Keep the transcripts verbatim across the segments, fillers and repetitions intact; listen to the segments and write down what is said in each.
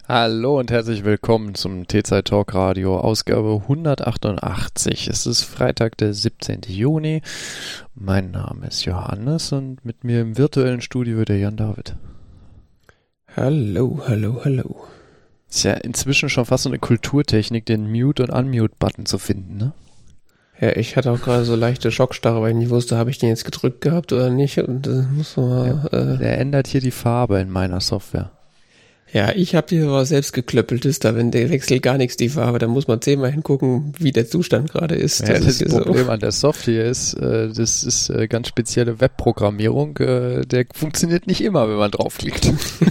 Hallo und herzlich willkommen zum T-Zeit Talk Radio, Ausgabe hundertachtundachtzig. Es ist Freitag, der siebzehnten Juni. Mein Name ist Johannes und mit mir im virtuellen Studio der Jan David. Hallo, hallo, hallo. Ist ja inzwischen schon fast so eine Kulturtechnik, den Mute- und Unmute-Button zu finden, ne? Ja, ich hatte auch gerade so leichte Schockstarre, weil ich nicht wusste, habe ich den jetzt gedrückt gehabt oder nicht. Und das muss man, Ja, äh, der ändert hier die Farbe in meiner Software. ja, ich habe hier was selbst geklöppeltes, da wenn der wechselt gar nichts die Farbe, dann muss man zehnmal hingucken, wie der Zustand gerade ist. Ja, Das, das, ist hier Problem so. an der Software ist, äh, das ist äh, ganz spezielle Webprogrammierung, äh, der funktioniert nicht immer, wenn man draufklickt.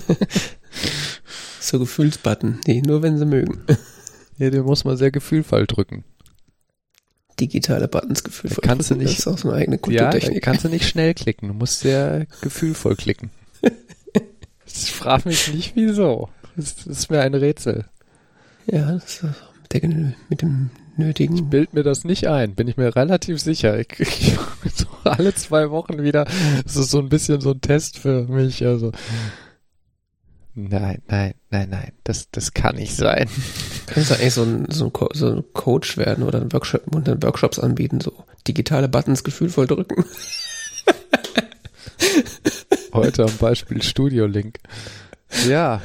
So Gefühlsbutton, nee, nur wenn sie mögen. Ja, den muss man sehr gefühlvoll drücken. Digitale Buttons gefühlvoll. Da kannst du nicht, das ist auch so eine eigene Ja, Kulturtechnik. da kannst du nicht schnell klicken, du musst sehr gefühlvoll klicken. Ich frage mich nicht, wieso. Das, das ist mir ein Rätsel. Ja, das ist mit, der, mit dem nötigen... Ich bild mir das nicht ein, bin ich mir relativ sicher. Ich, ich so alle zwei Wochen wieder, das ist so ein bisschen so ein Test für mich. Also Nein, nein, nein, nein, das, das kann nicht sein. Kannst du eigentlich so ein, so, ein Co- so ein Coach werden oder ein Workshop und dann Workshops anbieten, so digitale Buttons gefühlvoll drücken? Heute am Beispiel Studio Link. Ja.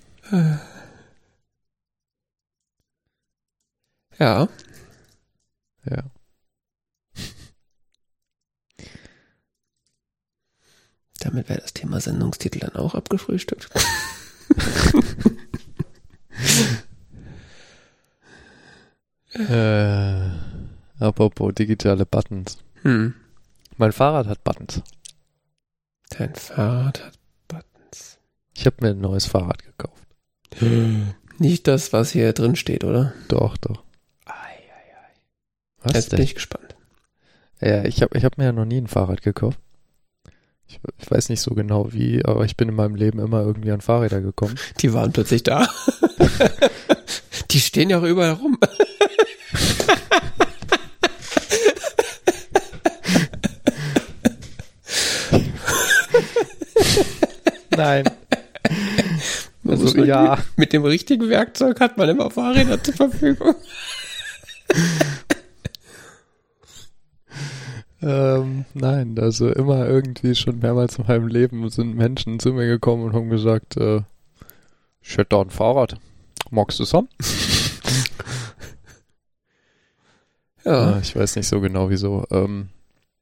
Ja. Ja. Damit wäre das Thema Sendungstitel dann auch abgefrühstückt. äh, apropos digitale Buttons. Hm. Mein Fahrrad hat Buttons. Dein Fahrrad hat Buttons. Ich habe mir ein neues Fahrrad gekauft. Nicht das, was hier drin steht, oder? Doch, doch. Ei, ei, ei. Was Jetzt denn? bin ich gespannt. Ja, ich habe ich hab mir ja noch nie ein Fahrrad gekauft. Ich, ich weiß nicht so genau wie, aber ich bin in meinem Leben immer irgendwie an Fahrräder gekommen. Die waren plötzlich da. Die stehen ja auch überall rum. Nein. Man Also, muss nur ja. die- Mit dem richtigen Werkzeug hat man immer Fahrräder zur Verfügung. Ähm, nein, also immer irgendwie schon mehrmals in meinem Leben sind Menschen zu mir gekommen und haben gesagt, äh, ich hätte da ein Fahrrad. Magst du es haben? Ja. Äh, ich weiß nicht so genau wieso. Ähm,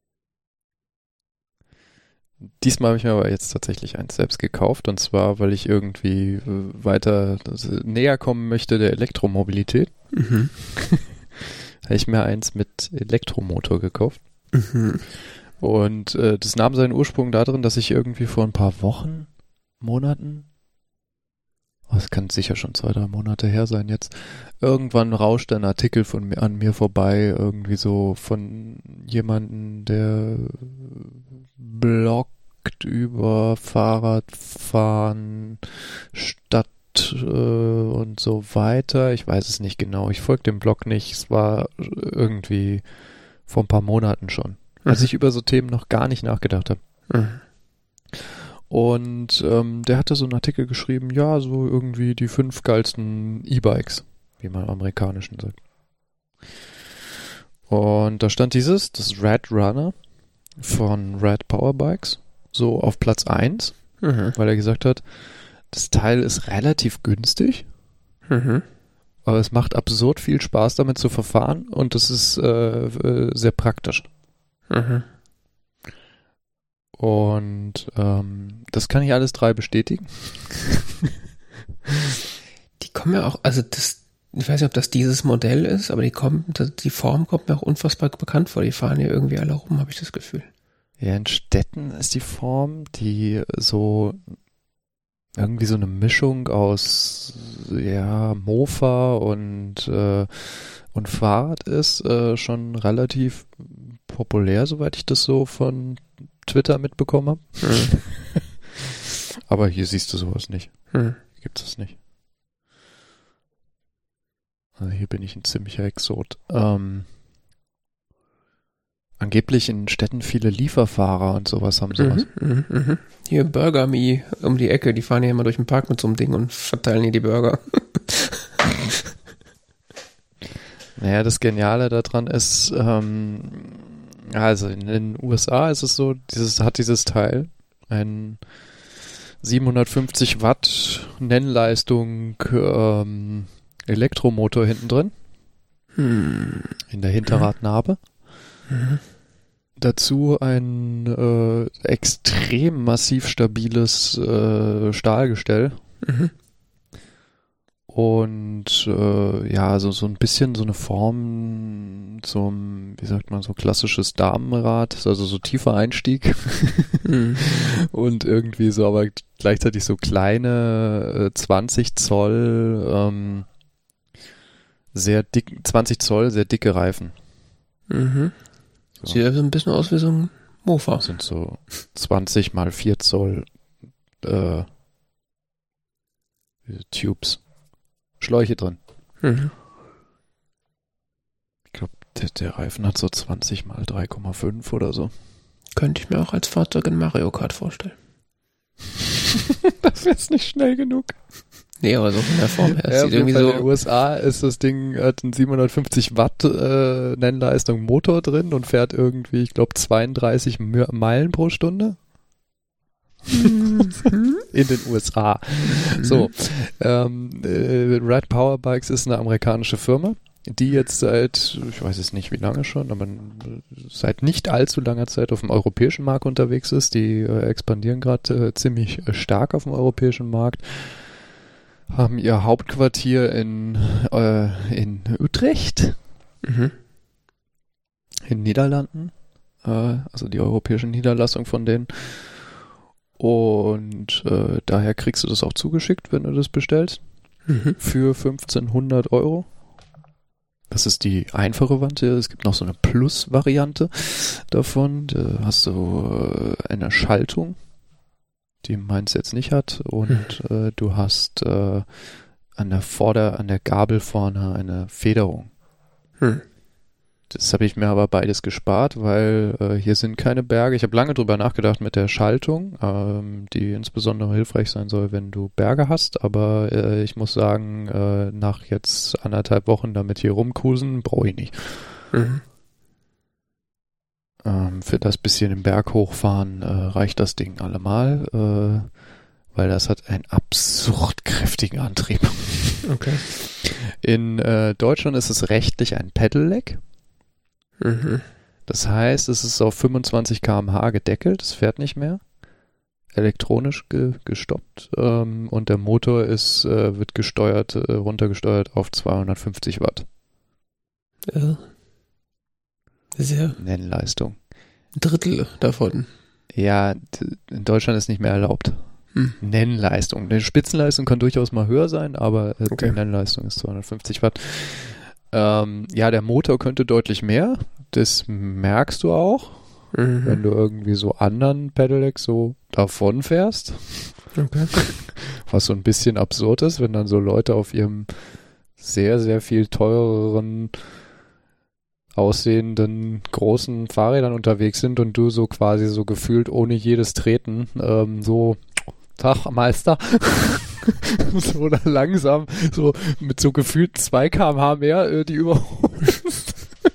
diesmal habe ich mir aber jetzt tatsächlich eins selbst gekauft und zwar, weil ich irgendwie äh, weiter also, näher kommen möchte der Elektromobilität. Mhm. Habe ich mir eins mit Elektromotor gekauft. Mhm. Und äh, das nahm seinen Ursprung darin, dass ich irgendwie vor ein paar Wochen, Monaten, oh, das kann sicher schon zwei, drei Monate her sein jetzt, irgendwann rauschte ein Artikel von mir an mir vorbei, irgendwie so von jemandem, der bloggt über Fahrradfahren, Stadt äh, und so weiter. Ich weiß es nicht genau. Ich folge dem Blog nicht. Es war irgendwie vor ein paar Monaten schon, als Mhm. ich über so Themen noch gar nicht nachgedacht habe. Mhm. Und ähm, der hatte so einen Artikel geschrieben, ja, so irgendwie die fünf geilsten E-Bikes, wie man im Amerikanischen sagt. Und da stand dieses, das Red Runner von Red Power Bikes, so auf Platz eins, Mhm. weil er gesagt hat, das Teil ist relativ günstig, Mhm. aber es macht absurd viel Spaß damit zu verfahren und es ist äh, äh, sehr praktisch. Mhm. Und ähm, das kann ich alles drei bestätigen. Die kommen ja auch, also das, ich weiß nicht, ob das dieses Modell ist, aber die kommen, das- die Form kommt mir auch unfassbar bekannt vor. Die fahren hier irgendwie alle rum, habe ich das Gefühl. Ja, in Städten ist die Form, die so irgendwie so eine Mischung aus ja Mofa und äh, und Fahrrad ist, äh, schon relativ populär, soweit ich das so von Twitter mitbekommen habe. Mhm. Aber hier siehst du sowas nicht. Mhm. Hier gibt es nicht. Also hier bin ich ein ziemlicher Exot. Ähm, angeblich in Städten viele Lieferfahrer und sowas haben sowas. Mhm, mh, mh. Hier Burger Me um die Ecke, die fahren ja immer durch den Park mit so einem Ding und verteilen hier die Burger. Naja, das Geniale daran ist, ähm, also in den U S A ist es so, dieses hat dieses Teil ein siebenhundertfünfzig Watt Nennleistung ähm, Elektromotor hinten drin. Hm. In der Hinterradnabe. Mhm. Dazu ein äh, extrem massiv stabiles äh, Stahlgestell. Mhm. Und äh, ja, so, so ein bisschen so eine Form zum, wie sagt man, so klassisches Damenrad, also so tiefer Einstieg. Mhm. Und irgendwie so, aber gleichzeitig so kleine äh, zwanzig Zoll, ähm, sehr dick, zwanzig Zoll, sehr dicke Reifen. Mhm. So. Sieht also ein bisschen aus wie so ein Mofa. Das sind so zwanzig mal vier Zoll äh, Tubes. Schläuche drin. Mhm. Ich glaube, der, der Reifen hat so zwanzig mal drei Komma fünf oder so. Könnte ich mir auch als Fahrzeug in Mario Kart vorstellen. Das wäre jetzt nicht schnell genug. Nee, aber so von der Form her. Es Ja, sieht irgendwie in so. den U S A ist das Ding, hat einen siebenhundertfünfzig Watt äh, Nennleistung Motor drin und fährt irgendwie, ich glaube, zweiunddreißig Meilen pro Stunde. In den U S A. So, ähm, äh, Red Power Bikes ist eine amerikanische Firma, die jetzt seit, ich weiß es nicht wie lange schon, aber seit nicht allzu langer Zeit auf dem europäischen Markt unterwegs ist. Die äh, expandieren gerade äh, ziemlich äh, stark auf dem europäischen Markt. Haben ihr Hauptquartier in, äh, in Utrecht, Mhm. in Niederlanden, äh, also die europäische Niederlassung von denen. Und äh, daher kriegst du das auch zugeschickt, wenn du das bestellst, Mhm. für fünfzehnhundert Euro. Das ist die einfache Variante. Es gibt noch so eine Plus-Variante davon. Da hast du äh, eine Schaltung, die meins jetzt nicht hat. Und äh, du hast äh, an der Vorder-, an der Gabel vorne eine Federung. Hm. Das habe ich mir aber beides gespart, weil äh, hier sind keine Berge. Ich habe lange drüber nachgedacht mit der Schaltung, ähm, die insbesondere hilfreich sein soll, wenn du Berge hast. Aber äh, ich muss sagen, äh, nach jetzt anderthalb Wochen damit hier rumcruisen, brauche ich nicht. Mhm. Ähm, für das bisschen im Berg hochfahren äh, reicht das Ding allemal, äh, weil das hat einen absurd kräftigen Antrieb. Okay. In äh, Deutschland ist es rechtlich ein Pedelec. Mhm. Das heißt, es ist auf fünfundzwanzig Kilometer pro Stunde gedeckelt, es fährt nicht mehr, elektronisch ge gestoppt ähm, und der Motor ist, äh, wird gesteuert, äh, runtergesteuert auf zweihundertfünfzig Watt. Ja. Das ist ja Nennleistung. ein Drittel davon. Ja, in Deutschland ist nicht mehr erlaubt. Hm. Nennleistung. Die Spitzenleistung kann durchaus mal höher sein, aber äh, Okay. die Nennleistung ist zweihundertfünfzig Watt. Ähm, ja, der Motor könnte deutlich mehr. Das merkst du auch, Mhm. wenn du irgendwie so anderen Pedelecs so davon fährst. Okay. Was so ein bisschen absurd ist, wenn dann so Leute auf ihrem sehr, sehr viel teureren aussehenden großen Fahrrädern unterwegs sind und du so quasi so gefühlt ohne jedes Treten ähm, so Tag, Meister. So da langsam, so mit so gefühlt zwei Kilometer pro Stunde mehr äh, die überholst.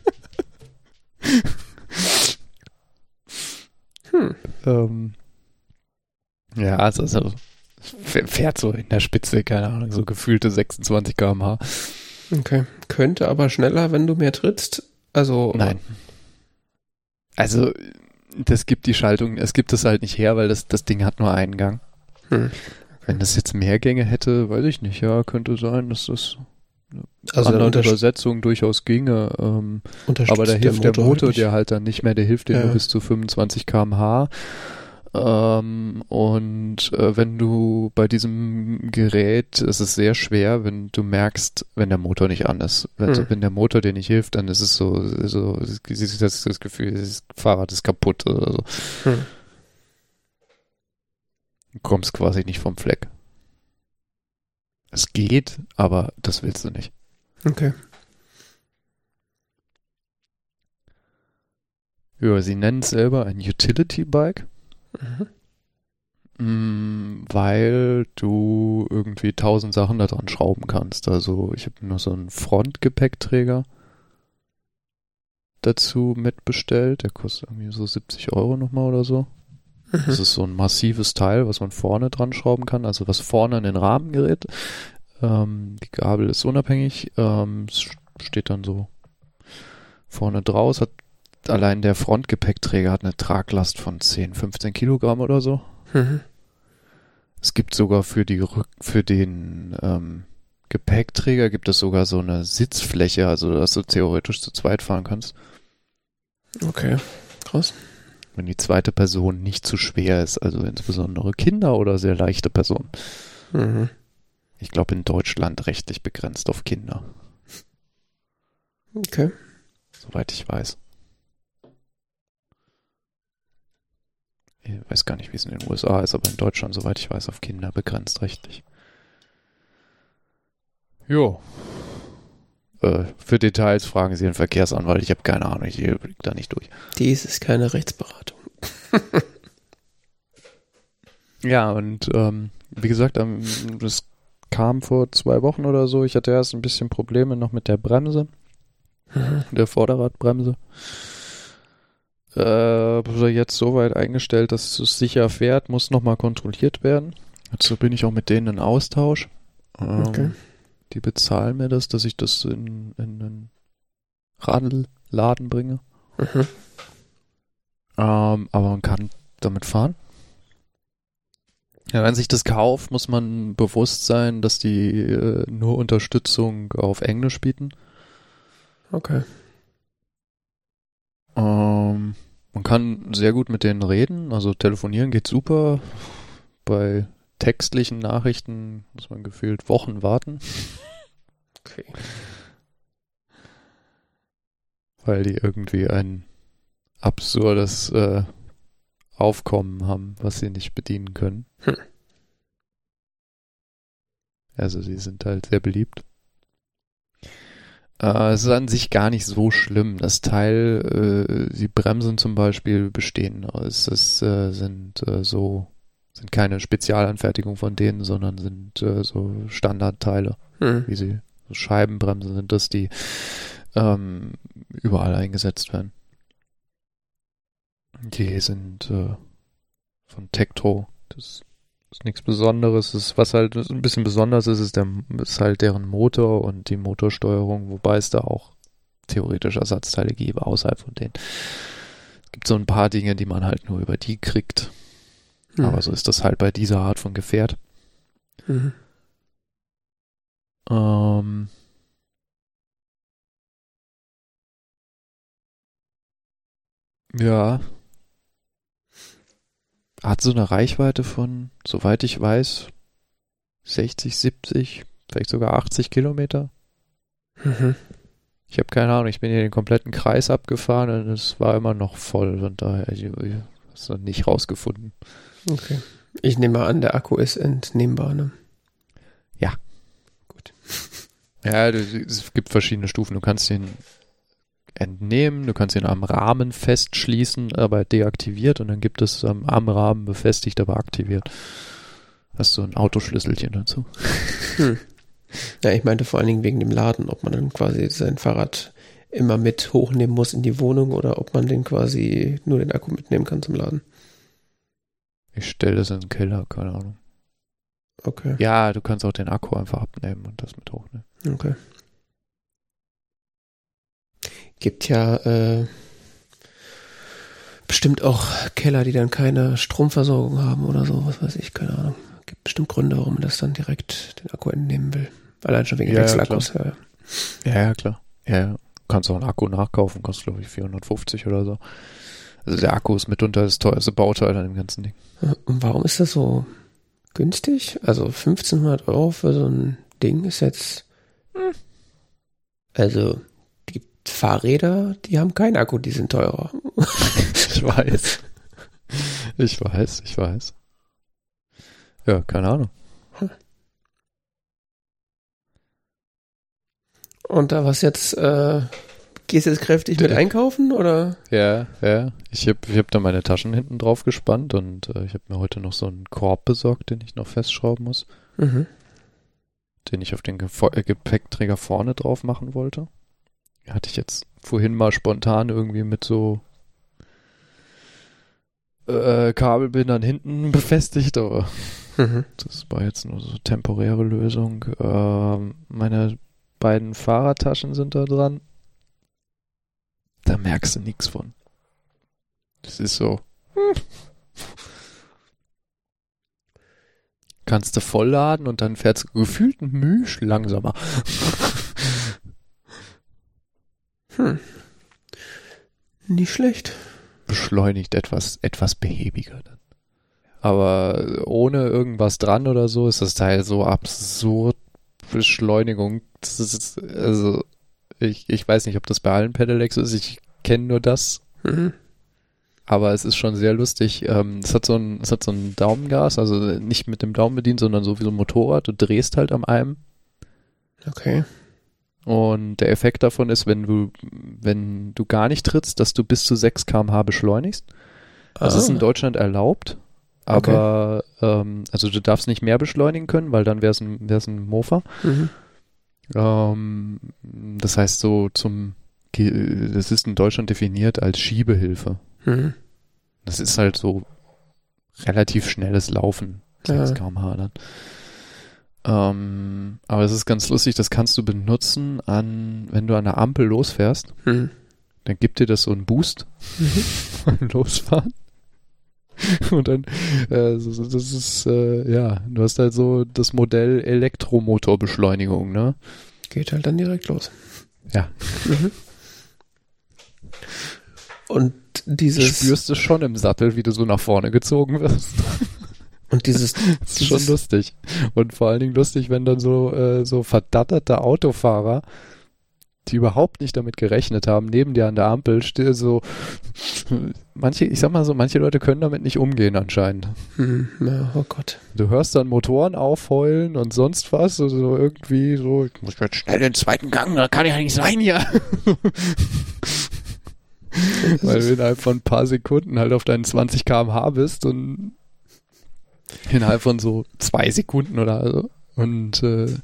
Hm. ähm, ja, also, also fährt so in der Spitze, keine Ahnung, so gefühlte sechsundzwanzig Kilometer pro Stunde. Okay. Könnte aber schneller, wenn du mehr trittst. Also. Nein. Also, das gibt die Schaltung, es gibt es halt nicht her, weil das, das Ding hat nur einen Gang. Hm. Wenn das jetzt mehr Gänge hätte, weiß ich nicht, ja, könnte sein, dass das Also an dann der untersch- Übersetzung durchaus ginge. Ähm, unterstützt aber da hilft der Motor, halt nicht. der halt dann nicht mehr, der hilft dir Ja. nur bis zu fünfundzwanzig Kilometer pro Stunde. Ähm, und äh, wenn du bei diesem Gerät, es ist sehr schwer, wenn du merkst, wenn der Motor nicht an ist. Wenn, Hm. wenn der Motor dir nicht hilft, dann ist es so, so das, das Gefühl, das Fahrrad ist kaputt oder so. Hm. Du kommst quasi nicht vom Fleck. Es geht, aber das willst du nicht. Okay. Ja, sie nennen es selber ein Utility-Bike, Mhm. mm, weil du irgendwie tausend Sachen da dran schrauben kannst. Also ich habe nur so einen Frontgepäckträger dazu mitbestellt. Der kostet irgendwie so siebzig Euro nochmal oder so. Mhm. Das ist so ein massives Teil, was man vorne dran schrauben kann, also was vorne in den Rahmen gerät. Ähm, die Gabel ist unabhängig, ähm, es steht dann so vorne draus, hat allein der Frontgepäckträger hat eine Traglast von zehn, fünfzehn Kilogramm oder so. Mhm. Es gibt sogar für die Rück für den ähm, Gepäckträger gibt es sogar so eine Sitzfläche, also dass du theoretisch zu zweit fahren kannst, Okay, krass. wenn die zweite Person nicht zu schwer ist, also insbesondere Kinder oder sehr leichte Personen. Mhm. Ich glaube in Deutschland rechtlich begrenzt auf Kinder, Okay. soweit ich weiß. Ich weiß gar nicht, wie es in den U S A ist, aber in Deutschland, soweit ich weiß, auf Kinder begrenzt rechtlich. Jo. Äh, für Details fragen Sie den Verkehrsanwalt. Ich habe keine Ahnung, ich blick da nicht durch. Dies ist keine Rechtsberatung. Ja, und ähm, wie gesagt, ähm, das kam vor zwei Wochen oder so. Ich hatte erst ein bisschen Probleme noch mit der Bremse, Mhm. der Vorderradbremse. Äh, jetzt soweit eingestellt, dass es sicher fährt, muss nochmal kontrolliert werden. Dazu bin ich auch mit denen in Austausch. Ähm, Okay. Die bezahlen mir das, dass ich das in, in einen Radladen bringe. Mhm. Ähm, aber man kann damit fahren. Ja, wenn sich das kauft, muss man bewusst sein, dass die äh, nur Unterstützung auf Englisch bieten. Okay. Ähm, man kann sehr gut mit denen reden, also telefonieren geht super. Bei textlichen Nachrichten muss man gefühlt Wochen warten, Okay. weil die irgendwie ein absurdes äh, Aufkommen haben, was sie nicht bedienen können. Hm. Also sie sind halt sehr beliebt. Äh, es ist an sich gar nicht so schlimm. Das Teil, äh, die Bremsen zum Beispiel bestehen. Es ist, äh, sind äh, so, sind keine Spezialanfertigung von denen, sondern sind äh, so Standardteile, Mhm. wie sie, so Scheibenbremsen sind das, die ähm, überall eingesetzt werden. Die sind äh, von Tektro. Das ist nichts Besonderes. Das ist, was halt ein bisschen besonders ist, ist, der, ist halt deren Motor und die Motorsteuerung, wobei es da auch theoretisch Ersatzteile gäbe außerhalb von denen. Es gibt so ein paar Dinge, die man halt nur über die kriegt. Mhm. Aber so ist das halt bei dieser Art von Gefährt. Mhm. Ähm, ja. Hat so eine Reichweite von, soweit ich weiß, sechzig, siebzig, vielleicht sogar achtzig Kilometer. Mhm. Ich habe keine Ahnung, ich bin hier den kompletten Kreis abgefahren und es war immer noch voll. Von daher, ich, ich habe es noch nicht rausgefunden. Okay. Ich nehme mal an, der Akku ist entnehmbar, ne? Ja. Gut. Ja, du, es gibt verschiedene Stufen. Du kannst ihn entnehmen, du kannst ihn am Rahmen festschließen, aber deaktiviert und dann gibt es ähm, am Rahmen befestigt, aber aktiviert. Hast du ein Autoschlüsselchen dazu. Hm. Ja, ich meinte vor allen Dingen wegen dem Laden, ob man dann quasi sein Fahrrad immer mit hochnehmen muss in die Wohnung oder ob man den quasi nur den Akku mitnehmen kann zum Laden. Ich stelle das in den Keller, keine Ahnung. Okay. Ja, du kannst auch den Akku einfach abnehmen und das mit hochnehmen. Okay. Gibt ja äh, bestimmt auch Keller, die dann keine Stromversorgung haben oder so, was weiß ich, keine Ahnung. Gibt bestimmt Gründe, warum man das dann direkt den Akku entnehmen will. Allein schon wegen Ja, Wechselakkus. Ja, ja. Ja, ja, klar. Ja, ja. Du kannst auch einen Akku nachkaufen, kostet glaube ich vierhundertfünfzig oder so. Also der Akku ist mitunter das teuerste Bauteil an dem ganzen Ding. Und warum ist das so günstig? Also fünfzehnhundert Euro für so ein Ding ist jetzt... Hm. Also die Fahrräder, die haben keinen Akku, die sind teurer. Ich weiß. Ich weiß, ich weiß. Ja, keine Ahnung. Und da was jetzt äh, Gehst du jetzt kräftig mit einkaufen, oder? Ja, ja. Ich habe ich hab da meine Taschen hinten drauf gespannt und äh, ich habe mir heute noch so einen Korb besorgt, den ich noch festschrauben muss. Mhm. Den ich auf den Ge- äh, Gepäckträger vorne drauf machen wollte. Hatte ich jetzt vorhin mal spontan irgendwie mit so äh, Kabelbindern hinten befestigt, aber mhm. das war jetzt nur so temporäre Lösung. Äh, meine beiden Fahrradtaschen sind da dran. Da merkst du nichts von. Das ist so. Hm. Kannst du vollladen und dann fährst du gefühlt ein Müsch langsamer. Hm. Nicht schlecht. Beschleunigt etwas, etwas behäbiger dann. Aber ohne irgendwas dran oder so ist das Teil so absurd Beschleunigung. Das ist, also ich, ich weiß nicht, ob das bei allen Pedelecs ist. Ich kenne nur das. Mhm. Aber es ist schon sehr lustig. Ähm, es hat so ein, es hat so ein Daumengas, also nicht mit dem Daumen bedient, sondern so wie so ein Motorrad. Du drehst halt am einem. Okay. Und der Effekt davon ist, wenn du, wenn du gar nicht trittst, dass du bis zu sechs Kilometer pro Stunde beschleunigst. Das ah. ist in Deutschland erlaubt. Aber, okay. ähm, also du darfst nicht mehr beschleunigen können, weil dann wäre es ein, wär's ein Mofa. Mhm. Ähm, das heißt so zum, das ist in Deutschland definiert als Schiebehilfe. Mhm. Das ist halt so relativ schnelles Laufen, sechs ja. Kilometer pro Stunde dann. Ähm, aber es ist ganz lustig, das kannst du benutzen an, wenn du an der Ampel losfährst, mhm. dann gibt dir das so einen Boost mhm. beim Losfahren. Und dann, äh, das ist, äh, ja, du hast halt so das Modell Elektromotorbeschleunigung, ne? Geht halt dann direkt los. Ja. Mhm. Und dieses... Spürst du schon im Sattel, wie du so nach vorne gezogen wirst. Und dieses... das ist schon lustig. Und vor allen Dingen lustig, wenn dann so, äh, so verdatterte Autofahrer, die überhaupt nicht damit gerechnet haben, neben dir an der Ampel steht so, manche, ich sag mal so, manche Leute können damit nicht umgehen anscheinend. Hm, ja, oh Gott. Du hörst dann Motoren aufheulen und sonst was, also irgendwie so, ich muss jetzt schnell den zweiten Gang, da kann ich ja nicht sein hier. Weil du innerhalb von ein paar Sekunden halt auf deinen zwanzig Kilometer pro Stunde bist und innerhalb von so zwei Sekunden oder so. Und äh,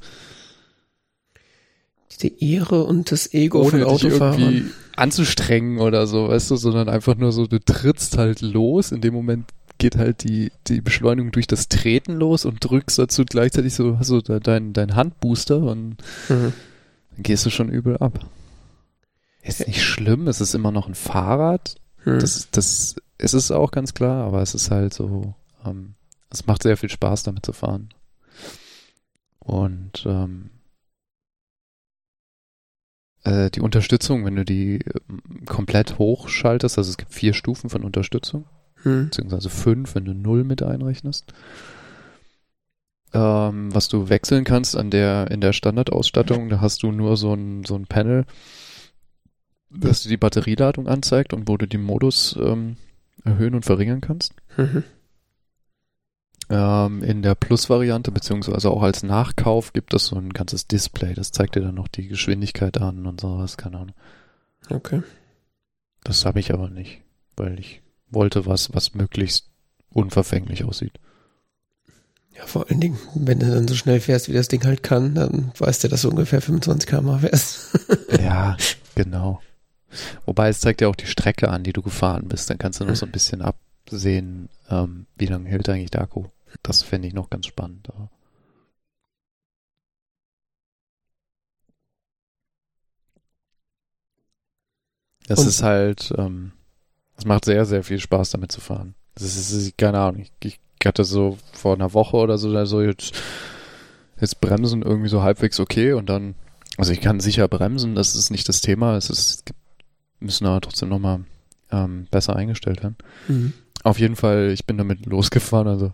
die Ehre und das Ego ohne von Autofahrern. Dich irgendwie anzustrengen oder so, weißt du, sondern einfach nur so, du trittst halt los, in dem Moment geht halt die, die Beschleunigung durch das Treten los und drückst dazu gleichzeitig so, hast du da dein, dein Handbooster und mhm. dann gehst du schon übel ab. Ist nicht schlimm, es ist immer noch ein Fahrrad, mhm. das, das ist es auch ganz klar, aber es ist halt so, ähm, es macht sehr viel Spaß damit zu fahren. Und ähm, die Unterstützung, wenn du die komplett hochschaltest, also es gibt vier Stufen von Unterstützung, hm. beziehungsweise fünf, wenn du null mit einrechnest, ähm, was du wechseln kannst an der, in der Standardausstattung, da hast du nur so ein, so ein Panel, das dir die Batterieladung anzeigt und wo du den Modus ähm, erhöhen und verringern kannst. Mhm. Ähm, in der Plus-Variante, beziehungsweise auch als Nachkauf, gibt es so ein ganzes Display. Das zeigt dir dann noch die Geschwindigkeit an und sowas, keine Ahnung. Okay. Das habe ich aber nicht, weil ich wollte was, was möglichst unverfänglich aussieht. Ja, vor allen Dingen, wenn du dann so schnell fährst, wie das Ding halt kann, dann weißt du, dass du ungefähr fünfundzwanzig Kilometer pro Stunde fährst. Ja, genau. Wobei es zeigt ja auch die Strecke an, die du gefahren bist. Dann kannst du noch so ein bisschen absehen, ähm, wie lange hält eigentlich der Akku. Das fände ich noch ganz spannend. Aber es ist halt, ähm, es macht sehr, sehr viel Spaß, damit zu fahren. Das ist, ist keine Ahnung, ich, ich hatte so vor einer Woche oder so, also jetzt, jetzt bremsen irgendwie so halbwegs okay und dann, also ich kann sicher bremsen, das ist nicht das Thema, es ist, müssen aber trotzdem nochmal ähm, besser eingestellt werden. Mhm. Auf jeden Fall, ich bin damit losgefahren, also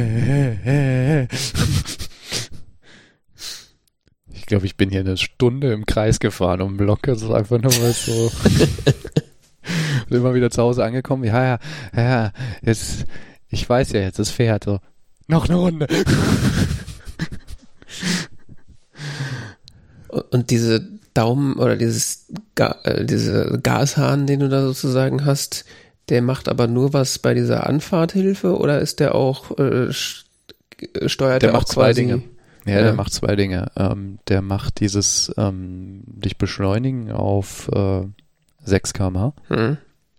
ich glaube, ich bin hier eine Stunde im Kreis gefahren um den Block, das ist einfach nur mal so und immer wieder zu Hause angekommen, ja, ja, ja, jetzt, ich weiß ja jetzt, es fährt so, noch eine Runde. Und diese Daumen oder dieses Ga äh, diese Gashahn, den du da sozusagen hast, der macht aber nur was bei dieser Anfahrthilfe oder ist der auch äh, steuert der der macht auch zwei quasi Dinge. Ja, ja. der macht zwei Dinge. Ähm, der macht dieses ähm, dich beschleunigen auf äh, sechs Kilometer pro Stunde. Hm.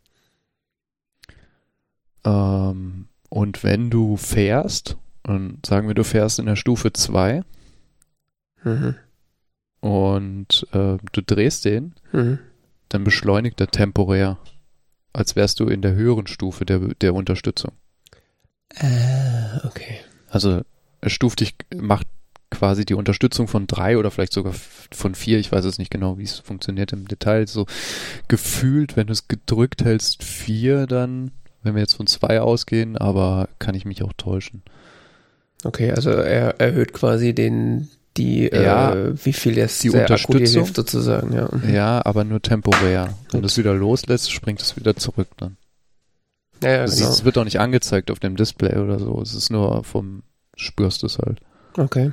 Ähm, und wenn du fährst, und sagen wir, du fährst in der Stufe zwei Mhm. und äh, du drehst den, Mhm. dann beschleunigt er temporär, als wärst du in der höheren Stufe der, der Unterstützung. Äh, okay. Also er stuft dich, macht quasi die Unterstützung von drei oder vielleicht sogar von vier, ich weiß es nicht genau, wie es funktioniert im Detail, so gefühlt, wenn du es gedrückt hältst, vier dann, wenn wir jetzt von zwei ausgehen, aber kann ich mich auch täuschen. Okay, also er erhöht quasi den, die, Ja, äh, wie viel jetzt die der Akku dir Unterstützung. hilft sozusagen, ja. Mhm. Ja, aber nur temporär. Wenn Gut. du es wieder loslässt, springt es wieder zurück dann. Ja, ja, Das genau. ist, es wird auch nicht angezeigt auf dem Display oder so. Es ist nur vom, spürst du es halt. Okay.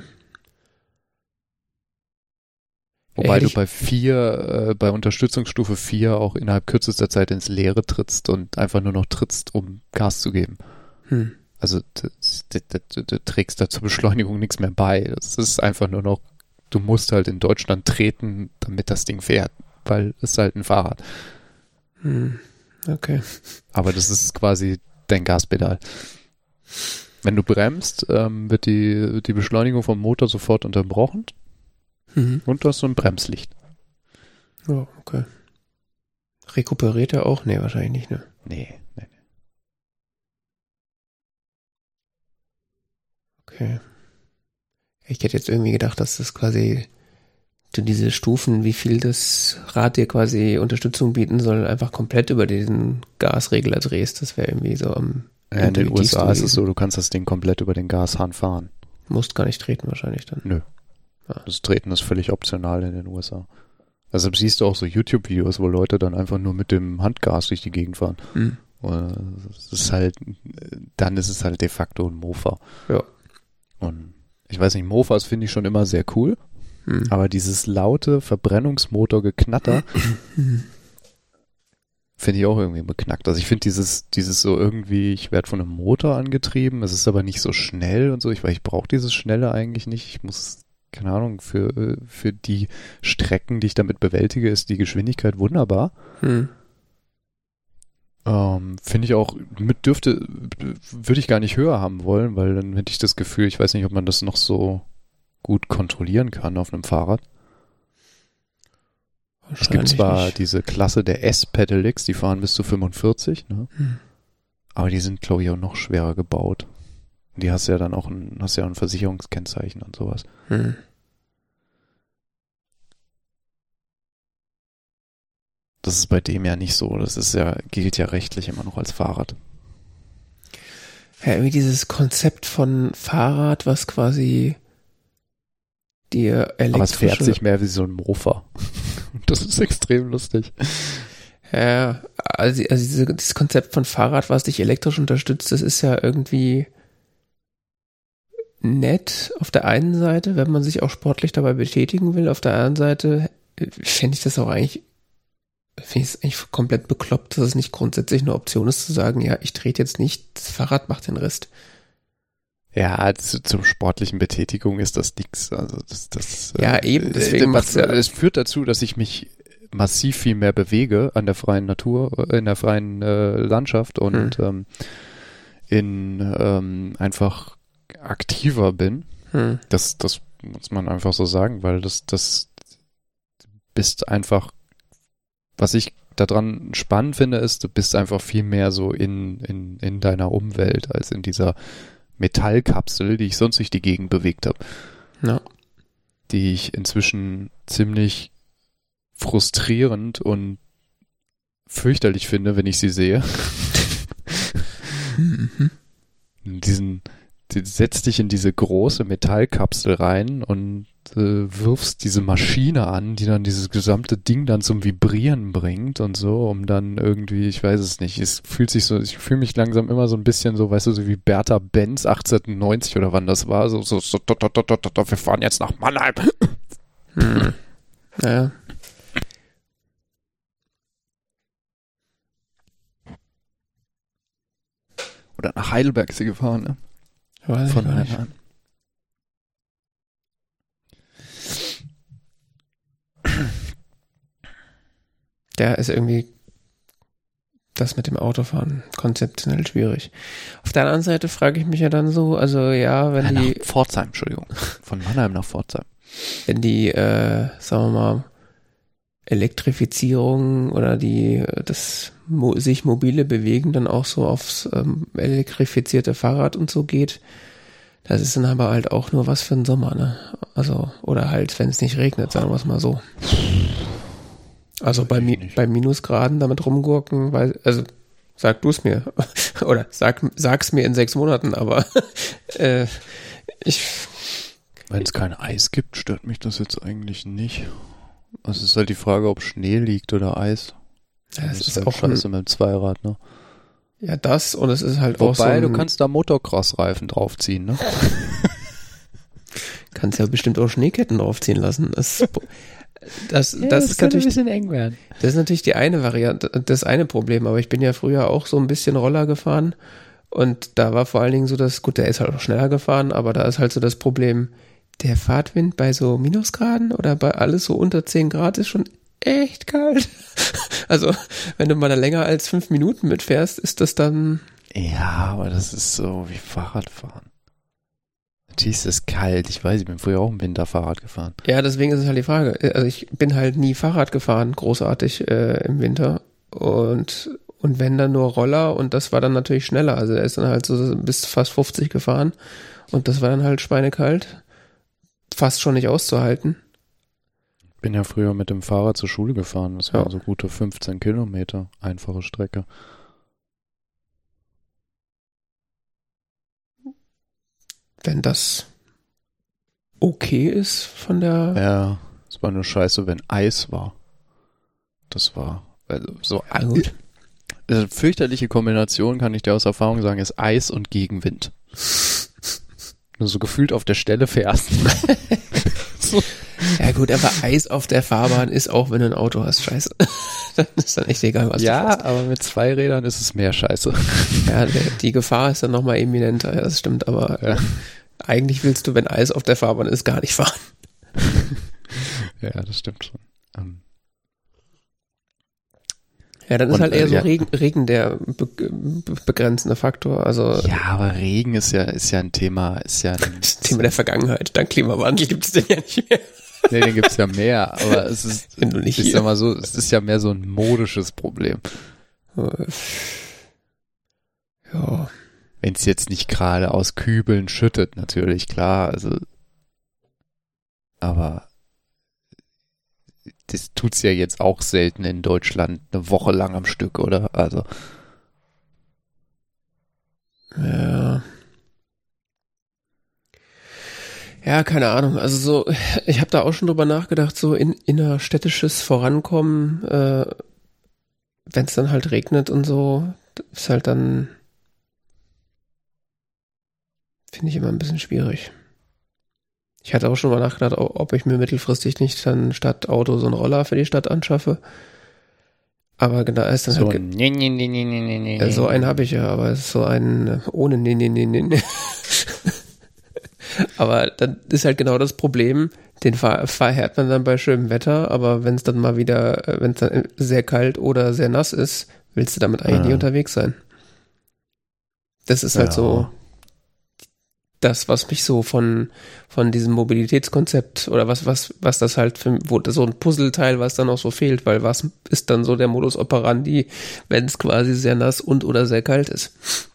Wobei Hätte du ich- bei vier, äh, bei Unterstützungsstufe vier auch innerhalb kürzester Zeit ins Leere trittst und einfach nur noch trittst, um Gas zu geben. Hm. Also du, du, du, du trägst da zur Beschleunigung nichts mehr bei. Das ist einfach nur noch, du musst halt in Deutschland treten, damit das Ding fährt, weil es ist halt ein Fahrrad. Hm. Okay. Aber das ist quasi dein Gaspedal. Wenn du bremst, ähm, wird die, die Beschleunigung vom Motor sofort unterbrochen Mhm. und du hast so ein Bremslicht. Ja, okay. Rekuperiert er auch? Nee, wahrscheinlich nicht, ne? Nee, nee, nee. Okay. Ich hätte jetzt irgendwie gedacht, dass das quasi du diese Stufen, wie viel das Rad dir quasi Unterstützung bieten soll, einfach komplett über diesen Gasregler drehst. Das wäre irgendwie so am Äh, in den U S A ist es intuitivsten so, du kannst das Ding komplett über den Gashahn fahren. Musst gar nicht treten wahrscheinlich dann. Nö. Ah. Das Treten ist völlig optional in den U S A. Also siehst du auch so YouTube-Videos, wo Leute dann einfach nur mit dem Handgas durch die Gegend fahren. Hm. Das ist halt, dann ist es halt de facto ein Mofa. Ja. Und ich weiß nicht, Mofas finde ich schon immer sehr cool, Hm. aber dieses laute Verbrennungsmotor-Geknatter finde ich auch irgendwie beknackt. Also ich finde dieses, dieses so irgendwie, ich werde von einem Motor angetrieben, es ist aber nicht so schnell und so. Ich weiß, ich brauche dieses Schnelle eigentlich nicht. Ich muss, keine Ahnung, für, für die Strecken, die ich damit bewältige, ist die Geschwindigkeit wunderbar. Hm. Ähm, finde ich auch, mit dürfte, würde ich gar nicht höher haben wollen, weil dann hätte ich das Gefühl, ich weiß nicht, ob man das noch so gut kontrollieren kann auf einem Fahrrad. Es gibt zwar nicht. diese Klasse der S-Pedelecs, die fahren bis zu fünfundvierzig, ne? Hm. Aber die sind, glaube ich, auch noch schwerer gebaut. Die hast ja dann auch ein, hast ja auch ein Versicherungskennzeichen und sowas. Hm. Das ist bei dem ja nicht so. Das ist ja, gilt ja rechtlich immer noch als Fahrrad. Ja, irgendwie dieses Konzept von Fahrrad, was quasi dir elektrische... Aber es fährt sich mehr wie so ein Mofa. Das ist extrem lustig. Ja, also, also diese, dieses Konzept von Fahrrad, was dich elektrisch unterstützt, das ist ja irgendwie nett auf der einen Seite, wenn man sich auch sportlich dabei betätigen will. Auf der anderen Seite fände ich das auch eigentlich, finde ich es eigentlich komplett bekloppt, dass es nicht grundsätzlich eine Option ist, zu sagen, ja, ich trete jetzt nicht, das Fahrrad macht den Rest. Ja, zu, zur sportlichen Betätigung ist das nix. Also das, das, Ja, äh, eben, deswegen äh, macht's ja- Es führt dazu, dass ich mich massiv viel mehr bewege an der freien Natur, äh, in der freien äh, Landschaft und Hm. ähm, in ähm, einfach aktiver bin. Hm. Das, das muss man einfach so sagen, weil das, das bist einfach, was ich daran spannend finde, ist, du bist einfach viel mehr so in, in, in deiner Umwelt als in dieser Metallkapsel, die ich sonst durch die Gegend bewegt habe. Ja. Die ich inzwischen ziemlich frustrierend und fürchterlich finde, wenn ich sie sehe. Mhm. Diesen, die, setz dich in diese große Metallkapsel rein und äh, wirfst diese Maschine an, die dann dieses gesamte Ding dann zum Vibrieren bringt und so, um dann irgendwie, ich weiß es nicht, es fühlt sich so, ich fühle mich langsam immer so ein bisschen so, weißt du, so wie Bertha Benz achtzehnhundertneunzig oder wann das war, so, so, so, dot, dot, dot, dot, dot, wir fahren jetzt nach Mannheim. Hm. Ja. Oder nach Heidelberg ist sie gefahren, ne? Weiß Von ich gar nicht. Rhein an. Der ist irgendwie das mit dem Autofahren konzeptionell schwierig. Auf der anderen Seite frage ich mich ja dann so, also ja, wenn Ja, die, nach Pforzheim, Entschuldigung. Von Mannheim nach Pforzheim. wenn die, äh, sagen wir mal, Elektrifizierung oder die, das mo- sich mobile Bewegen dann auch so aufs ähm, elektrifizierte Fahrrad und so geht, das ist dann aber halt auch nur was für den Sommer, ne? Also, oder halt, wenn es nicht regnet, sagen wir es mal so. Also bei, Mi- bei Minusgraden damit rumgurken, weil, also sag du es mir. Oder sag, sag's mir in sechs Monaten, aber äh, ich. Wenn es kein Eis gibt, stört mich das jetzt eigentlich nicht. Also es ist halt die Frage, ob Schnee liegt oder Eis. Ja, das das ist halt auch scheiße ein, mit dem Zweirad, ne? ja, das und es ist halt auch so Wobei, ein, du kannst da Motocross-Reifen draufziehen, ne? kannst ja bestimmt auch Schneeketten draufziehen lassen. Das, das, Ja, das, ist kann natürlich, ein bisschen eng werden. das ist natürlich die eine Variante, das eine Problem, aber ich bin ja früher auch so ein bisschen Roller gefahren und da war vor allen Dingen so das, gut, der ist halt auch schneller gefahren, aber da ist halt so das Problem, der Fahrtwind bei so Minusgraden oder bei alles so unter zehn Grad ist schon echt kalt. Also, wenn du mal da länger als fünf Minuten mitfährst, ist das dann... Ja, aber das ist so wie Fahrradfahren. Natürlich ist es kalt. Ich weiß, ich bin früher auch im Winter Fahrrad gefahren. Ja, deswegen ist es halt die Frage. Also ich bin halt nie Fahrrad gefahren, großartig äh, im Winter. Und, und wenn dann nur Roller und das war dann natürlich schneller. Also er ist dann halt so bis fast fünfzig gefahren und das war dann halt schweinekalt. Fast schon nicht auszuhalten. Bin ja früher mit dem Fahrrad zur Schule gefahren. Das waren Ja. so gute fünfzehn Kilometer. Einfache Strecke. Wenn das okay ist von der... Ja, es war nur scheiße, wenn Eis war. Das war also so Ja, gut. eine fürchterliche Kombination, kann ich dir aus Erfahrung sagen, ist Eis und Gegenwind. Nur so gefühlt auf der Stelle fährst. So. Ja gut, aber Eis auf der Fahrbahn ist auch, wenn du ein Auto hast, scheiße. Dann ist dann echt egal, was du Ja, fährst. aber mit zwei Rädern ist es mehr scheiße. Ja, der, die Gefahr ist dann nochmal eminenter, ja, das stimmt, aber Ja. eigentlich willst du, wenn Eis auf der Fahrbahn ist, gar nicht fahren. Ja, das stimmt schon. Ähm, Ja, dann ist Und, halt eher äh, so ja. Regen, Regen der be be begrenzende Faktor, also ja, aber Regen ist ja, ist ja ein Thema, ist ja ein, das Thema der Vergangenheit. Dank Klimawandel gibt es den ja nicht mehr. nee, den gibt's ja mehr, aber es ist, Wenn du nicht ich hier. sag mal so, es ist ja mehr so ein modisches Problem. Ja, Wenn es jetzt nicht gerade aus Kübeln schüttet, natürlich, klar, also, aber das tut's ja jetzt auch selten in Deutschland eine Woche lang am Stück, oder? Also, ja. Ja, keine Ahnung. Also so, ich habe da auch schon drüber nachgedacht, so in innerstädtisches Vorankommen, äh, wenn es dann halt regnet und so, ist halt dann, finde ich immer ein bisschen schwierig. Ich hatte auch schon mal nachgedacht, o- ob ich mir mittelfristig nicht dann statt Auto so einen Roller für die Stadt anschaffe. Aber genau, ist dann so, halt, ge- nee, nee, nee, nee, nee, nee, nee. ja, so einen habe ich ja, aber es ist so ein äh, ohne nee, nee, nee, nee, nee. Aber dann ist halt genau das Problem, den fahr- verhärt man dann bei schönem Wetter, aber wenn es dann mal wieder, wenn es dann sehr kalt oder sehr nass ist, willst du damit eigentlich Ja. nie unterwegs sein. Das ist halt Ja. so das, was mich so von, von diesem Mobilitätskonzept oder was, was, was das halt für, wo so ein Puzzleteil, was dann auch so fehlt, weil was ist dann so der Modus operandi, wenn es quasi sehr nass und oder sehr kalt ist.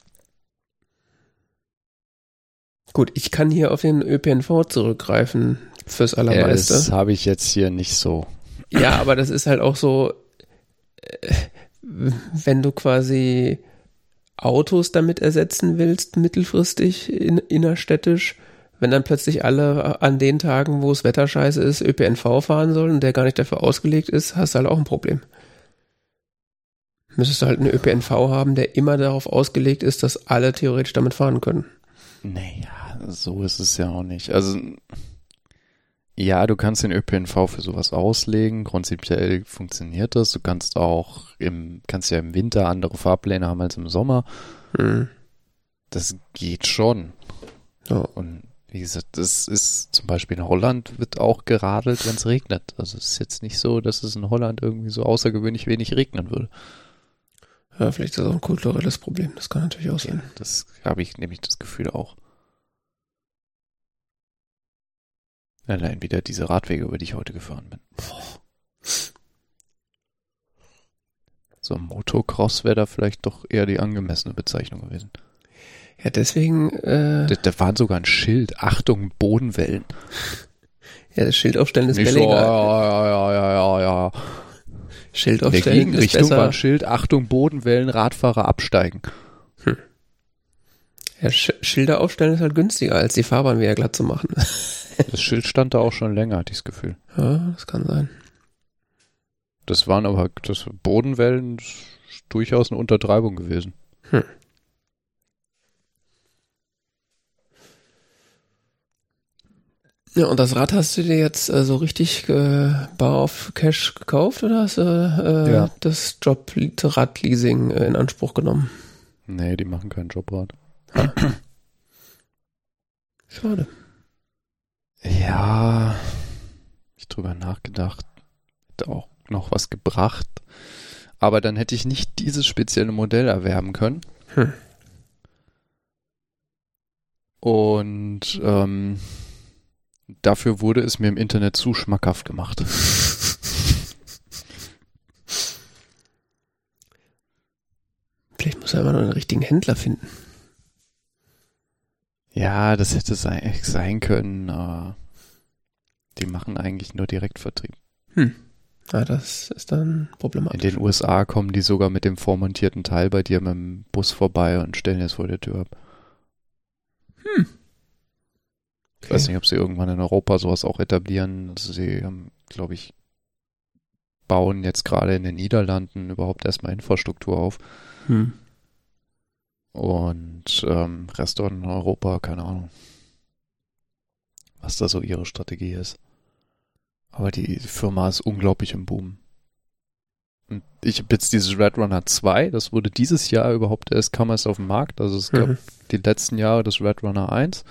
Gut, ich kann hier auf den Ö P N V zurückgreifen fürs Ja, Allermeiste. das habe ich jetzt hier nicht so. Ja, aber das ist halt auch so, äh, wenn du quasi Autos damit ersetzen willst, mittelfristig, in, innerstädtisch, wenn dann plötzlich alle an den Tagen, wo es Wetter scheiße ist, Ö P N V fahren sollen und der gar nicht dafür ausgelegt ist, hast du halt auch ein Problem. Müsstest du halt einen Ö P N V haben, der immer darauf ausgelegt ist, dass alle theoretisch damit fahren können. Naja, so ist es ja auch nicht. Also, ja, du kannst den Ö P N V für sowas auslegen. Prinzipiell funktioniert das. Du kannst auch im, kannst ja im Winter andere Fahrpläne haben als im Sommer. Hm. das geht schon. Ja. Und wie gesagt, das ist zum Beispiel in Holland wird auch geradelt, wenn es regnet. Also es ist jetzt nicht so, dass es in Holland irgendwie so außergewöhnlich wenig regnen würde. Ja, vielleicht ist das auch ein kulturelles Problem. Das kann natürlich auch sein. Das habe ich nämlich das Gefühl auch. Allein wieder diese Radwege, über die ich heute gefahren bin. Boah. So ein Motocross wäre da vielleicht doch eher die angemessene Bezeichnung gewesen. Ja, deswegen... Äh, da, da war sogar ein Schild. Achtung, Bodenwellen. Ja, das Schild aufstellen ist Nicht billiger. So, ja, ja, ja, ja, ja. Schild aufstellen. In der Gegenrichtung ist besser. war ein Schild, Achtung, Bodenwellen, Radfahrer absteigen. Hm. Ja, Sch- Schilder aufstellen ist halt günstiger, als die Fahrbahn wieder glatt zu machen. Das Schild stand da auch schon länger, hatte ich das Gefühl. Ja, das kann sein. Das waren aber, das Bodenwellen das ist durchaus eine Untertreibung gewesen. Hm. Ja, und das Rad hast du dir jetzt äh, so richtig äh, bar auf Cash gekauft oder hast du äh, Ja. das Jobrad-Leasing äh, in Anspruch genommen? Nee, die machen keinen Jobrad. Schade. Ja, ich drüber nachgedacht, hätte auch noch was gebracht. Aber dann hätte ich nicht dieses spezielle Modell erwerben können. Hm. Und ähm, dafür wurde es mir im Internet zu schmackhaft gemacht. Vielleicht muss er immer noch einen richtigen Händler finden. Ja, das hätte sein, sein können. Aber die machen eigentlich nur Direktvertrieb. Hm. Ja, das ist dann In problematisch. den U S A kommen die sogar mit dem vormontierten Teil bei dir mit dem Bus vorbei und stellen es vor der Tür ab. Hm. Ich weiß nicht, ob sie irgendwann in Europa sowas auch etablieren. Also sie haben, glaube ich, bauen jetzt gerade in den Niederlanden überhaupt erstmal Infrastruktur auf. Hm. Und ähm, Rest in Europa, keine Ahnung, was da so ihre Strategie ist. Aber die Firma ist unglaublich im Boom. Und ich habe jetzt dieses Red Runner zwei, das wurde dieses Jahr überhaupt erst, kam erst auf den Markt. Also es gab Mhm. die letzten Jahre das Red Runner eins.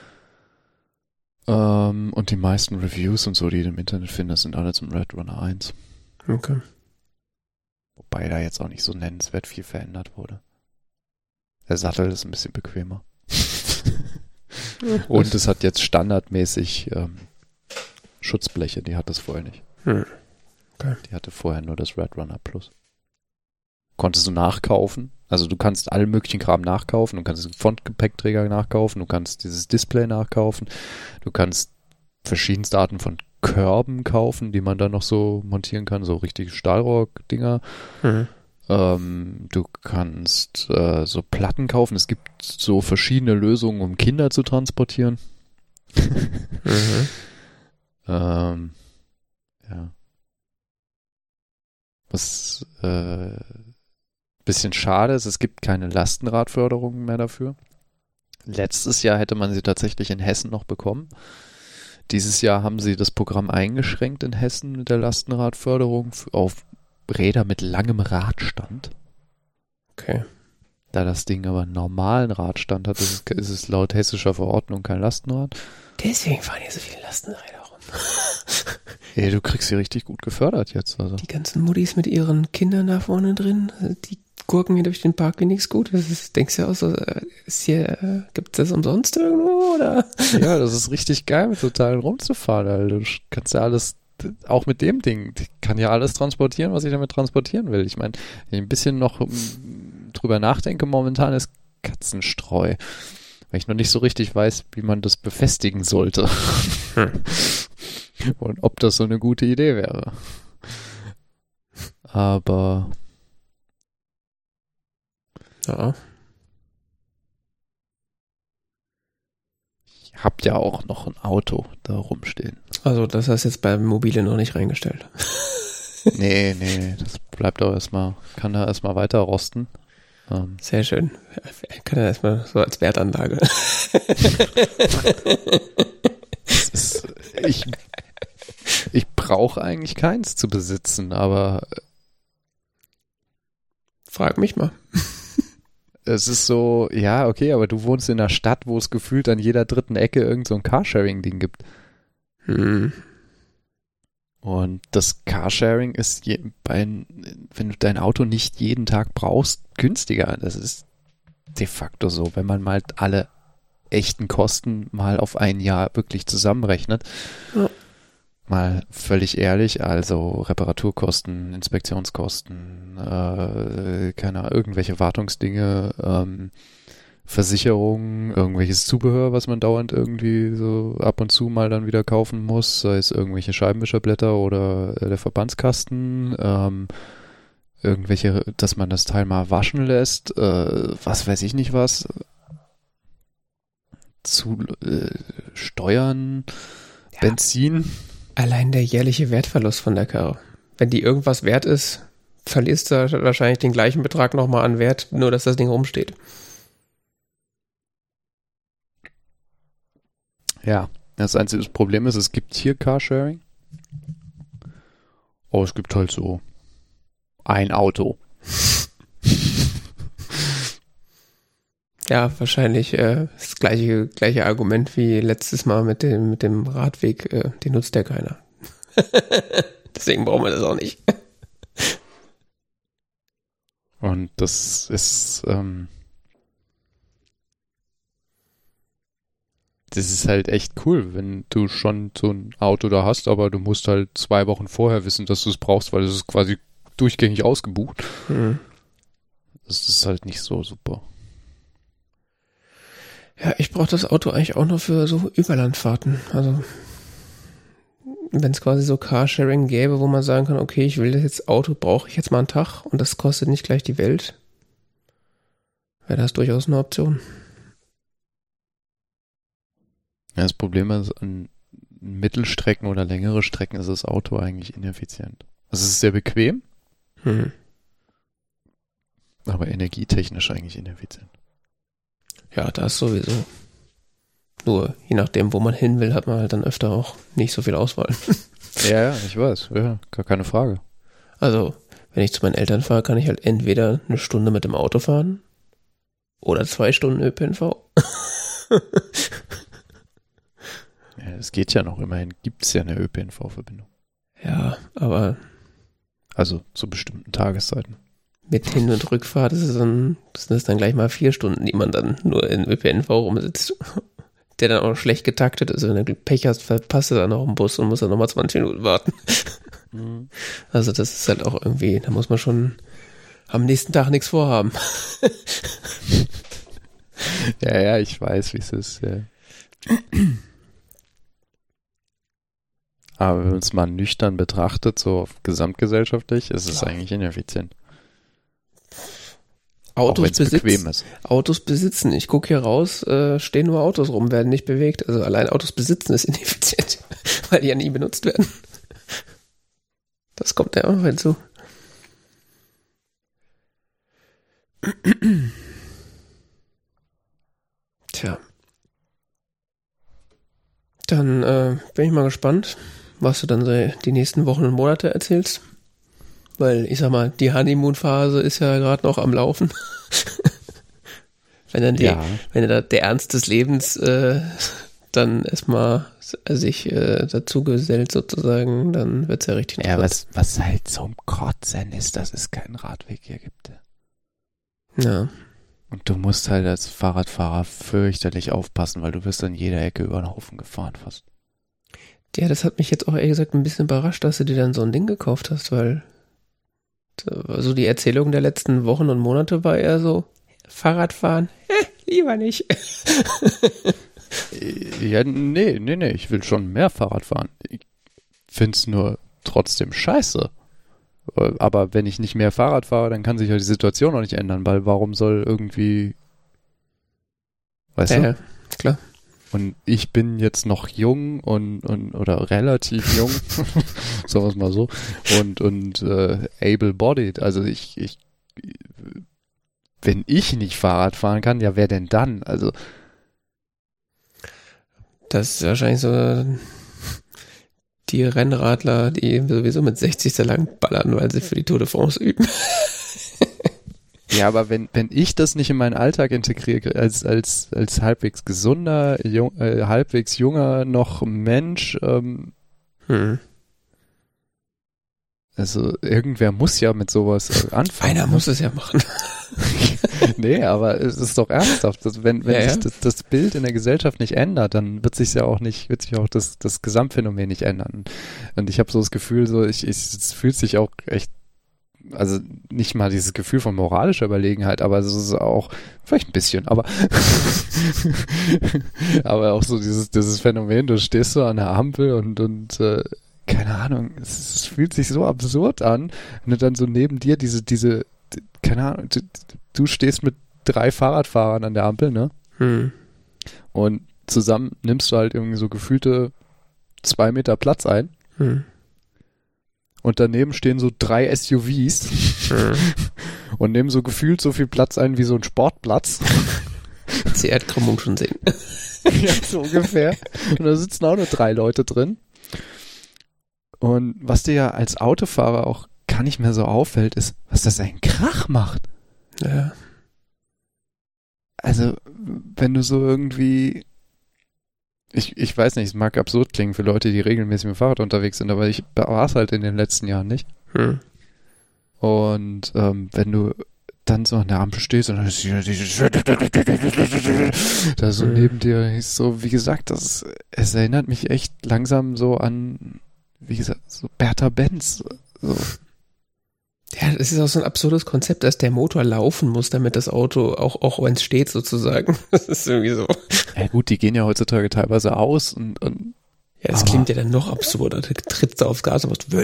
Ähm, und die meisten Reviews und so, die du im Internet findest, sind alle zum Red Runner eins. Okay. Wobei da jetzt auch nicht so nennenswert viel verändert wurde. Der Sattel ist ein bisschen bequemer. Und es hat jetzt standardmäßig ähm, Schutzbleche, die hat das vorher nicht. Hm. Okay. Die hatte vorher nur das Red Runner Plus. Konntest du nachkaufen. Also du kannst alle möglichen Kram nachkaufen. Du kannst den Frontgepäckträger nachkaufen. Du kannst dieses Display nachkaufen. Du kannst verschiedenste Arten von Körben kaufen, die man dann noch so montieren kann. So richtige Stahlrohr-Dinger. Mhm. Ähm, du kannst äh, so Platten kaufen. Es gibt so verschiedene Lösungen, um Kinder zu transportieren. Mhm. ähm, ja. Was äh, bisschen schade ist, es gibt keine Lastenradförderung mehr dafür. Letztes Jahr hätte man sie tatsächlich in Hessen noch bekommen. Dieses Jahr haben sie das Programm eingeschränkt in Hessen mit der Lastenradförderung auf Räder mit langem Radstand. Okay. Da das Ding aber einen normalen Radstand hat, ist es, ist es laut hessischer Verordnung kein Lastenrad. Deswegen fahren hier so viele Lastenräder rum. Ey, du kriegst sie richtig gut gefördert jetzt. Also. Die ganzen Muttis mit ihren Kindern da vorne drin, die gurken hier durch den Park wie nichts Gutes. Das denkst du ja auch so, ist hier, äh, gibt es das umsonst irgendwo, oder? Ja, das ist richtig geil, mit totalen rumzufahren. Alter. Du kannst ja alles, auch mit dem Ding, ich kann ja alles transportieren, was ich damit transportieren will. Ich meine, wenn ich ein bisschen noch m, drüber nachdenke, momentan ist Katzenstreu. Weil ich noch nicht so richtig weiß, wie man das befestigen sollte. Hm. Und ob das so eine gute Idee wäre. Aber Ja. ich habe ja auch noch ein Auto da rumstehen. Also das hast du jetzt beim Mobile noch nicht reingestellt. Nee, nee, das bleibt auch erstmal, kann da erstmal weiter rosten. Ähm, Sehr schön. Kann er erstmal so als Wertanlage. es ist, ich ich brauche eigentlich keins zu besitzen, aber Frag mich mal. es ist so, ja, okay, aber du wohnst in einer Stadt, wo es gefühlt an jeder dritten Ecke irgend so ein Carsharing-Ding gibt. Hm. Und das Carsharing ist, je, bei, wenn du dein Auto nicht jeden Tag brauchst, günstiger. Das ist de facto so, wenn man mal alle echten Kosten mal auf ein Jahr wirklich zusammenrechnet. Ja. Mal völlig ehrlich, also Reparaturkosten, Inspektionskosten, äh, keine Ahnung, irgendwelche Wartungsdinge, ähm, Versicherung, irgendwelches Zubehör, was man dauernd irgendwie so ab und zu mal dann wieder kaufen muss, sei es irgendwelche Scheibenwischerblätter oder äh, der Verbandskasten, ähm, irgendwelche, dass man das Teil mal waschen lässt, äh, was weiß ich nicht was, zu äh, Steuern, ja. Benzin. Allein der jährliche Wertverlust von der Karre. Wenn die irgendwas wert ist, verlierst du wahrscheinlich den gleichen Betrag nochmal an Wert, nur dass das Ding rumsteht. Ja, das einzige Problem ist, es gibt hier Carsharing. Oh, es gibt halt so ein Auto. Ja, wahrscheinlich äh, das gleiche, gleiche Argument wie letztes Mal mit dem, mit dem Radweg. Äh, den nutzt ja keiner. Deswegen brauchen wir das auch nicht. Und das ist, ähm, das ist halt echt cool, wenn du schon so ein Auto da hast, aber du musst halt zwei Wochen vorher wissen, dass du es brauchst, weil es ist quasi durchgängig ausgebucht. Mhm. Das ist halt nicht so super. Ja, ich brauche das Auto eigentlich auch nur für so Überlandfahrten. Also wenn es quasi so Carsharing gäbe, wo man sagen kann, okay, ich will das jetzt Auto, brauche ich jetzt mal einen Tag und das kostet nicht gleich die Welt, wäre das durchaus eine Option. Ja, das Problem ist, an Mittelstrecken oder längere Strecken ist das Auto eigentlich ineffizient. Also es ist sehr bequem, hm. aber energietechnisch eigentlich ineffizient. Ja, das sowieso. Nur je nachdem, wo man hin will, hat man halt dann öfter auch nicht so viel Auswahl. Ja, ja, ich weiß. Ja, gar keine Frage. Also, wenn ich zu meinen Eltern fahre, kann ich halt entweder eine Stunde mit dem Auto fahren oder zwei Stunden Ö P N V. Ja, es geht ja noch. Immerhin gibt es ja eine Ö P N V-Verbindung. Ja, aber also zu bestimmten Tageszeiten. Mit Hin- und Rückfahrt ist es dann, das sind es dann gleich mal vier Stunden, die man dann nur in Ö P N V rumsitzt, der dann auch schlecht getaktet ist. Wenn du Pech hast, verpasst du dann noch einen Bus und musst dann nochmal zwanzig Minuten warten. Mhm. Also das ist halt auch irgendwie, da muss man schon am nächsten Tag nichts vorhaben. Ja, ja, ich weiß, wie es ist. Ja. Aber wenn man es mal nüchtern betrachtet, so gesamtgesellschaftlich, ist es ja eigentlich ineffizient. Autos, besitz, Autos besitzen. Ich gucke hier raus, äh, stehen nur Autos rum, werden nicht bewegt. Also allein Autos besitzen ist ineffizient, weil die ja nie benutzt werden. Das kommt ja auch noch hinzu. Tja. Dann äh, bin ich mal gespannt, was du dann so die nächsten Wochen und Monate erzählst. Weil, ich sag mal, die Honeymoon-Phase ist ja gerade noch am Laufen. wenn dann die, ja. wenn da der Ernst des Lebens äh, dann erstmal sich äh, dazu gesellt sozusagen, dann wird's ja richtig interessant. Ja, was, was halt zum Kotzen ist, dass es keinen Radweg hier gibt. Ja. Und du musst halt als Fahrradfahrer fürchterlich aufpassen, weil du wirst an jeder Ecke über den Haufen gefahren fast. Ja, das hat mich jetzt auch ehrlich gesagt ein bisschen überrascht, dass du dir dann so ein Ding gekauft hast, weil also die Erzählung der letzten Wochen und Monate war eher so, Fahrradfahren, eh, lieber nicht. Ja, nee, nee, nee, ich will schon mehr Fahrrad fahren. Ich find's nur trotzdem scheiße. Aber wenn ich nicht mehr Fahrrad fahre, dann kann sich ja die Situation auch nicht ändern, weil warum soll irgendwie, weißt ja, du? Ja, klar. Und ich bin jetzt noch jung und, und oder relativ jung, sagen wir es mal so, und, und äh, able-bodied. Also ich, ich, wenn ich nicht Fahrrad fahren kann, ja, wer denn dann? Also das ist wahrscheinlich so die Rennradler, die sowieso mit sechzig so lang ballern, weil sie für die Tour de France üben. Ja, aber wenn wenn ich das nicht in meinen Alltag integriere, als als als halbwegs gesunder, jung, äh, halbwegs junger noch Mensch, ähm, Hm. also irgendwer muss ja mit sowas äh, anfangen. Einer muss es ja machen. Nee, aber es ist doch ernsthaft. Dass wenn wenn Ja, sich ja. das, das Bild in der Gesellschaft nicht ändert, dann wird sich ja auch nicht, wird sich auch das, das Gesamtphänomen nicht ändern. Und ich habe so das Gefühl, so ich, ich, es fühlt sich auch echt, also nicht mal dieses Gefühl von moralischer Überlegenheit, aber es ist auch, vielleicht ein bisschen, aber aber auch so dieses, dieses Phänomen, du stehst so an der Ampel und, und äh, keine Ahnung, es, es fühlt sich so absurd an, wenn du dann so neben dir diese, diese, keine Ahnung, du, du stehst mit drei Fahrradfahrern an der Ampel, ne? Hm. Und zusammen nimmst du halt irgendwie so gefühlte zwei Meter Platz ein. Hm. Und daneben stehen so drei S U Vs Hm. und nehmen so gefühlt so viel Platz ein wie so ein Sportplatz. Die Erdkrümmung schon sehen. Ja, so ungefähr. Und da sitzen auch nur drei Leute drin. Und was dir ja als Autofahrer auch gar nicht mehr so auffällt, ist, was das einen Krach macht. Ja. Also, wenn du so irgendwie, ich, ich weiß nicht, es mag absurd klingen für Leute, die regelmäßig mit dem Fahrrad unterwegs sind, aber ich war es halt in den letzten Jahren nicht. Hm. Und ähm, wenn du dann so an der Ampel stehst und dann ist dieses da so Mhm. neben dir ist so, wie gesagt, das, es erinnert mich echt langsam so an, wie gesagt, so Bertha Benz. So. Ja, das ist auch so ein absurdes Konzept, dass der Motor laufen muss, damit das Auto auch, auch wenn es steht sozusagen. Das ist irgendwie so. Ja gut, die gehen ja heutzutage teilweise aus und, und Ja, das Aber- klingt ja dann noch absurder. Du trittst da aufs Gas und machst.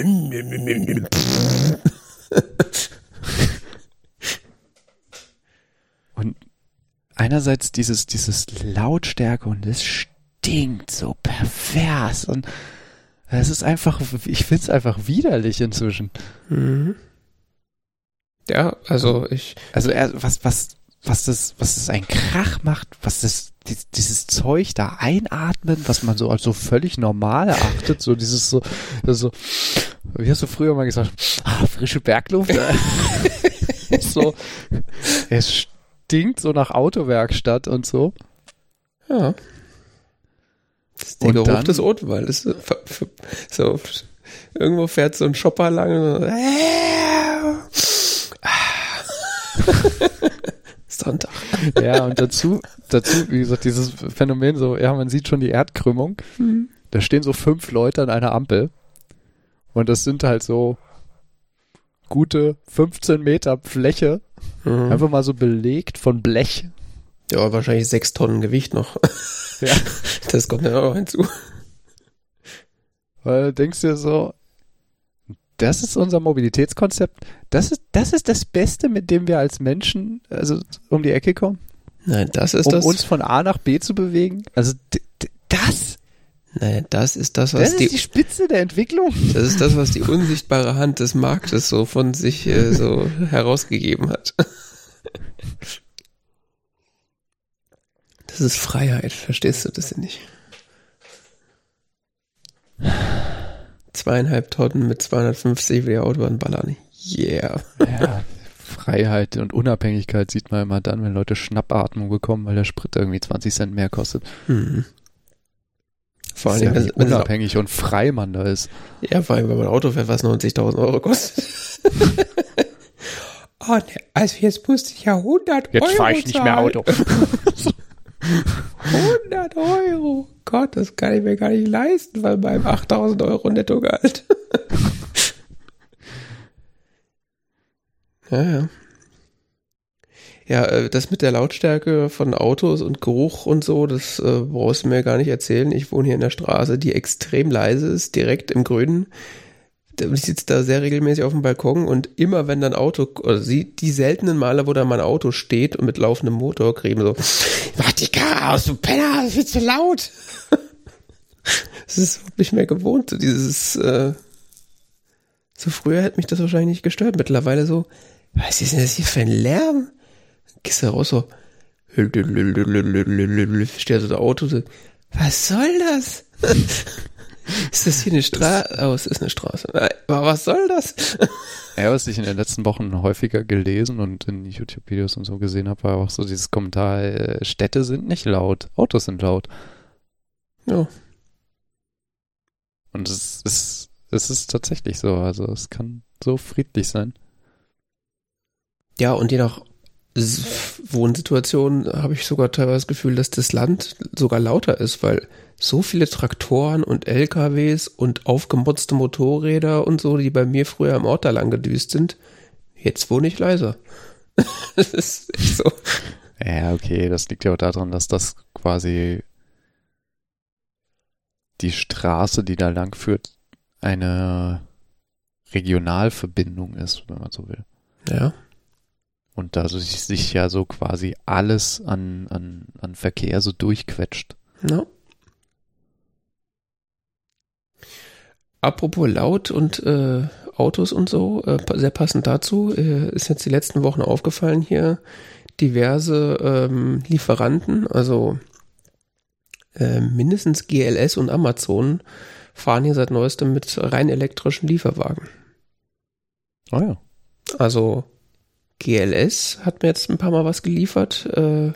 Und einerseits dieses, dieses Lautstärke und es stinkt so pervers und es ist einfach, ich finde es einfach widerlich inzwischen. Mhm. Ja, also ich. Also er, was, was, was das, was das ein Krach macht, was das, die, dieses Zeug da einatmen, was man so als so völlig normal erachtet, so dieses so, so, wie hast du früher mal gesagt, ah, frische Bergluft. So, es stinkt so nach Autowerkstatt und so. Ja. Das ist der Und Geruch dann- des Odenwaldes. So, so, irgendwo fährt so ein Shopper lang und so, Sonntag. Ja, und dazu, dazu, wie gesagt, dieses Phänomen so, ja, man sieht schon die Erdkrümmung. Mhm. Da stehen so fünf Leute an einer Ampel. Und das sind halt so gute fünfzehn Meter Fläche. Mhm. Einfach mal so belegt von Blech. Ja, wahrscheinlich sechs Tonnen Gewicht noch. Ja. Das kommt dann auch noch hinzu. Weil du denkst dir so, das ist unser Mobilitätskonzept. Das ist, das ist das Beste, mit dem wir als Menschen, also um die Ecke kommen, Nein, das ist um das. uns von A nach B zu bewegen. Also d- d- das, Nein, das ist das, was das ist die, die Spitze der Entwicklung. das ist das, was die unsichtbare Hand des Marktes so von sich äh, so herausgegeben hat. Das ist Freiheit, verstehst du das nicht? Zweieinhalb Tonnen mit zweihundertfünfzig über die Autobahn ballern. Yeah. Ja, Freiheit und Unabhängigkeit sieht man immer dann, wenn Leute Schnappatmung bekommen, weil der Sprit irgendwie zwanzig Cent mehr kostet. Hm. Vor Das allem, ist ja, wenn, wie wenn es auch, unabhängig und frei man da ist. ja, vor allem, wenn man ein Auto fährt, was neunzigtausend Euro kostet. Oh, ne, also jetzt musste ich ja hundert Euro zahlen. hundert Euro. Gott, das kann ich mir gar nicht leisten, weil beim achttausend Euro Nettogehalt. Ja, ja. Ja, äh, das mit der Lautstärke von Autos und Geruch und so, das äh, brauchst du mir gar nicht erzählen. Ich wohne hier in der Straße, die extrem leise ist, direkt im Grünen. Ich sitze da sehr regelmäßig auf dem Balkon und immer wenn dann Auto, oder sie, die seltenen Male, wo da mein Auto steht und mit laufendem Motor kriegen so, mach die Karre aus, du Penner, das ist viel zu laut. Das ist überhaupt nicht mehr gewohnt, so dieses, äh, so früher hätte mich das wahrscheinlich nicht gestört, mittlerweile so, was ist denn das hier für ein Lärm? Gehst du raus so, steht so das Auto, so, was soll das? Ist das hier eine Straße? Oh, es ist eine Straße. Nein, aber was soll das? Ja, was ich in den letzten Wochen häufiger gelesen und in YouTube-Videos und so gesehen habe, war auch so dieses Kommentar, äh, Städte sind nicht laut, Autos sind laut. Ja. Und es ist, es ist tatsächlich so, also es kann so friedlich sein. Ja, und je nach S- Wohnsituation habe ich sogar teilweise das Gefühl, dass das Land sogar lauter ist, weil so viele Traktoren und L K Ws und aufgemotzte Motorräder und so, die bei mir früher im Ort da lang gedüst sind, jetzt wohne ich leiser. Das ist echt so. Ja, okay, das liegt ja auch daran, dass das quasi die Straße, die da lang führt, eine Regionalverbindung ist, wenn man so will. Ja. Und da so sich, sich ja so quasi alles an, an, an Verkehr so durchquetscht. No. Apropos laut und äh, Autos und so, äh, sehr passend dazu, äh, ist jetzt die letzten Wochen aufgefallen hier, diverse ähm, Lieferanten, also äh, mindestens G L S und Amazon fahren hier seit neuestem mit rein elektrischen Lieferwagen. Oh ja. Also G L S hat mir jetzt ein paar Mal was geliefert. Äh,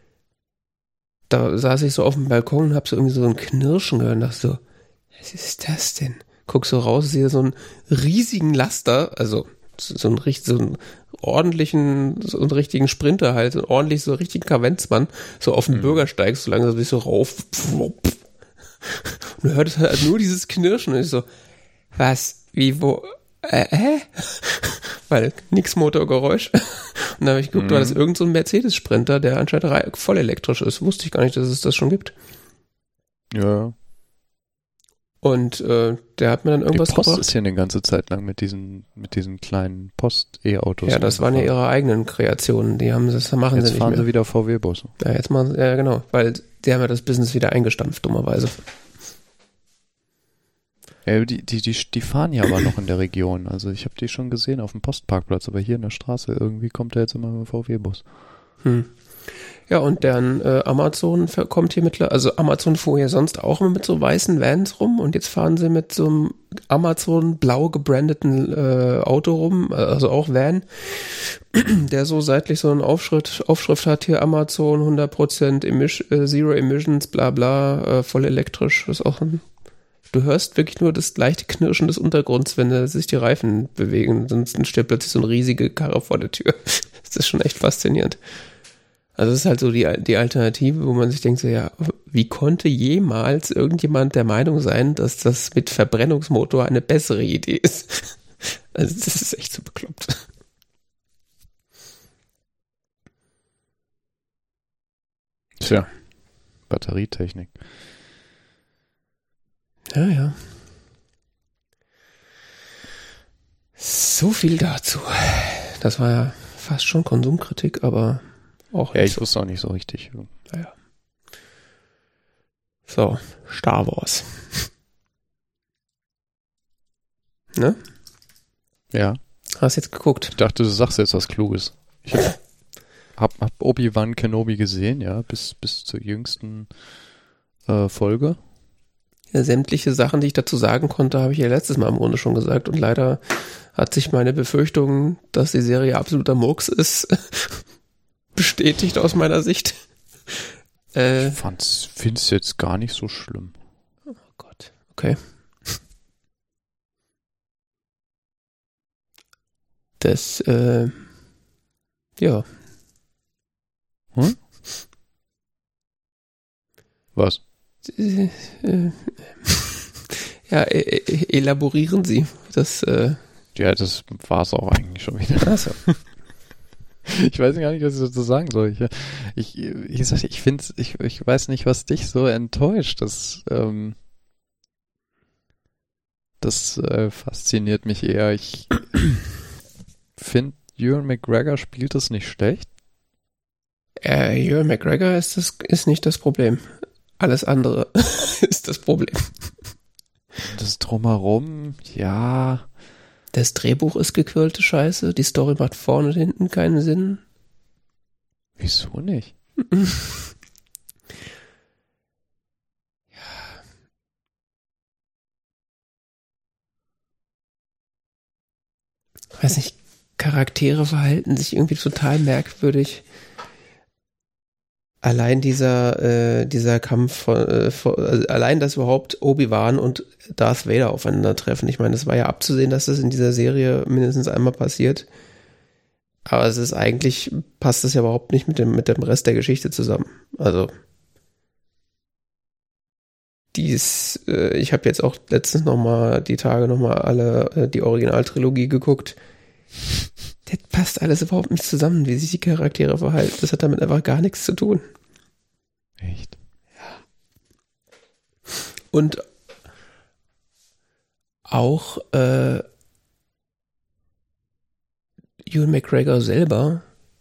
da saß ich so auf dem Balkon und hab so irgendwie so ein Knirschen gehört und dachte so, was ist das denn? Guck so raus, sehe so einen riesigen Laster, also so einen, richtig- so einen ordentlichen, so einen richtigen Sprinter halt, so einen ordentlich, so einen richtigen Kavenzmann, so auf den Mhm. Bürgersteig, so langsam bist du rauf. Und du hörtest halt nur dieses Knirschen und ich so, was, wie, wo, äh, hä? Weil nix Motorgeräusch. Und dann habe ich geguckt, Mhm. war das irgend so ein Mercedes-Sprinter, der anscheinend rei- voll elektrisch ist. Wusste ich gar nicht, dass es das schon gibt. Ja. Und äh, der hat mir dann Die irgendwas Post gebracht. ist hier eine ganze Zeit lang mit diesen, mit diesen kleinen Post-E-Autos. Ja, das waren ja rumgefahren. ihre eigenen Kreationen. Die haben das machen Jetzt sie nicht fahren mehr. sie wieder V W-Busse. Ja, jetzt machen sie, ja genau, weil die haben ja das Business wieder eingestampft, dummerweise. Ja, die, die, die, die fahren ja aber noch in der Region. Also ich habe die schon gesehen auf dem Postparkplatz, aber hier in der Straße irgendwie kommt der jetzt immer mit dem V W-Bus. Hm. Ja, und deren äh, Amazon ver- kommt hier mittlerweile, also Amazon fuhr ja sonst auch immer mit so weißen Vans rum und jetzt fahren sie mit so einem Amazon blau gebrandeten äh, Auto rum, also auch Van, der so seitlich so eine Aufschrift, Aufschrift hat hier Amazon hundert Prozent Emis- äh, Zero Emissions, bla bla, äh, voll elektrisch, das ist auch ein, du hörst wirklich nur das leichte Knirschen des Untergrunds, wenn äh, sich die Reifen bewegen, sonst steht plötzlich so eine riesige Karre vor der Tür. Das ist schon echt faszinierend. Also es ist halt so die, die Alternative, wo man sich denkt, so ja, wie konnte jemals irgendjemand der Meinung sein, dass das mit Verbrennungsmotor eine bessere Idee ist? Also das ist echt so bekloppt. Tja, Batterietechnik. Ja, ja. So viel dazu. Das war ja fast schon Konsumkritik, aber auch Ja, nicht ich so. wusste auch nicht so richtig. Naja. So, Star Wars. Ne? Ja, Hast jetzt geguckt? ich dachte, du sagst jetzt was Kluges. Ich hab, hab, hab Obi-Wan Kenobi gesehen, ja, bis, bis zur jüngsten äh, Folge. Ja, sämtliche Sachen, die ich dazu sagen konnte, habe ich ja letztes Mal im Grunde schon gesagt. Und leider hat sich meine Befürchtung, dass die Serie absoluter Murks ist, bestätigt aus meiner Sicht. Äh, Ich fand's, find's jetzt gar nicht so schlimm. oh Gott, okay. Das, äh, ja, Hm? Was? äh, äh, ja, äh, äh, elaborieren Sie. Das, äh, Ja, das war's auch eigentlich schon wieder. also, Ich weiß gar nicht, was ich dazu sagen soll. Ich, ich, wie gesagt, ich finde, ich, ich weiß nicht, was dich so enttäuscht. Das, ähm, das äh, fasziniert mich eher. Ich finde, Ewan McGregor spielt das nicht schlecht. äh, Ewan McGregor ist das, ist nicht das Problem. Alles andere ist das Problem. Das Drumherum, ja, Das Drehbuch ist gequirlte Scheiße, die Story macht vorne und hinten keinen Sinn. wieso nicht? weiß nicht, Charaktere verhalten sich irgendwie total merkwürdig. Allein dieser, äh, dieser Kampf, von, äh, von, also allein, dass überhaupt Obi-Wan und Darth Vader aufeinandertreffen. Ich meine, es war ja abzusehen, dass das in dieser Serie mindestens einmal passiert. Aber es ist eigentlich, passt das ja überhaupt nicht mit dem, mit dem Rest der Geschichte zusammen. Also, dies, äh, ich habe jetzt auch letztens nochmal, die Tage nochmal alle, äh, die Originaltrilogie geguckt. Das passt alles überhaupt nicht zusammen, wie sich die Charaktere verhalten. Das hat damit einfach gar nichts zu tun. Echt? Ja. Und auch äh, Ewan McGregor selber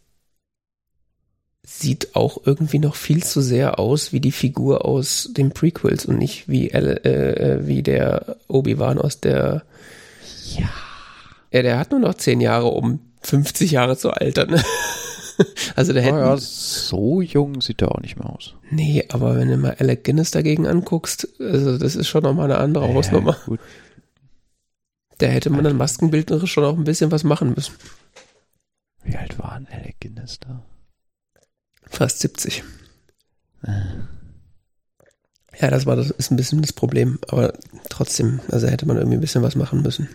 sieht auch irgendwie noch viel zu sehr aus wie die Figur aus den Prequels und nicht wie, äh, wie der Obi-Wan aus der... Ja. Ja, der hat nur noch zehn Jahre, um fünfzig Jahre zu altern. Also der hätte. Oh ja, so jung sieht er auch nicht mehr aus. Nee, aber wenn du mal Alec Guinness dagegen anguckst, also das ist schon nochmal eine andere ja, Hausnummer. Gut. Da hätte man dann maskenbildnerisch schon auch ein bisschen was machen müssen. Wie alt war denn Alec Guinness da? Fast siebzig. Äh. Ja, das war das ist ein bisschen das Problem, aber trotzdem, also hätte man irgendwie ein bisschen was machen müssen.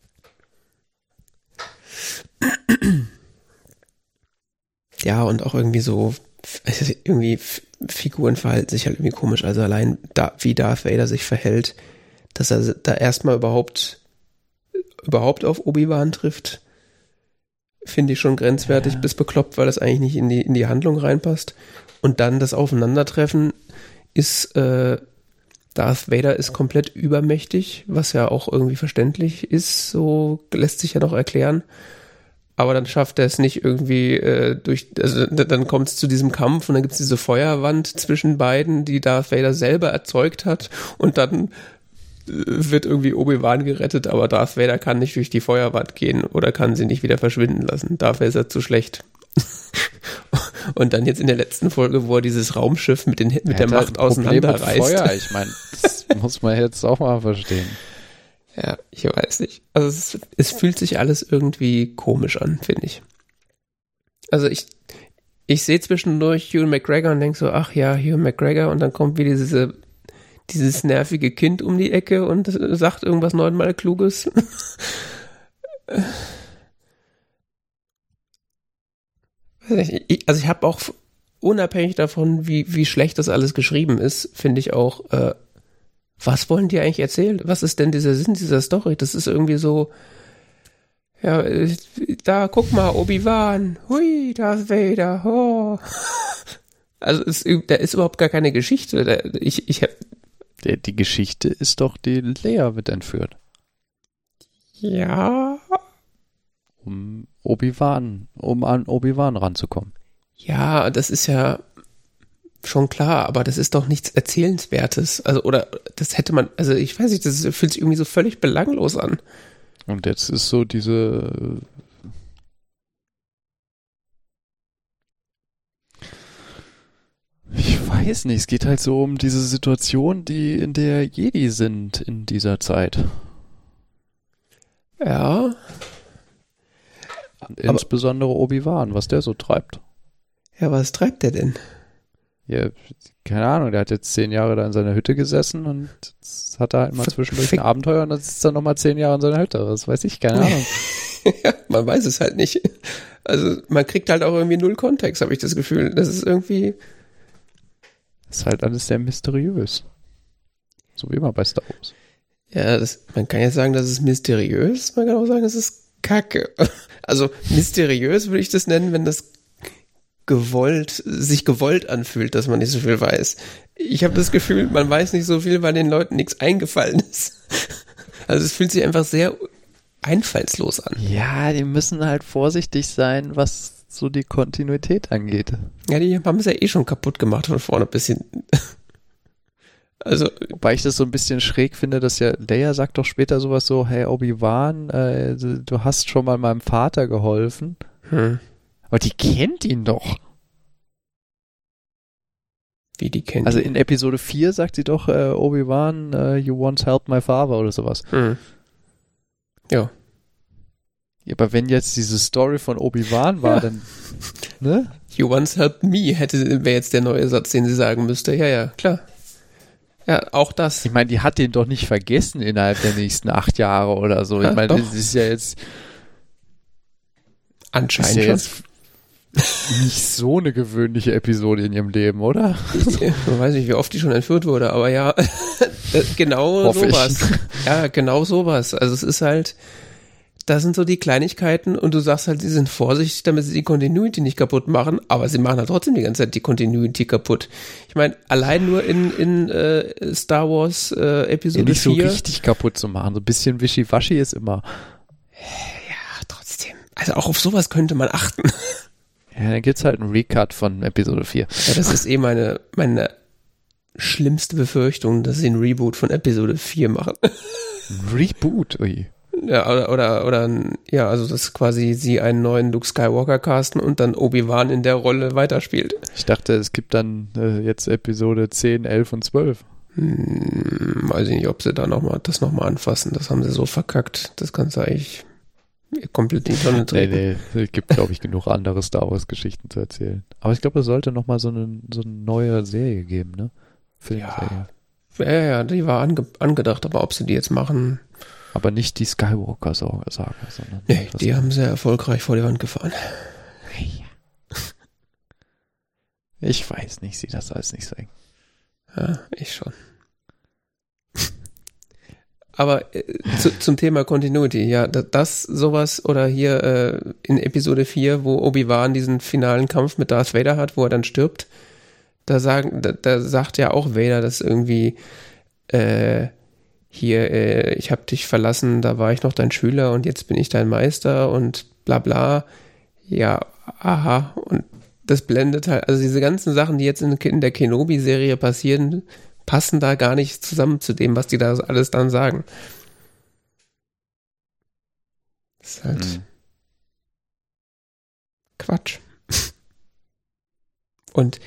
Ja, und auch irgendwie so, also irgendwie Figuren verhalten sich halt irgendwie komisch. Also allein da, wie Darth Vader sich verhält, dass er da erstmal überhaupt überhaupt auf Obi-Wan trifft, finde ich schon grenzwertig ja. bis bekloppt, weil das eigentlich nicht in die, in die Handlung reinpasst. Und dann das Aufeinandertreffen ist, äh, Darth Vader ist komplett übermächtig, was ja auch irgendwie verständlich ist, so lässt sich ja noch erklären. Aber dann schafft er es nicht irgendwie äh, durch, also dann kommt es zu diesem Kampf und dann gibt es diese Feuerwand zwischen beiden, die Darth Vader selber erzeugt hat und dann äh, wird irgendwie Obi-Wan gerettet, aber Darth Vader kann nicht durch die Feuerwand gehen oder kann sie nicht wieder verschwinden lassen. Dafür ist er zu schlecht. Und dann jetzt in der letzten Folge, wo er dieses Raumschiff mit, den, mit der Macht auseinanderreißt. Feuer, ich meine, das muss man jetzt auch mal verstehen. Ja, ich weiß nicht. Also es, es fühlt sich alles irgendwie komisch an, finde ich. Also ich, ich sehe zwischendurch Ewan McGregor und denke so, ach ja, Ewan McGregor und dann kommt wieder diese, dieses nervige Kind um die Ecke und sagt irgendwas neunmal Kluges. Also ich habe auch, unabhängig davon, wie, wie schlecht das alles geschrieben ist, finde ich auch, äh, was wollen die eigentlich erzählen? Was ist denn dieser Sinn dieser Story? Das ist irgendwie so, ja, da, guck mal, Obi-Wan, hui, Darth Vader, oh. Also es, da ist überhaupt gar keine Geschichte. Da, ich, ich hab, die, die Geschichte ist doch, die Leia wird entführt. Ja. Um Obi-Wan, um an Obi-Wan ranzukommen. Ja, das ist ja schon klar, aber das ist doch nichts Erzählenswertes. Also, oder das hätte man, also ich weiß nicht, das fühlt sich irgendwie so völlig belanglos an. Und jetzt ist so diese ich weiß nicht, es geht halt so um diese Situation, die in der Jedi sind in dieser Zeit. Ja. Und insbesondere Obi-Wan, was der so treibt. Ja, was treibt der denn? Ja, keine Ahnung, der hat jetzt zehn Jahre da in seiner Hütte gesessen und jetzt hat er halt mal zwischendurch ein Abenteuer und dann sitzt er nochmal zehn Jahre in seiner Hütte. Das weiß ich, keine Ahnung. Ja, man weiß es halt nicht. Also man kriegt halt auch irgendwie null Kontext, habe ich das Gefühl. Das ist irgendwie... Das ist halt alles sehr mysteriös. So wie immer bei Star Wars. Ja, das, man kann ja sagen, das ist mysteriös. Man kann auch sagen, das ist Kacke. Also mysteriös würde ich das nennen, wenn das gewollt, sich gewollt anfühlt, dass man nicht so viel weiß. Ich habe das Gefühl, man weiß nicht so viel, weil den Leuten nichts eingefallen ist. Also es fühlt sich einfach sehr einfallslos an. Ja, die müssen halt vorsichtig sein, was so die Kontinuität angeht. Ja, die haben es ja eh schon kaputt gemacht von vorne bis hinten. Also, wobei ich das so ein bisschen schräg finde, dass ja Leia sagt doch später sowas so, hey Obi-Wan, äh, du hast schon mal meinem Vater geholfen. Hm. Aber die kennt ihn doch. Wie die kennt Also ihn? in Episode vier sagt sie doch, äh, Obi-Wan, uh, you once helped my father oder sowas. Hm. Ja. Ja, aber wenn jetzt diese Story von Obi-Wan war, Ja. dann, ne? You once helped me, hätte, wäre jetzt der neue Satz, den sie sagen müsste. Ja, ja, klar. Ja, auch das. Ich meine, die hat den doch nicht vergessen innerhalb der nächsten acht Jahre oder so. Ja, ich meine, doch. das ist ja jetzt, Anscheinend ist ja schon. jetzt nicht so eine gewöhnliche Episode in ihrem Leben, oder? Man weiß nicht, wie oft die schon entführt wurde, aber ja, genau Hoffe ich. sowas. Ja, genau sowas. Also es ist halt, das sind so die Kleinigkeiten und du sagst halt, sie sind vorsichtig, damit sie die Continuity nicht kaputt machen, aber sie machen halt trotzdem die ganze Zeit die Continuity kaputt. Ich meine, allein nur in, in äh, Star Wars äh, Episode Ja, nicht so vier. richtig kaputt zu machen. So ein bisschen wischiwaschi ist immer. Ja, trotzdem. Also auch auf sowas könnte man achten. Ja, dann gibt's halt einen Recut von Episode vier. Ja, das ist eh meine, meine schlimmste Befürchtung, dass sie ein Reboot von Episode vier machen. Ein Reboot, ui. Ja, oder, oder, oder, ein- ja, also, dass quasi sie einen neuen Luke Skywalker casten und dann Obi-Wan in der Rolle weiterspielt. Ich dachte, es gibt dann äh, jetzt Episode zehn, elf und zwölf. Hm, weiß ich nicht, ob sie da nochmal, das nochmal anfassen. Das haben sie so verkackt. Das kannst du eigentlich komplett in die Tonne Nee, treten. nee, es gibt, glaube ich, genug andere Star Wars-Geschichten zu erzählen. Aber ich glaube, es sollte nochmal so eine, so eine neue Serie geben, ne? Filmserie. Ja, ja, ja, die war ange angedacht, aber ob sie die jetzt machen, Aber nicht die Skywalker-Saga, sondern... nee, das- die haben sehr erfolgreich vor die Wand gefahren. Ich weiß nicht, sehe das alles nicht so eng. Ja, ich schon. Aber äh, zu, zum Thema Continuity, ja, das, das sowas oder hier äh, in Episode vier, wo Obi-Wan diesen finalen Kampf mit Darth Vader hat, wo er dann stirbt, da sagen, da, da sagt ja auch Vader, dass irgendwie äh, hier, äh, ich habe dich verlassen, da war ich noch dein Schüler und jetzt bin ich dein Meister und bla bla. Ja, aha, und das blendet halt, also diese ganzen Sachen, die jetzt in, in der Kenobi-Serie passieren, passen da gar nicht zusammen zu dem, was die da alles dann sagen. Das ist halt Mhm. Quatsch. Und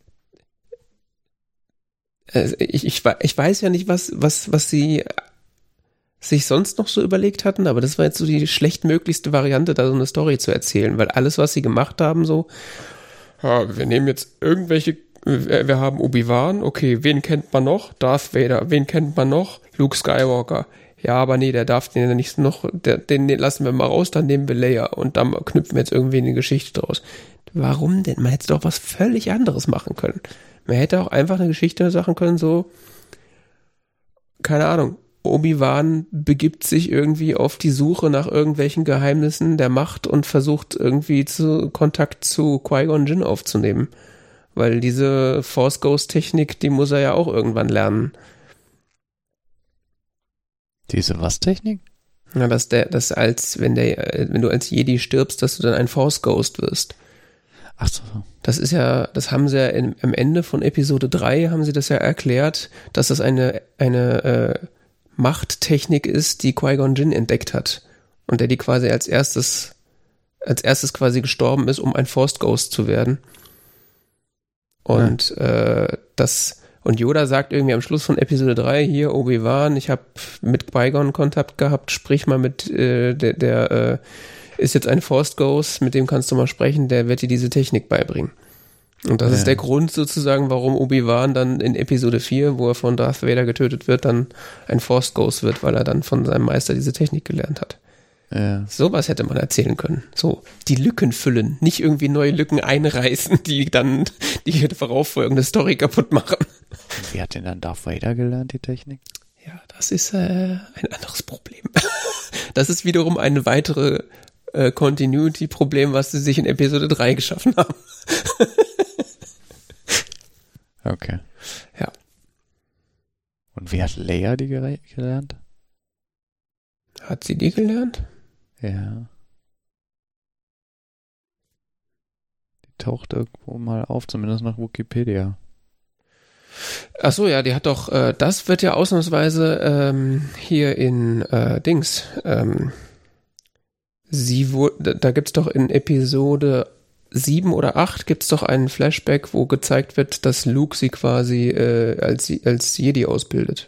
äh, ich, ich, wei- ich weiß ja nicht, was, was, was sie sich sonst noch so überlegt hatten, aber das war jetzt so die schlechtmöglichste Variante, da so eine Story zu erzählen, weil alles, was sie gemacht haben, so, ja, wir nehmen jetzt irgendwelche, wir wir haben Obi-Wan, okay, wen kennt man noch? Darth Vader, wen kennt man noch? Luke Skywalker. Ja, aber nee, der darf den ja nicht noch, der, den lassen wir mal raus, dann nehmen wir Leia und dann knüpfen wir jetzt irgendwie eine Geschichte draus. Warum denn? Man hätte doch was völlig anderes machen können. Man hätte auch einfach eine Geschichte machen können, so, keine Ahnung, Obi-Wan begibt sich irgendwie auf die Suche nach irgendwelchen Geheimnissen der Macht und versucht irgendwie zu Kontakt zu Qui-Gon Jinn aufzunehmen. Weil diese Force Ghost Technik, die muss er ja auch irgendwann lernen. Diese was Technik? Ja, dass der, dass als, wenn der, äh, wenn du als Jedi stirbst, dass du dann ein Force Ghost wirst. Ach so. Das ist ja, das haben sie ja in, am Ende von Episode drei haben sie das ja erklärt, dass das eine, eine äh, Machttechnik ist, die Qui-Gon Jinn entdeckt hat. Und der die quasi als erstes, als erstes quasi gestorben ist, um ein Force Ghost zu werden. Und äh, das, und Yoda sagt irgendwie am Schluss von Episode drei, hier Obi-Wan, ich habe mit Qui-Gon Kontakt gehabt, sprich mal mit äh, der, der äh, ist jetzt ein Force Ghost, mit dem kannst du mal sprechen, der wird dir diese Technik beibringen. Und das Ja. ist der Grund sozusagen, warum Obi-Wan dann in Episode vier, wo er von Darth Vader getötet wird, dann ein Force Ghost wird, weil er dann von seinem Meister diese Technik gelernt hat. Ja. Sowas hätte man erzählen können. So, die Lücken füllen, nicht irgendwie neue Lücken einreißen, die dann die vorauffolgende Story kaputt machen. Wie hat denn dann Darth Vader gelernt, die Technik? Ja, das ist äh, ein anderes Problem. Das ist wiederum eine weitere äh, Continuity-Problem, was sie sich in Episode drei geschaffen haben. Okay. Ja. Und wie hat Leia die gere- gelernt? Hat sie die gelernt? Ja. Die taucht irgendwo mal auf, zumindest nach Wikipedia. Ach so, ja, die hat doch, äh, das wird ja ausnahmsweise ähm, hier in äh, Dings, ähm, sie wurde, da gibt's doch in Episode sieben oder acht gibt's doch einen Flashback, wo gezeigt wird, dass Luke sie quasi äh, als, als Jedi ausbildet.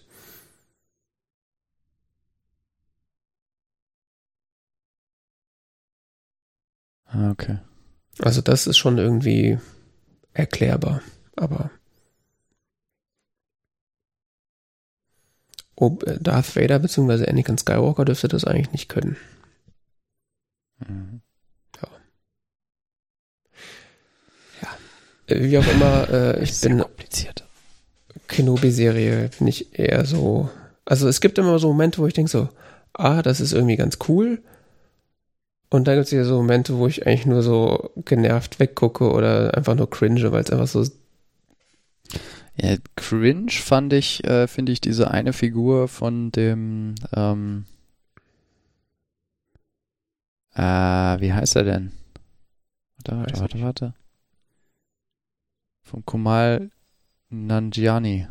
Ah, okay. Also das ist schon irgendwie erklärbar, aber ob Darth Vader bzw. Anakin Skywalker dürfte das eigentlich nicht können. Mhm. Ja. Ja. Wie auch immer, äh, ich bin kompliziert. Kenobi-Serie bin ich eher so, also es gibt immer so Momente, wo ich denke so, ah, das ist irgendwie ganz cool. Und dann gibt es ja so Momente, wo ich eigentlich nur so genervt weggucke oder einfach nur cringe, weil es einfach so. Ja, cringe fand ich, äh, finde ich, diese eine Figur von dem, ähm, äh, wie heißt er denn? Warte, warte, warte, warte. Von Kumail Nanjiani.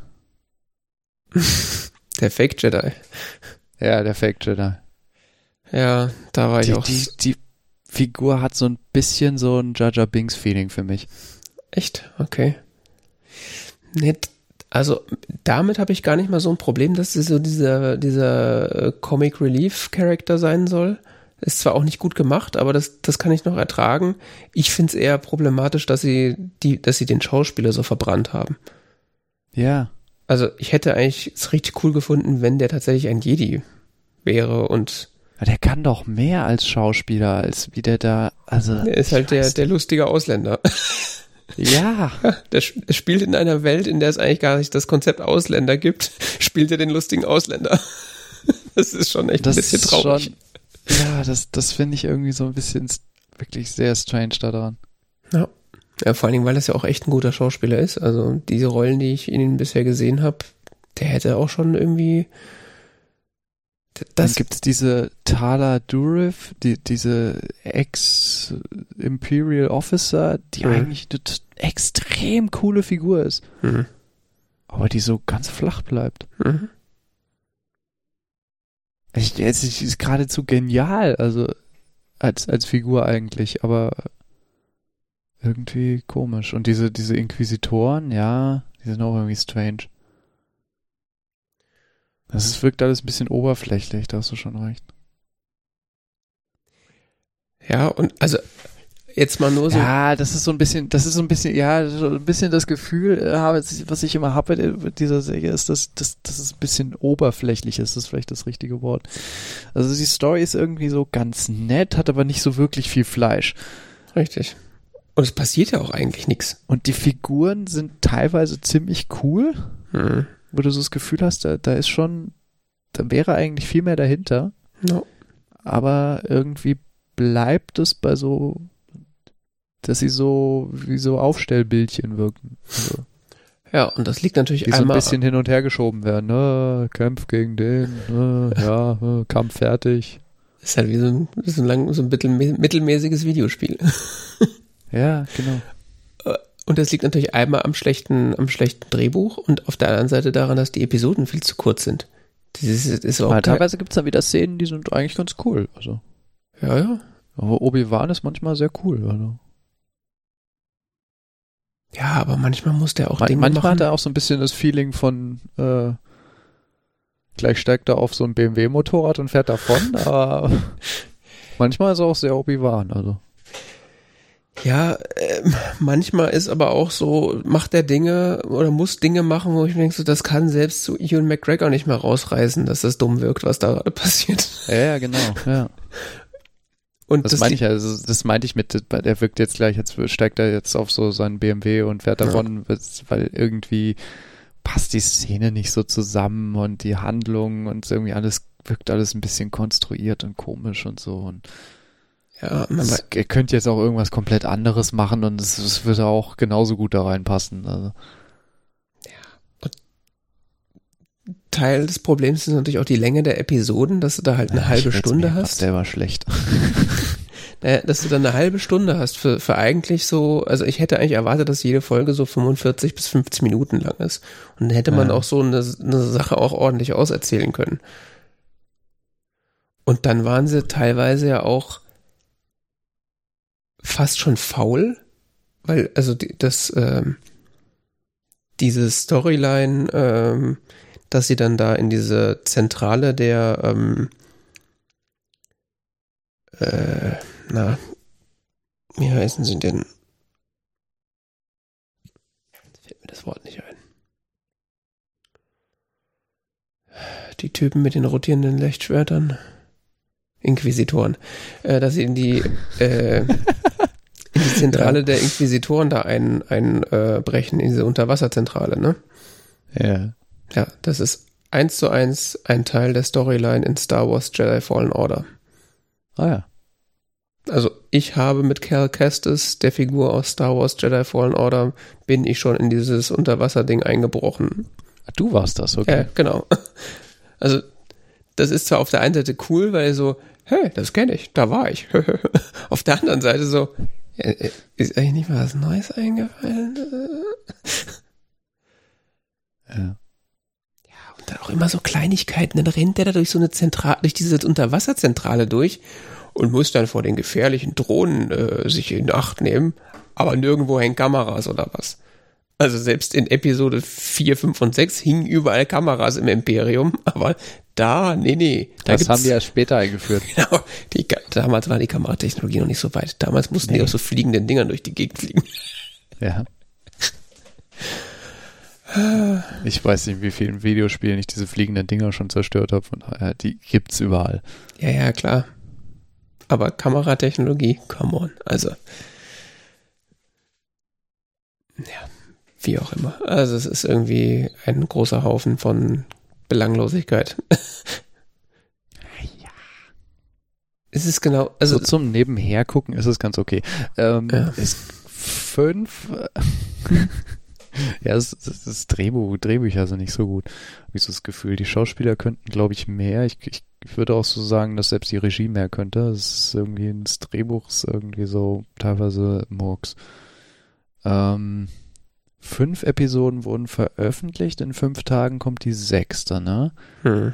Der Fake Jedi. Ja, der Fake Jedi. Ja, da war die, ich auch. Die, die Figur hat so ein bisschen so ein Jar Jar Binks Feeling für mich. Echt? Okay. Nee, also damit habe ich gar nicht mal so ein Problem, dass sie so dieser, dieser Comic Relief Charakter sein soll. Ist zwar auch nicht gut gemacht, aber das, das kann ich noch ertragen. Ich finde es eher problematisch, dass sie die, dass sie den Schauspieler so verbrannt haben. Ja. Also ich hätte eigentlich es richtig cool gefunden, wenn der tatsächlich ein Jedi wäre und der kann doch mehr als Schauspieler, als wie der da, also. Der ist halt der, der lustige Ausländer. Ja. Der, der spielt in einer Welt, in der es eigentlich gar nicht das Konzept Ausländer gibt, spielt er den lustigen Ausländer. Das ist schon echt das ein bisschen traurig. Schon, ja, das, das finde ich irgendwie so ein bisschen wirklich sehr strange daran. Ja. Ja, vor allen Dingen, weil das ja auch echt ein guter Schauspieler ist. Also diese Rollen, die ich in ihm bisher gesehen habe, der hätte auch schon irgendwie. Das Dann gibt es diese Tala Durif, die, diese Ex-Imperial Officer, die mhm. eigentlich eine t- extrem coole Figur ist. Mhm. Aber die so ganz flach bleibt. Mhm. Ich, es ist geradezu genial, also als, als Figur eigentlich, aber irgendwie komisch. Und diese, diese Inquisitoren, ja, die sind auch irgendwie strange. Das ist, wirkt alles ein bisschen oberflächlich, da hast du schon recht. Ja, und also jetzt mal nur so. Ja, das ist so ein bisschen, das ist so ein bisschen, ja, so ein bisschen das Gefühl, was ich immer habe mit dieser Serie, ist, dass, dass, dass es ein bisschen oberflächlich ist, das ist vielleicht das richtige Wort. Also die Story ist irgendwie so ganz nett, hat aber nicht so wirklich viel Fleisch. Richtig. Und es passiert ja auch eigentlich nichts. Und die Figuren sind teilweise ziemlich cool, hm. wo du so das Gefühl hast, da, da ist schon, da wäre eigentlich viel mehr dahinter. No. Aber irgendwie bleibt es bei so, dass sie so wie so Aufstellbildchen wirken. Also, ja, und das liegt natürlich die einmal... so ein bisschen hin und her geschoben werden. Ne? Kämpf gegen den, ne? Ja, ne? Kampf fertig. Ist halt wie so ein, so ein, lang, so ein mittelmä- mittelmäßiges Videospiel. Ja, genau. Und das liegt natürlich einmal am schlechten, am schlechten Drehbuch und auf der anderen Seite daran, dass die Episoden viel zu kurz sind. Das ist, ist auch Aber teilweise gibt es da wieder Szenen, die sind eigentlich ganz cool. Also. Ja, ja. Aber Obi-Wan ist manchmal sehr cool. Also. Ja, aber manchmal muss der auch Man, Dinge Manchmal machen. hat er auch so ein bisschen das Feeling von äh, gleich steigt er auf so ein B M W-Motorrad und fährt davon, aber manchmal ist er auch sehr Obi-Wan, also. Ja, äh, manchmal ist aber auch so, macht er Dinge oder muss Dinge machen, wo ich mir denke, so, das kann selbst so Ewan McGregor nicht mehr rausreißen, dass das dumm wirkt, was da gerade passiert. Ja, ja, genau, ja. Und das, das meine ich ja, also das meinte ich mit, der wirkt jetzt gleich, jetzt steigt er jetzt auf so seinen B M W und fährt davon, ja. Weil irgendwie passt die Szene nicht so zusammen und die Handlung und irgendwie alles, wirkt alles ein bisschen konstruiert und komisch und so und ja, man es, ihr könnt jetzt auch irgendwas komplett anderes machen und es, es würde auch genauso gut da reinpassen. Also. Ja. Und Teil des Problems ist natürlich auch die Länge der Episoden, dass du da halt eine ja, halbe ich Stunde mir hast. Der war schlecht. naja, dass du dann eine halbe Stunde hast für, für eigentlich so, also ich hätte eigentlich erwartet, dass jede Folge so fünfundvierzig bis fünfzig Minuten lang ist. Und dann hätte man ja. auch so eine, eine Sache auch ordentlich auserzählen können. Und dann waren sie teilweise ja auch fast schon faul, weil also die, das ähm, diese Storyline, ähm, dass sie dann da in diese Zentrale der ähm, äh, na wie heißen sie denn? Jetzt fällt mir das Wort nicht ein. Die Typen mit den rotierenden Lichtschwertern. Inquisitoren. Äh, dass sie in die, äh, in die Zentrale ja. der Inquisitoren da einbrechen, ein, äh, brechen, in diese Unterwasserzentrale, ne? Ja. Ja, das ist eins zu eins ein Teil der Storyline in Star Wars Jedi Fallen Order. Ah ja. Also ich habe mit Cal Kestis, der Figur aus Star Wars Jedi Fallen Order, bin ich schon in dieses Unterwasserding eingebrochen. Du warst das, okay. Ja, genau. Also das ist zwar auf der einen Seite cool, weil so, hey, das kenne ich, da war ich. Auf der anderen Seite so, ist eigentlich nicht mal was Neues eingefallen? Ja. Ja, und dann auch immer so Kleinigkeiten. Dann rennt der da durch so eine Zentrale, durch diese Unterwasserzentrale durch und muss dann vor den gefährlichen Drohnen äh, sich in Acht nehmen, aber nirgendwo hängen Kameras oder was. Also selbst in Episode vier, fünf und sechs hingen überall Kameras im Imperium, aber da, nee, nee. Da das haben die ja später eingeführt. Genau, die, damals war die Kameratechnologie noch nicht so weit. Damals mussten nee. die auf so fliegenden Dingern durch die Gegend fliegen. Ja. Ich weiß nicht, wie vielen Videospielen ich diese fliegenden Dinger schon zerstört habe. Von daher, die gibt's überall. Ja, ja, klar. Aber Kameratechnologie, come on. Also, ja, wie auch immer. Also es ist irgendwie ein großer Haufen von Belanglosigkeit. Ja. Es ist genau, also so zum Nebenhergucken ist es ganz okay. Ähm, ja. Ist fünf. Ja, das, das, das Drehbuch, Drehbücher sind nicht so gut. Habe ich so das Gefühl. Die Schauspieler könnten, glaube ich, mehr. Ich, ich, ich würde auch so sagen, dass selbst die Regie mehr könnte. Das ist irgendwie, das Drehbuch ist irgendwie so teilweise Murks. Ähm, fünf Episoden wurden veröffentlicht. In fünf Tagen kommt die sechste, ne? Hm.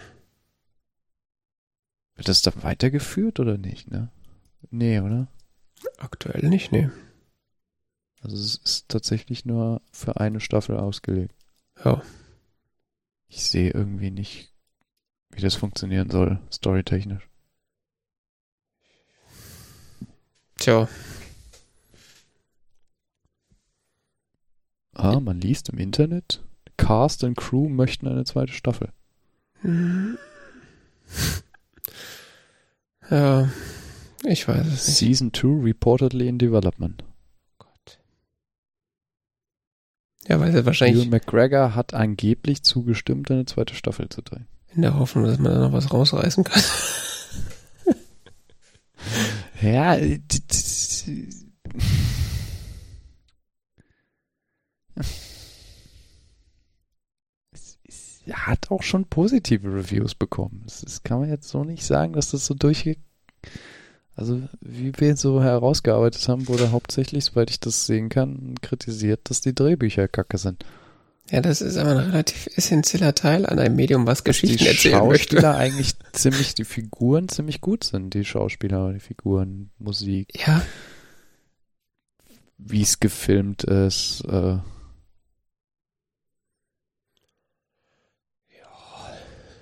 Wird das dann weitergeführt oder nicht, ne? Nee, oder? Aktuell nicht, nee. Also es ist tatsächlich nur für eine Staffel ausgelegt. Ja. Ich sehe irgendwie nicht, wie das funktionieren soll, storytechnisch. Tja. Ah, man liest im Internet, Cast und Crew möchten eine zweite Staffel. Hm. Ja, ich weiß es nicht. Season two reportedly in development. Ja, weil er wahrscheinlich. Ewan McGregor hat angeblich zugestimmt, eine zweite Staffel zu drehen. In der Hoffnung, dass man da noch was rausreißen kann. Ja, er hat auch schon positive Reviews bekommen. Das, das kann man jetzt so nicht sagen, dass das so durchge... Also, wie wir so herausgearbeitet haben, wurde hauptsächlich, soweit ich das sehen kann, kritisiert, dass die Drehbücher kacke sind. Ja, das ist aber ein relativ essentieller Teil an einem Medium, was Geschichten die erzählen möchte. Schauspieler eigentlich ziemlich, die Figuren ziemlich gut sind, die Schauspieler, die Figuren, Musik. Ja. Wie es gefilmt ist. Äh. Ja.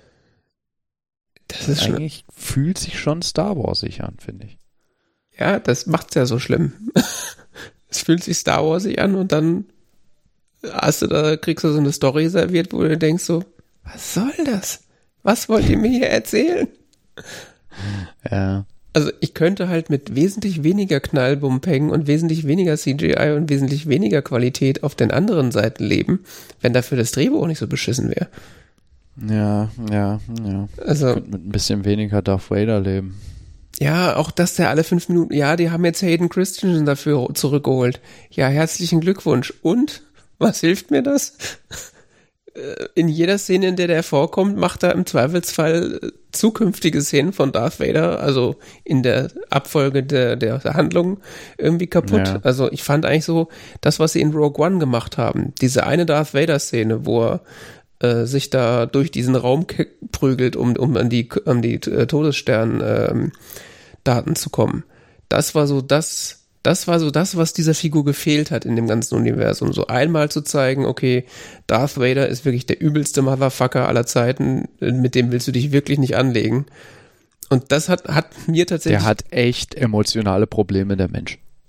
Das ist eigentlich schon, fühlt sich schon Star Wars-ig an, finde ich. Ja, das macht's ja so schlimm. Es fühlt sich Star Wars-ig an und dann hast du da, kriegst du so eine Story serviert, wo du denkst so, was soll das? Was wollt ihr mir hier erzählen? Ja. Also ich könnte halt mit wesentlich weniger Knallbumpeng und wesentlich weniger C G I und wesentlich weniger Qualität auf den anderen Seiten leben, wenn dafür das Drehbuch nicht so beschissen wäre. Ja, ja, ja. Also ich könnte mit ein bisschen weniger Darth Vader leben. Ja, auch dass der alle fünf Minuten, ja, die haben jetzt Hayden Christensen dafür zurückgeholt. Ja, herzlichen Glückwunsch. Und? Was hilft mir das? In jeder Szene, in der der vorkommt, macht er im Zweifelsfall zukünftige Szenen von Darth Vader, also in der Abfolge der, der, der Handlung irgendwie kaputt. Ja. Also ich fand eigentlich so, das, was sie in Rogue One gemacht haben, diese eine Darth Vader-Szene, wo er äh, sich da durch diesen Raum k- prügelt, um, um an die, an die äh, Todesstern-Daten ähm, zu kommen. Das war so das, Das war so das, was dieser Figur gefehlt hat in dem ganzen Universum. So einmal zu zeigen, okay, Darth Vader ist wirklich der übelste Motherfucker aller Zeiten, mit dem willst du dich wirklich nicht anlegen. Und das hat, hat mir tatsächlich... Der hat echt emotionale Probleme, der Mensch.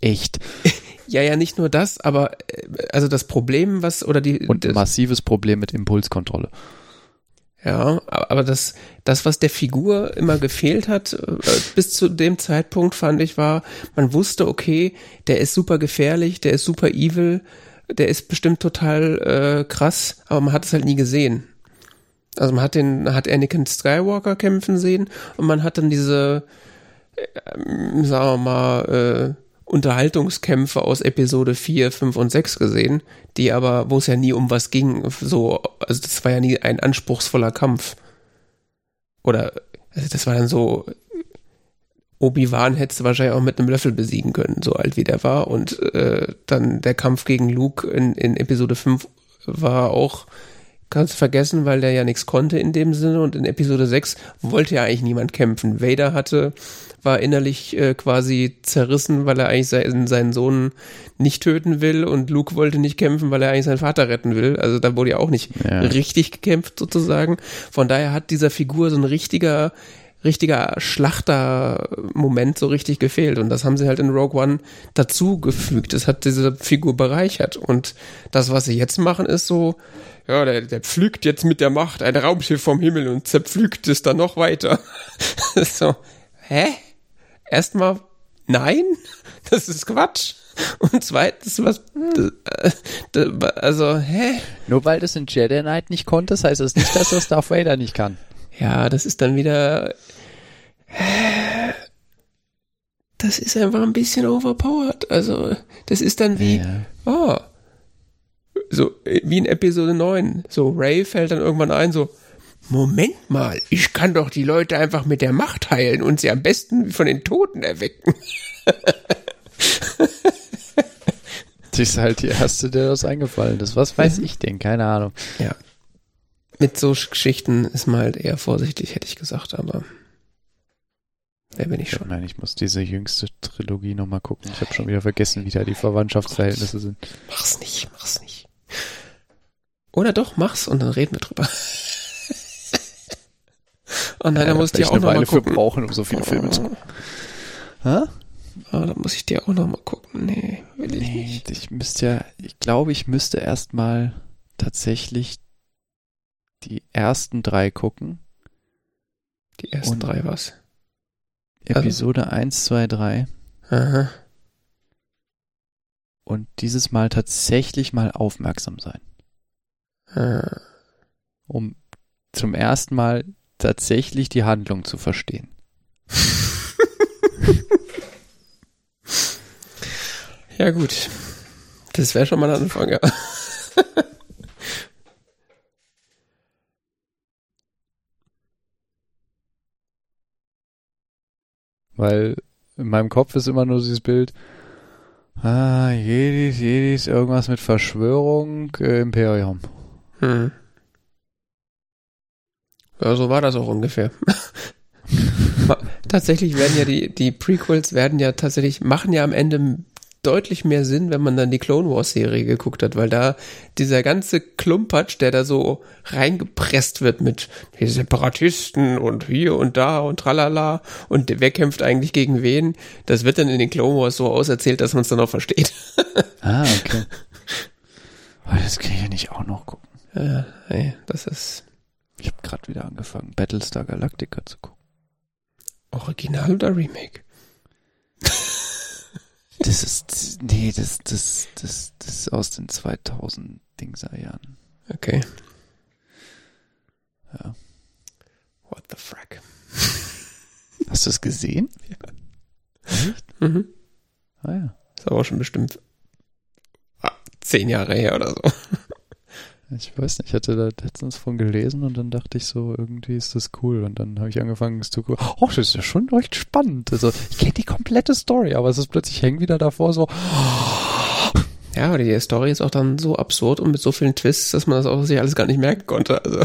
echt. Ja, ja, nicht nur das, aber äh, also das Problem, was, oder die... Und ein das, massives Problem mit Impulskontrolle. Ja, aber das, das, was der Figur immer gefehlt hat, äh, bis zu dem Zeitpunkt, fand ich, war, man wusste, okay, der ist super gefährlich, der ist super evil, der ist bestimmt total äh, krass, aber man hat es halt nie gesehen. Also man hat den, hat Anakin Skywalker kämpfen sehen und man hat dann diese, äh, sagen wir mal, äh, Unterhaltungskämpfe aus Episode vier, fünf und sechs gesehen, die aber, wo es ja nie um was ging, so, also das war ja nie ein anspruchsvoller Kampf. Oder, also das war dann so, Obi-Wan hättest du wahrscheinlich auch mit einem Löffel besiegen können, so alt wie der war. Und äh, dann der Kampf gegen Luke in, in Episode fünf war auch, kannst du vergessen, weil der ja nichts konnte in dem Sinne. Und in Episode sechs wollte ja eigentlich niemand kämpfen. Vader hatte, war innerlich äh, quasi zerrissen, weil er eigentlich seinen, seinen Sohn nicht töten will. Und Luke wollte nicht kämpfen, weil er eigentlich seinen Vater retten will. Also da wurde ja auch nicht ja. richtig gekämpft sozusagen. Von daher hat dieser Figur so ein richtiger richtiger Schlachter-Moment so richtig gefehlt. Und das haben sie halt in Rogue One dazugefügt. Das hat diese Figur bereichert. Und das, was sie jetzt machen, ist so, ja, der, der pflügt jetzt mit der Macht ein Raumschiff vom Himmel und zerpflügt es dann noch weiter. So, hä? Erstmal, nein? Das ist Quatsch. Und zweitens, was, also, hä? Nur weil das in Jedi Knight nicht konnte, das heißt das nicht, dass das Darth Vader nicht kann. Ja, das ist dann wieder, das ist einfach ein bisschen overpowered. Also, das ist dann wie, ja. oh, so wie in Episode neun. So, Rey fällt dann irgendwann ein, so, Moment mal, ich kann doch die Leute einfach mit der Macht heilen und sie am besten von den Toten erwecken. Sie ist halt die Erste, der das eingefallen ist. Was weiß ich denn? Keine Ahnung. Ja. Mit so Geschichten ist man halt eher vorsichtig, hätte ich gesagt, aber wer bin ich schon? Ich meine, ich muss diese jüngste Trilogie nochmal gucken. Ich habe schon wieder vergessen, wie da die Verwandtschaftsverhältnisse sind. Mach's nicht, mach's nicht. Oder doch, mach's und dann reden wir drüber. Und dann ja, musst du ja auch noch mal gucken. Brauchen, um so viele Filme zu gucken. Hä? Ah, da muss ich dir auch noch mal gucken. Nee, will ich nee, nicht. Ich müsste ja, ich glaube, ich müsste erst mal tatsächlich die ersten drei gucken. Die ersten und drei was? Episode also, eins, zwei, drei. Aha. Und dieses Mal tatsächlich mal aufmerksam sein. Ah. Um zum ersten Mal tatsächlich die Handlung zu verstehen. Ja gut. Das wäre schon mal ein Anfang, ja. Weil in meinem Kopf ist immer nur dieses Bild, ah, Jedis, Jedis, irgendwas mit Verschwörung, äh, Imperium. Hm. Ja, so war das auch ungefähr. Tatsächlich werden ja die, die Prequels werden ja tatsächlich, machen ja am Ende deutlich mehr Sinn, wenn man dann die Clone Wars Serie geguckt hat, weil da dieser ganze Klumpatsch, der da so reingepresst wird mit die Separatisten und hier und da und tralala und wer kämpft eigentlich gegen wen, das wird dann in den Clone Wars so auserzählt, dass man es dann auch versteht. Ah, okay. Aber das kann ich ja nicht auch noch gucken. Ja, nee, das ist... Ich habe gerade wieder angefangen, Battlestar Galactica zu gucken. Original oder Remake? Das ist, nee, das, das, das, das ist aus den zweitausend-Dingser-Jahren. Okay. Ja. What the frack? Hast du es gesehen? Ja. Echt? Mhm. Ah ja. Ist aber auch schon bestimmt ah, zehn Jahre her oder so. Ich weiß nicht, ich hatte da letztens von gelesen und dann dachte ich so, irgendwie ist das cool. Und dann habe ich angefangen, es zu gucken. Oh, das ist ja schon recht spannend. Also, ich kenne die komplette Story, aber es ist plötzlich hängen wieder davor so. Ja, aber die Story ist auch dann so absurd und mit so vielen Twists, dass man das auch sich alles gar nicht merken konnte. Also.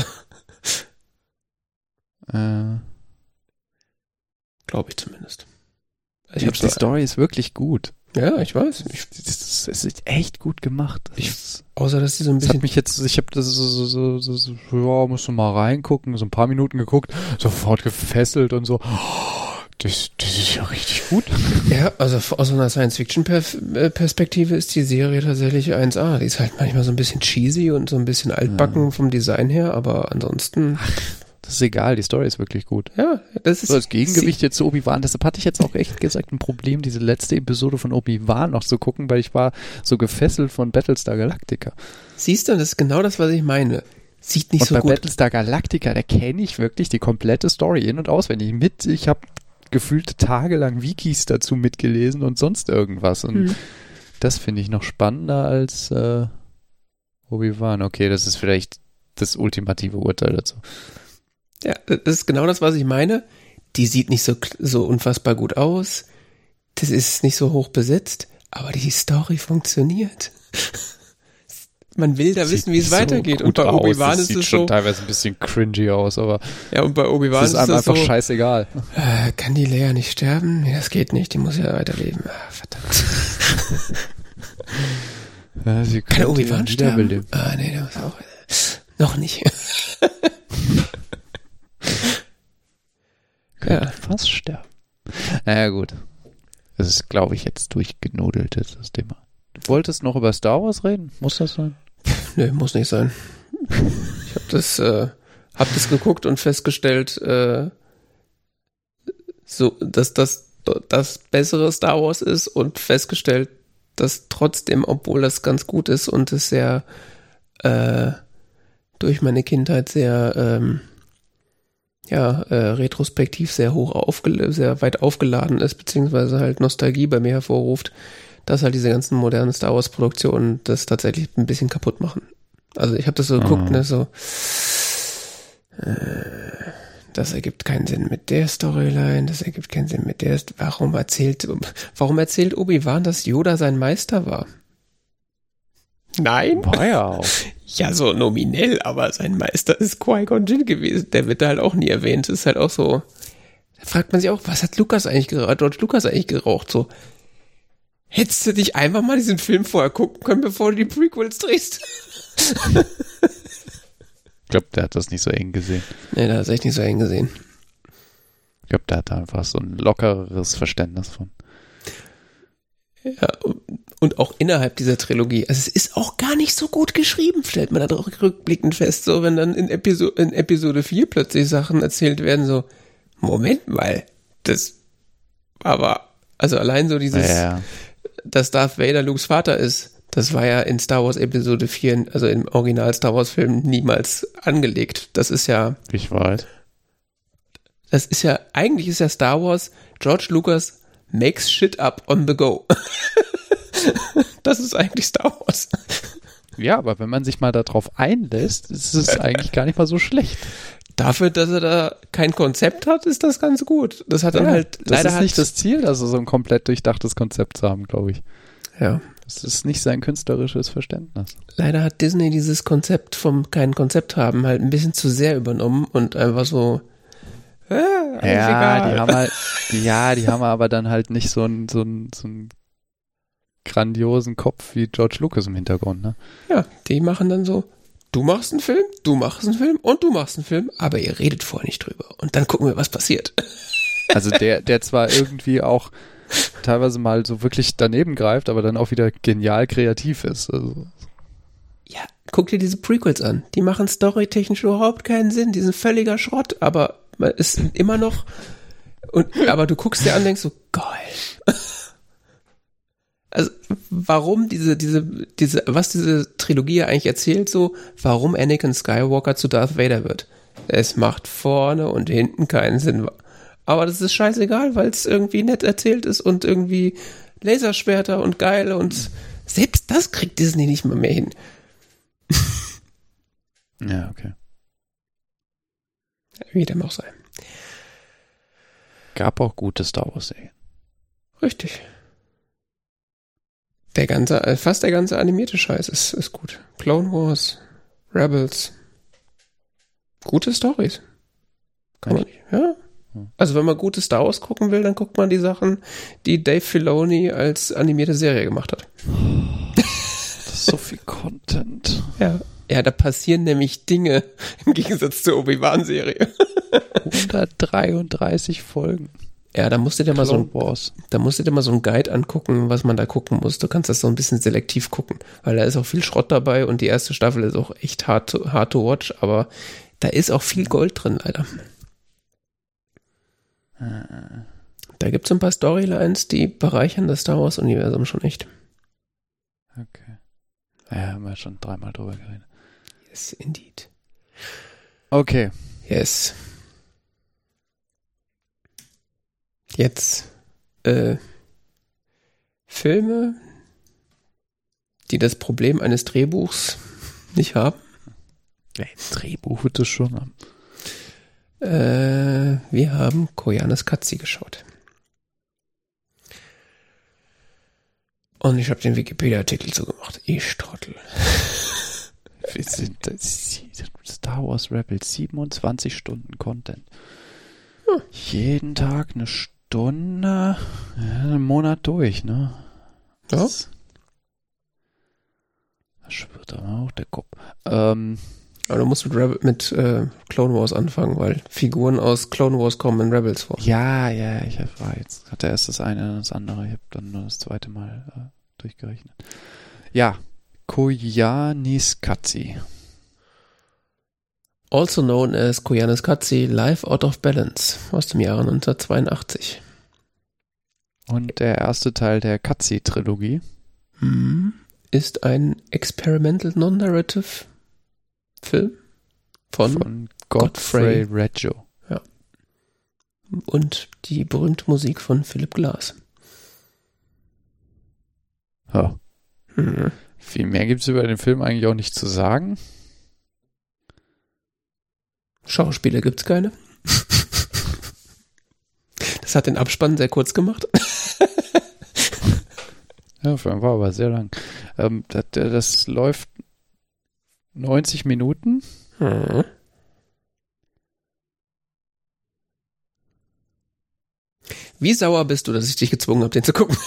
Äh. Glaube ich zumindest. Ich die, die Story ist wirklich gut. Ja, ich weiß. Ich, das, das ist echt gut gemacht. Das ich, ist, außer, dass die so ein bisschen... Das hat mich jetzt, ich habe das so, so, so, so, so, ja, musst du mal reingucken, so ein paar Minuten geguckt, sofort gefesselt und so, oh, Das, das ist ja richtig gut. Ja, also aus einer Science-Fiction-Perspektive ist die Serie tatsächlich eins A. Die ist halt manchmal so ein bisschen cheesy und so ein bisschen altbacken ja. vom Design her, aber ansonsten... Das ist egal, die Story ist wirklich gut. Ja, das ist... So als Gegengewicht jetzt zu Obi-Wan, deshalb hatte ich jetzt auch echt gesagt ein Problem, diese letzte Episode von Obi-Wan noch zu gucken, weil ich war so gefesselt von Battlestar Galactica. Siehst du, das ist genau das, was ich meine. Sieht nicht und so bei gut... bei Battlestar Galactica, da kenne ich wirklich die komplette Story in- und auswendig mit. Ich habe gefühlt tagelang Wikis dazu mitgelesen und sonst irgendwas. Und hm. das finde ich noch spannender als äh, Obi-Wan. Okay, das ist vielleicht das ultimative Urteil dazu. Ja, das ist genau das, was ich meine. Die sieht nicht so, so unfassbar gut aus. Das ist nicht so hoch besetzt. Aber die Story funktioniert. Man will da sieht wissen, wie es weitergeht. So und bei Obi-Wan ist es so... sieht schon teilweise ein bisschen cringy aus, aber... Ja, und bei Obi-Wan ist es einem einfach so, scheißegal. Äh, kann die Leia nicht sterben? Nee, das geht nicht. Die muss ja weiterleben. Ah, verdammt. Ja, sie kann Obi-Wan sterben? Ah, nee, der muss auch... Noch nicht. Könnte ja. fast sterben. Naja, gut. Das ist, glaube ich, jetzt durchgenudelt, das Thema. Du wolltest noch über Star Wars reden? Muss das sein? Nee, muss nicht sein. Ich habe das, äh, hab das geguckt und festgestellt, äh, so, dass das das bessere Star Wars ist und festgestellt, dass trotzdem, obwohl das ganz gut ist und es sehr äh, durch meine Kindheit sehr ähm, ja, äh, retrospektiv sehr hoch aufgel- sehr weit aufgeladen ist, beziehungsweise halt Nostalgie bei mir hervorruft, dass halt diese ganzen modernen Star Wars Produktionen das tatsächlich ein bisschen kaputt machen. Also ich habe das so geguckt, ne, so äh, das ergibt keinen Sinn mit der Storyline, das ergibt keinen Sinn mit der, warum erzählt, warum erzählt Obi-Wan, dass Yoda sein Meister war? Nein. War ja auch. Ja, so nominell, aber sein Meister ist Qui-Gon Jinn gewesen. Der wird da halt auch nie erwähnt. Das ist halt auch so, da fragt man sich auch, was hat Lucas eigentlich geraucht, George Lucas eigentlich geraucht? So, hättest du dich einfach mal diesen Film vorher gucken können, bevor du die Prequels drehst? Ich glaube, der hat das nicht so eng gesehen. Nee, der hat es echt nicht so eng gesehen. Ich glaube, der hat da einfach so ein lockeres Verständnis von. Ja, und auch innerhalb dieser Trilogie. Also es ist auch gar nicht so gut geschrieben, stellt man da doch rückblickend fest. So, wenn dann in, Episo- in Episode vier plötzlich Sachen erzählt werden, so, Moment mal, das aber, also allein so dieses, ja. dass Darth Vader Lukes Vater ist, das war ja in Star Wars Episode vier, also im Original Star Wars Film niemals angelegt. Das ist ja... Ich weiß. Das ist ja, eigentlich ist ja Star Wars, George Lucas makes shit up on the go. Das ist eigentlich Star Wars. Ja, aber wenn man sich mal darauf einlässt, ist es eigentlich gar nicht mal so schlecht. Dafür, dass er da kein Konzept hat, ist das ganz gut. Das hat dann ja, halt das leider ist nicht das Ziel, also so ein komplett durchdachtes Konzept zu haben, glaube ich. Ja. Das ist nicht sein künstlerisches Verständnis. Leider hat Disney dieses Konzept vom kein Konzept haben halt ein bisschen zu sehr übernommen und einfach so äh, ja, egal. die haben halt, die, ja, die haben aber dann halt nicht so einen so einen, so einen grandiosen Kopf wie George Lucas im Hintergrund, ne? Ja, die machen dann so, du machst einen Film, du machst einen Film und du machst einen Film, aber ihr redet vorher nicht drüber. Und dann gucken wir, was passiert. Also der, der zwar irgendwie auch teilweise mal so wirklich daneben greift, aber dann auch wieder genial kreativ ist. Also. Ja, guck dir diese Prequels an. Die machen storytechnisch überhaupt keinen Sinn. Die sind völliger Schrott, aber man ist immer noch und, aber du guckst dir an und denkst so, geil. Also, warum diese, diese, diese, was diese Trilogie eigentlich erzählt so, warum Anakin Skywalker zu Darth Vader wird. Es macht vorne und hinten keinen Sinn. Aber das ist scheißegal, weil es irgendwie nett erzählt ist und irgendwie Laserschwerter und geil und selbst das kriegt Disney nicht mal mehr hin. Ja, okay. Wie dem auch sei. Gab auch gute Star Wars-Serien. Richtig. Der ganze, fast der ganze animierte Scheiß ist, ist gut. Clone Wars, Rebels. Gute Storys. Kann man nicht, ja. Also wenn man gute Star Wars gucken will, dann guckt man die Sachen, die Dave Filoni als animierte Serie gemacht hat. Das ist so viel Content. Ja. Ja, da passieren nämlich Dinge im Gegensatz zur Obi-Wan-Serie. hundertdreiunddreißig Folgen. Ja, da musst du dir mal so Clone ein, Wars. da musst du dir mal so ein Guide angucken, was man da gucken muss. Du kannst das so ein bisschen selektiv gucken, weil da ist auch viel Schrott dabei und die erste Staffel ist auch echt hard to, hard to watch, aber da ist auch viel Gold drin, leider. Da gibt es ein paar Storylines, die bereichern das Star Wars-Universum schon echt. Okay. Ja, haben wir schon dreimal drüber geredet. Yes, indeed. Okay. Yes. Jetzt äh, Filme, die das Problem eines Drehbuchs nicht haben. Nee, Drehbuch wird es schon haben. Äh, wir haben Koyanis Katzi geschaut. Und ich habe den Wikipedia-Artikel zugemacht. Ich Trottel. Wir sind das Star Wars Rebels, siebenundzwanzig Stunden Content. Ja. Jeden Tag eine Stunde, ja, einen Monat durch, ne? Ja. Das, das schwirrt aber auch der Kopf. Ähm, Aber du musst mit, Rebel, mit äh, Clone Wars anfangen, weil Figuren aus Clone Wars kommen in Rebels vor. ja, ja, ich war jetzt, hatte erst das eine, dann das andere, ich habe dann nur das zweite Mal äh, durchgerechnet. Ja, Koyanis Katzi. Also known as Koyanis Katzi, Life Out of Balance aus dem Jahre neunzehnhundertzweiundachtzig. Und der erste Teil der Katzi-Trilogie. Mhm. Ist ein Experimental Non-Narrative Film von, von Godfrey, Godfrey Reggio. Ja. Und die berühmte Musik von Philip Glass. Ja. Mhm. Viel mehr gibt es über den Film eigentlich auch nicht zu sagen. Schauspieler gibt's keine. Das hat den Abspann sehr kurz gemacht. Ja, war aber sehr lang. Ähm, das, das läuft neunzig Minuten. Mhm. Wie sauer bist du, dass ich dich gezwungen habe, den zu gucken?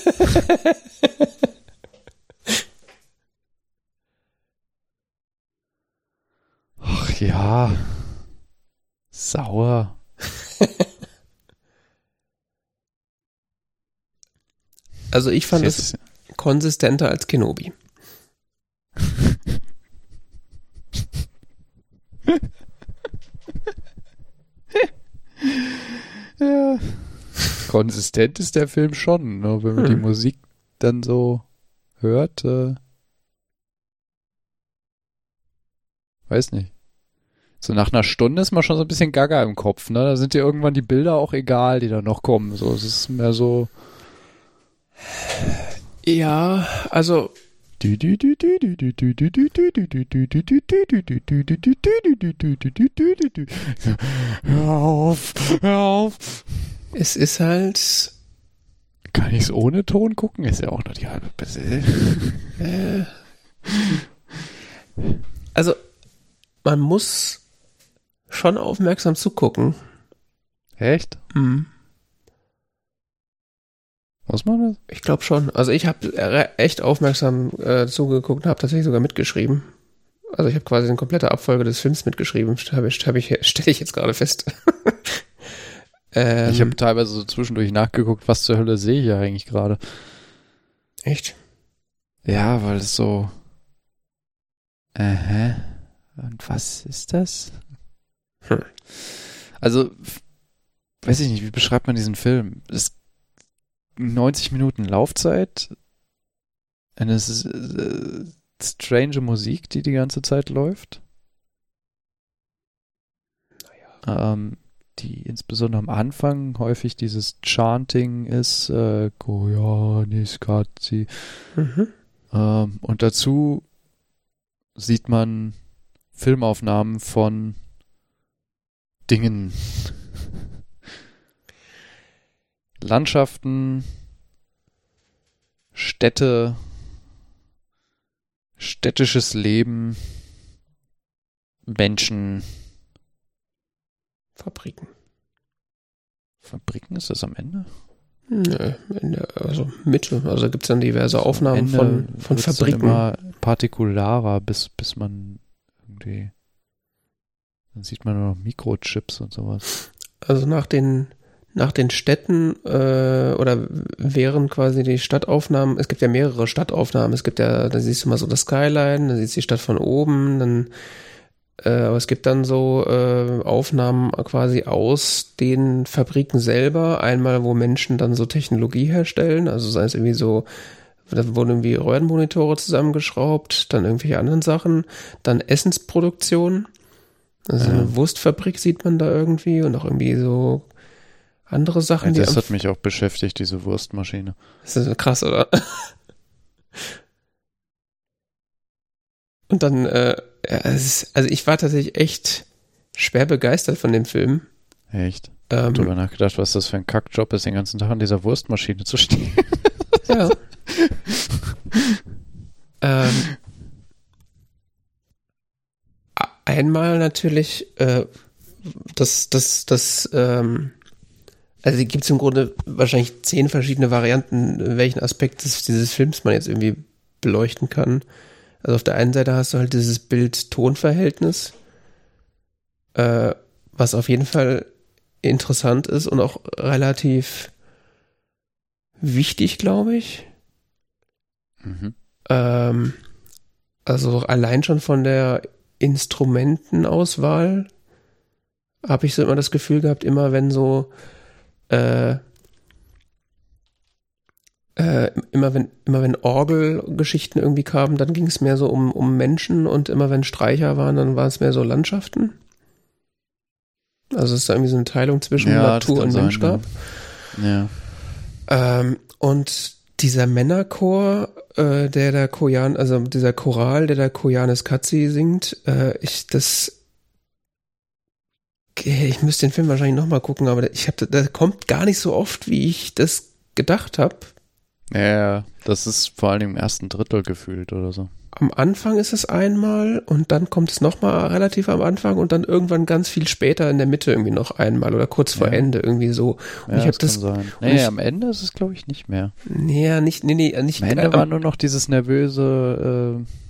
Ach ja. Sauer. Also ich fand es konsistenter als Kenobi. Ja. Konsistent ist der Film schon, ne? Wenn man hm. die Musik dann so hört. Äh, weiß nicht. So nach einer Stunde ist man schon so ein bisschen gaga im Kopf, ne? Da sind dir irgendwann die Bilder auch egal, die da noch kommen. So, es ist mehr so. Ja, also. Hör auf, hör auf. Es ist halt. Kann ich es ohne Ton gucken? Ist ja auch noch die halbe Besel. äh, also, man muss schon aufmerksam zugucken. Echt? Mhm. Muss man das? Ich glaube schon. Also ich habe echt aufmerksam äh, zugeguckt und habe tatsächlich sogar mitgeschrieben. Also ich habe quasi eine komplette Abfolge des Films mitgeschrieben. Hab ich, hab ich, stelle ich jetzt gerade fest. ähm, ich habe teilweise so zwischendurch nachgeguckt, was zur Hölle sehe ich ja eigentlich gerade. Echt? Ja, weil es so. Aha. Und was ist das? Hm. Also, weiß ich nicht, wie beschreibt man diesen Film? Es neunzig Minuten Laufzeit, eine äh, strange Musik, die die ganze Zeit läuft. Naja. Ähm, die insbesondere am Anfang häufig dieses Chanting ist, äh, Koyanis Katzi. Mhm. Ähm, und dazu sieht man Filmaufnahmen von Dingen. Landschaften, Städte, städtisches Leben, Menschen. Fabriken. Fabriken, ist das am Ende? Nö, in der, also Mitte. Also gibt es dann diverse Aufnahmen von, von Fabriken. Immer partikularer, bis, bis man irgendwie, dann sieht man nur noch Mikrochips und sowas. Also nach den nach den Städten äh, oder während quasi die Stadtaufnahmen, es gibt ja mehrere Stadtaufnahmen, es gibt ja, da siehst du mal so das Skyline, da siehst du die Stadt von oben, dann äh, aber es gibt dann so äh, Aufnahmen quasi aus den Fabriken selber, einmal wo Menschen dann so Technologie herstellen, also sei es irgendwie so, da wurden irgendwie Röhrenmonitore zusammengeschraubt, dann irgendwelche anderen Sachen, dann Essensproduktion, also Ja. eine Wurstfabrik sieht man da irgendwie und auch irgendwie so andere Sachen, Ja, das die hat mich auch beschäftigt, diese Wurstmaschine. das ist krass, oder? Und dann, äh, ja, es ist, also ich war tatsächlich echt schwer begeistert von dem Film. Echt? Ähm, Drüber nachgedacht, was das für ein Kackjob ist, den ganzen Tag an dieser Wurstmaschine zu stehen. ja. ähm, einmal natürlich, äh, das, das, das, ähm, also gibt es im Grunde wahrscheinlich zehn verschiedene Varianten, welchen Aspekt des, dieses Films man jetzt irgendwie beleuchten kann. Also auf der einen Seite hast du halt dieses Bild-Ton-Verhältnis, äh, was auf jeden Fall interessant ist und auch relativ wichtig, glaube ich. Mhm. Ähm, also allein schon von der Instrumentenauswahl habe ich so immer das Gefühl gehabt, immer wenn so äh, äh, immer wenn immer wenn Orgelgeschichten irgendwie kamen, dann ging es mehr so um, um Menschen und immer wenn Streicher waren, dann war es mehr so Landschaften. Also es ist da irgendwie so eine Teilung zwischen Ja, das Natur kann und sein, Mensch gab. Ja. Ähm, und dieser Männerchor, äh, der da Koyan, also dieser Choral, der da Koyanis Katsi singt, äh, ich das ich müsste den Film wahrscheinlich nochmal gucken, aber ich habe, da kommt gar nicht so oft, wie ich das gedacht habe. Ja, das ist vor allem im ersten Drittel gefühlt oder so. Am Anfang ist es einmal und dann kommt es nochmal relativ am Anfang und dann irgendwann ganz viel später in der Mitte irgendwie noch einmal oder kurz vor Ja. Ende irgendwie so. Und Ja, ich habe das das, kann sein. und Nee, ich- am Ende ist es, glaube ich, nicht mehr. nee, nicht, nee, nee, nicht, Am Ende äh, war nur noch dieses nervöse äh,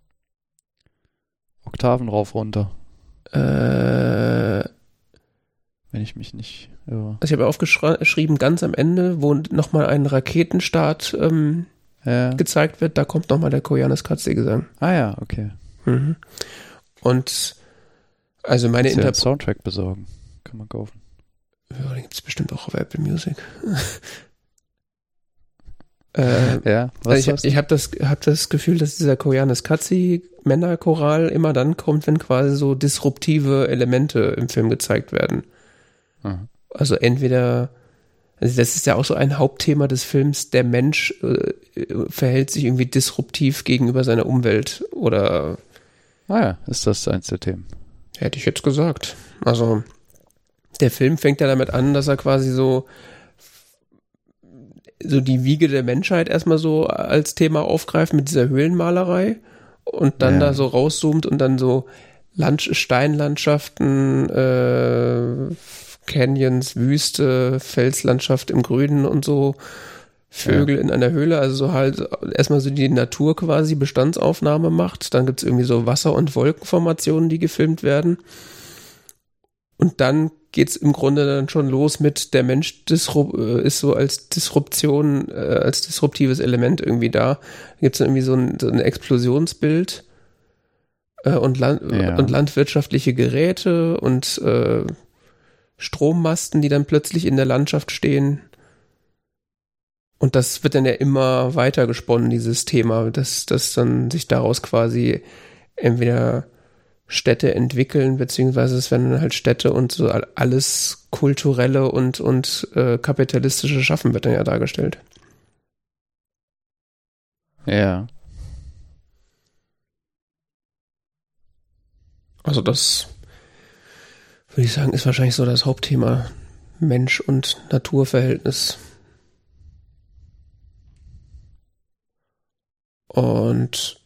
Oktaven rauf runter, äh, wenn ich mich nicht irre. also ich habe aufgeschrieben, ganz am Ende, wo nochmal ein Raketenstart ähm, Ja. gezeigt wird, da kommt nochmal der Koyanis Katsi-Gesang. Ah ja, okay. Mhm. Und also meine Kannst du ja einen Interpretation, Soundtrack besorgen. Kann man kaufen. ja, den gibt es bestimmt auch auf Apple Music. äh, Ja, was also ich sagst du? ich habe das, hab das Gefühl, dass dieser Koyanis Katsi Männerchoral immer dann kommt, wenn quasi so disruptive Elemente im Film gezeigt werden. Mhm. Also entweder, also das ist ja auch so ein Hauptthema des Films, der Mensch äh, verhält sich irgendwie disruptiv gegenüber seiner Umwelt oder Ah ja, ist das eins der Themen. hätte ich jetzt gesagt. Also der Film fängt ja damit an, dass er quasi so so die Wiege der Menschheit erstmal so als Thema aufgreift mit dieser Höhlenmalerei und dann Ja. da so rauszoomt und dann so Land Steinlandschaften, äh, Canyons, Wüste, Felslandschaft im Grünen und so, Vögel Ja. in einer Höhle, also so halt erstmal so die Natur quasi Bestandsaufnahme macht, dann gibt's irgendwie so Wasser- und Wolkenformationen, die gefilmt werden und dann geht's im Grunde dann schon los mit der Mensch disrup- äh, ist so als Disruption, äh, als disruptives Element irgendwie da. Da gibt's dann irgendwie so ein, so ein Explosionsbild äh, und, Land- Ja. und landwirtschaftliche Geräte und äh, Strommasten, die dann plötzlich in der Landschaft stehen. Und das wird dann ja immer weiter gesponnen, dieses Thema, dass, dass dann sich daraus quasi entweder Städte entwickeln, beziehungsweise es werden dann halt Städte und so alles kulturelle und, und äh, kapitalistische Schaffen wird dann ja dargestellt. Ja. Also das würde ich sagen, ist wahrscheinlich so das Hauptthema Mensch- und Naturverhältnis. Und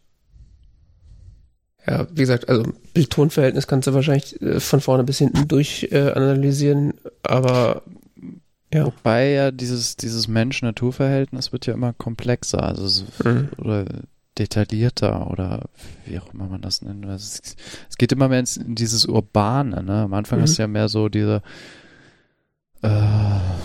ja, wie gesagt, also Bild-Ton-Verhältnis kannst du wahrscheinlich äh, von vorne bis hinten durch äh, analysieren, aber ja. Wobei ja dieses, dieses Mensch-Natur-Verhältnis wird ja immer komplexer, also es, Mhm. oder detaillierter oder wie auch immer man das nennt. Also es, es geht immer mehr ins, in dieses Urbane, ne? Am Anfang Mhm. ist ja mehr so diese äh,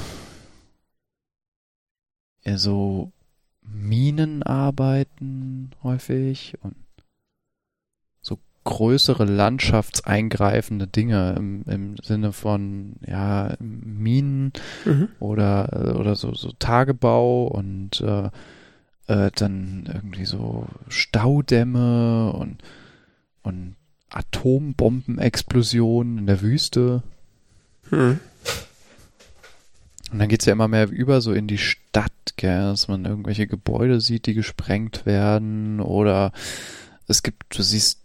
eher so Minenarbeiten häufig und so größere landschaftseingreifende Dinge im, im Sinne von, ja, Minen Mhm. oder, oder so, so Tagebau und äh, äh, dann irgendwie so Staudämme und, und Atombombenexplosionen in der Wüste. Mhm. Und dann geht's ja immer mehr über so in die Stadt, gell, dass man irgendwelche Gebäude sieht, die gesprengt werden oder es gibt, du siehst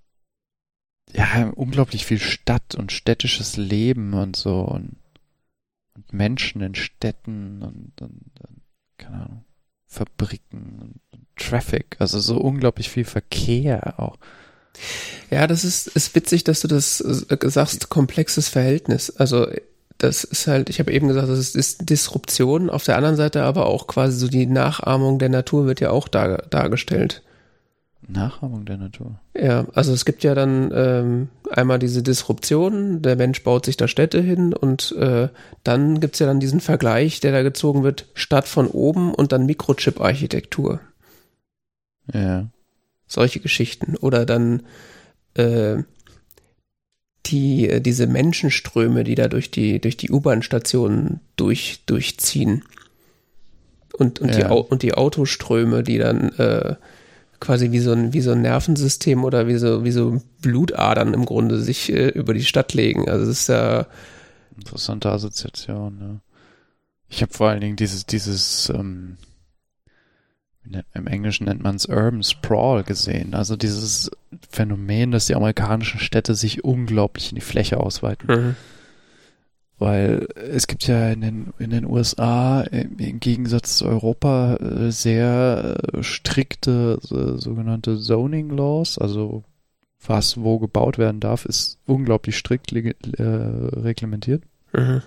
ja unglaublich viel Stadt und städtisches Leben und so und, und Menschen in Städten und, und, und keine Ahnung, Fabriken und, und Traffic, also so unglaublich viel Verkehr auch. Ja, das ist, ist witzig, dass du das äh, sagst, komplexes Verhältnis. Also das ist halt, ich habe eben gesagt, das ist, ist Disruption, auf der anderen Seite aber auch quasi so die Nachahmung der Natur wird ja auch dar, dargestellt. Nachahmung der Natur. Ja, also es gibt ja dann ähm, einmal diese Disruption, der Mensch baut sich da Städte hin und äh, dann gibt's ja dann diesen Vergleich, der da gezogen wird, Stadt von oben und dann Mikrochip-Architektur. Ja. Solche Geschichten. Oder dann äh, die, äh, diese Menschenströme, die da durch die, durch die U-Bahn-Stationen durch, durchziehen. Und, und, Ja. die, Au- und die Autoströme, die dann äh, quasi wie so ein, wie so ein Nervensystem oder wie so, wie so Blutadern im Grunde sich äh, über die Stadt legen. Also es ist ja, Interessante Assoziation, ne? Ich habe vor allen Dingen dieses, dieses, ähm, wie nennt- im Englischen nennt man es Urban Sprawl gesehen. Also dieses Phänomen, dass die amerikanischen Städte sich unglaublich in die Fläche ausweiten. mhm. Weil es gibt ja in den, in den U S A im, im Gegensatz zu Europa äh, sehr äh, strikte äh, sogenannte Zoning Laws, also was wo gebaut werden darf, ist unglaublich strikt leg- äh, reglementiert. Mhm.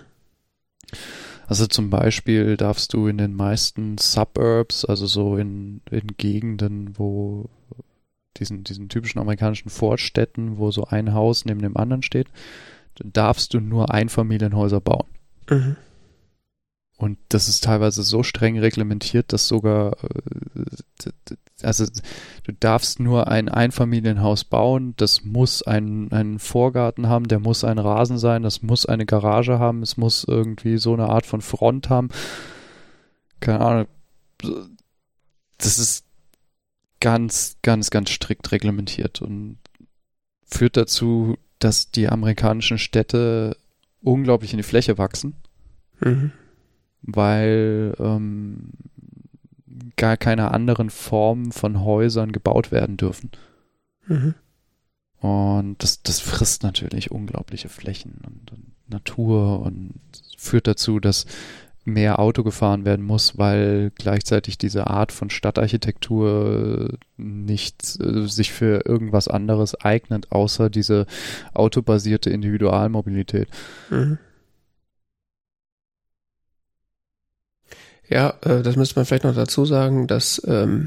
Also zum Beispiel darfst du in den meisten Suburbs, also so in, in Gegenden, wo diesen, diesen typischen amerikanischen Vorstädten, wo so ein Haus neben dem anderen steht, darfst du nur Einfamilienhäuser bauen. Mhm. Und das ist teilweise so streng reglementiert, dass sogar, äh, also du darfst nur ein Einfamilienhaus bauen, das muss einen, einen Vorgarten haben, der muss ein Rasen sein, das muss eine Garage haben, es muss irgendwie so eine Art von Front haben. Keine Ahnung. Das ist ganz, ganz, ganz strikt reglementiert und führt dazu, dass die amerikanischen Städte unglaublich in die Fläche wachsen. Mhm. weil ähm, gar keine anderen Formen von Häusern gebaut werden dürfen. Mhm. Und das, das frisst natürlich unglaubliche Flächen und, und Natur und führt dazu, dass mehr Auto gefahren werden muss, weil gleichzeitig diese Art von Stadtarchitektur nicht äh, sich für irgendwas anderes eignet, außer diese autobasierte Individualmobilität. Mhm. Ja, äh, das müsste man vielleicht noch dazu sagen, dass ähm,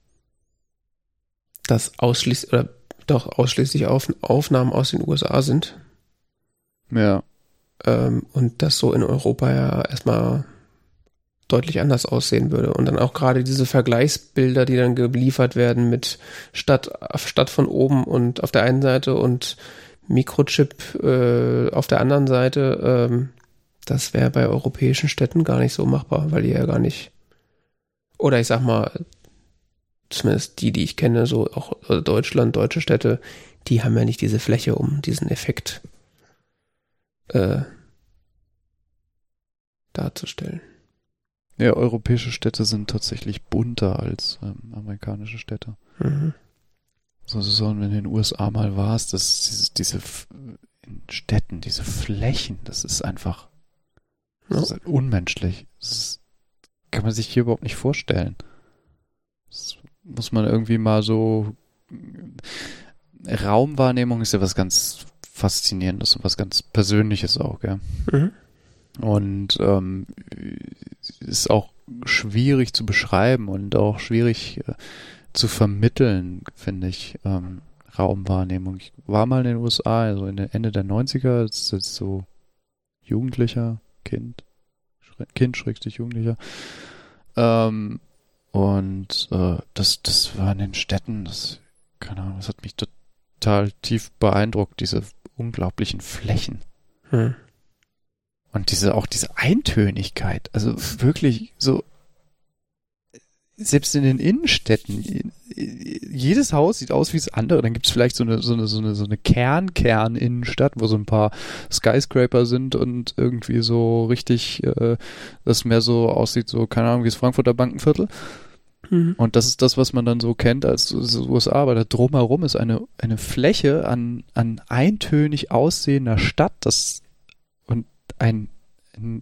das ausschließlich oder doch ausschließlich Auf, Aufnahmen aus den U S A sind Ja. ähm, und das so in Europa ja erstmal deutlich anders aussehen würde. Und dann auch gerade diese Vergleichsbilder, die dann geliefert werden mit Stadt, Stadt von oben und auf der einen Seite und Mikrochip äh, auf der anderen Seite, ähm, das wäre bei europäischen Städten gar nicht so machbar, weil die ja gar nicht, oder ich sag mal, zumindest die, die ich kenne, so auch Deutschland, deutsche Städte, die haben ja nicht diese Fläche, um diesen Effekt äh, darzustellen. Ja, europäische Städte sind tatsächlich bunter als ähm, amerikanische Städte. Mhm. So, so, wenn du in den U S A mal warst, das, diese, diese F- in Städten, diese Flächen, das ist einfach das Ja. ist halt unmenschlich. Das ist, kann man sich hier überhaupt nicht vorstellen. Das muss man irgendwie mal so. Raumwahrnehmung ist ja was ganz Faszinierendes und was ganz Persönliches auch, gell? Mhm. Und ähm, ist auch schwierig zu beschreiben und auch schwierig äh, zu vermitteln, finde ich, ähm, Raumwahrnehmung. Ich war mal in den U S A, also in den Ende der neunziger, das ist jetzt so Jugendlicher, Kind, Schre- Kind, Schrägstrich Jugendlicher. Ähm, und äh, das, das war in den Städten, das, keine Ahnung, das hat mich total tief beeindruckt, diese unglaublichen Flächen. Hm. Und diese, auch diese Eintönigkeit, also wirklich so, selbst in den Innenstädten, jedes Haus sieht aus wie das andere. Dann gibt es vielleicht so eine, so eine, so eine, so eine Kern-Kern-Innenstadt, wo so ein paar Skyscraper sind und irgendwie so richtig, äh, das mehr so aussieht, so, keine Ahnung, wie das Frankfurter Bankenviertel. Mhm. Und das ist das, was man dann so kennt als U S A, aber da drumherum ist eine, eine Fläche an, an eintönig aussehender Stadt, das, und ein, ein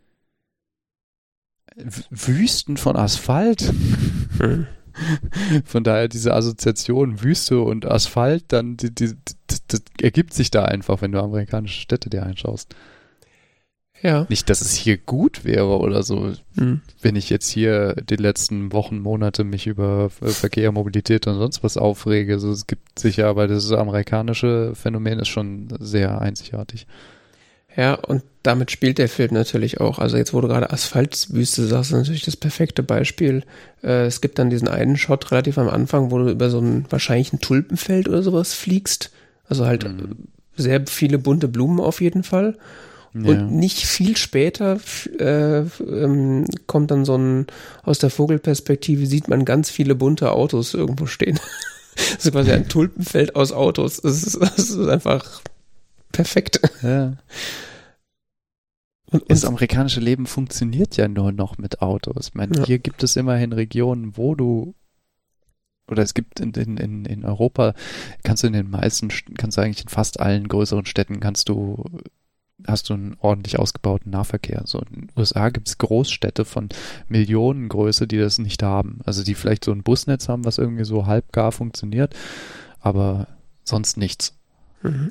Wüsten von Asphalt. Mhm. Von daher diese Assoziation Wüste und Asphalt, dann die, die, die, das ergibt sich da einfach, wenn du amerikanische Städte dir anschaust. Ja. Nicht, dass es hier gut wäre oder so. Mhm. Wenn ich jetzt hier die letzten Wochen, Monate mich über Verkehr, Mobilität und sonst was aufrege. Also es gibt sicher, aber das amerikanische Phänomen ist schon sehr einzigartig. Ja, und damit spielt der Film natürlich auch. Also jetzt, wo du gerade Asphaltwüste sagst, ist natürlich das perfekte Beispiel. Äh, es gibt dann diesen einen Shot relativ am Anfang, wo du über so ein wahrscheinlich ein Tulpenfeld oder sowas fliegst. Also halt mhm. sehr viele bunte Blumen auf jeden Fall. Ja. Und nicht viel später äh, ähm, kommt dann so ein, aus der Vogelperspektive sieht man ganz viele bunte Autos irgendwo stehen. Das ist quasi ein Tulpenfeld aus Autos. Das ist, das ist einfach perfekt. Ja. Und, und das amerikanische Leben funktioniert ja nur noch mit Autos. Ich meine, ja. Hier gibt es immerhin Regionen, wo du, oder es gibt in, in, in Europa, kannst du in den meisten, kannst du eigentlich in fast allen größeren Städten, kannst du, hast du einen ordentlich ausgebauten Nahverkehr. So in den U S A gibt es Großstädte von Millionengröße, die das nicht haben. Also die vielleicht so ein Busnetz haben, was irgendwie so halbgar funktioniert, aber sonst nichts. Mhm.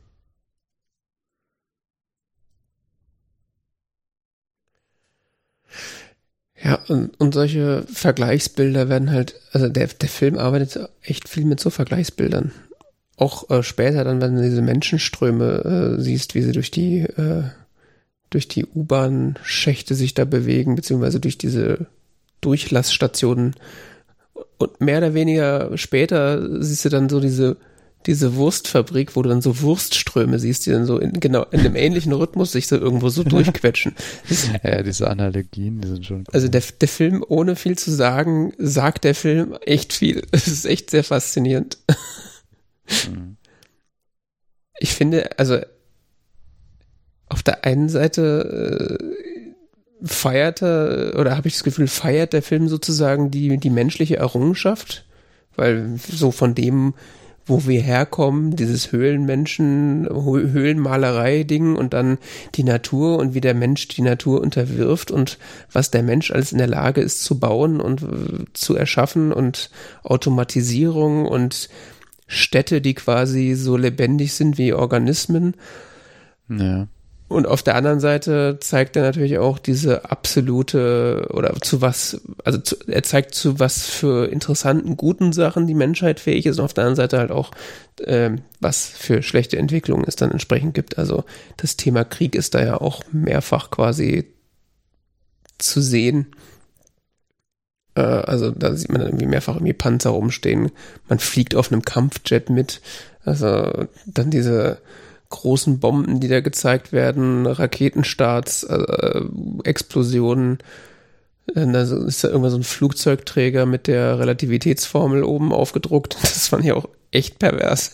Ja, und, und solche Vergleichsbilder werden halt, also der, der Film arbeitet echt viel mit so Vergleichsbildern. Auch äh, später dann, wenn du diese Menschenströme äh, siehst, wie sie durch die, äh, durch die U-Bahn-Schächte sich da bewegen, beziehungsweise durch diese Durchlassstationen. Und mehr oder weniger später siehst du dann so diese diese Wurstfabrik, wo du dann so Wurstströme siehst, die dann so in genau in einem ähnlichen Rhythmus sich so irgendwo so durchquetschen. Ja, diese Analogien, die sind schon cool. Also der, der Film, ohne viel zu sagen, sagt der Film echt viel. Es ist echt sehr faszinierend. Mhm. Ich finde, also auf der einen Seite äh, feiert er, oder habe ich das Gefühl, feiert der Film sozusagen die, die menschliche Errungenschaft, weil so von dem, wo wir herkommen, dieses Höhlenmenschen, Höhlenmalerei-Ding und dann die Natur und wie der Mensch die Natur unterwirft und was der Mensch alles in der Lage ist zu bauen und äh, zu erschaffen und Automatisierung und Städte, die quasi so lebendig sind wie Organismen. Ja. Und auf der anderen Seite zeigt er natürlich auch diese absolute, oder zu was, also zu, er zeigt zu was für interessanten, guten Sachen die Menschheit fähig ist und auf der anderen Seite halt auch, äh, was für schlechte Entwicklungen es dann entsprechend gibt. Also das Thema Krieg ist da ja auch mehrfach quasi zu sehen. Äh, also da sieht man dann irgendwie mehrfach irgendwie Panzer rumstehen. Man fliegt auf einem Kampfjet mit. Also dann diese großen Bomben, die da gezeigt werden, Raketenstarts, äh, Explosionen. Äh, da ist da irgendwann so ein Flugzeugträger mit der Relativitätsformel oben aufgedruckt. Das fand ich auch echt pervers.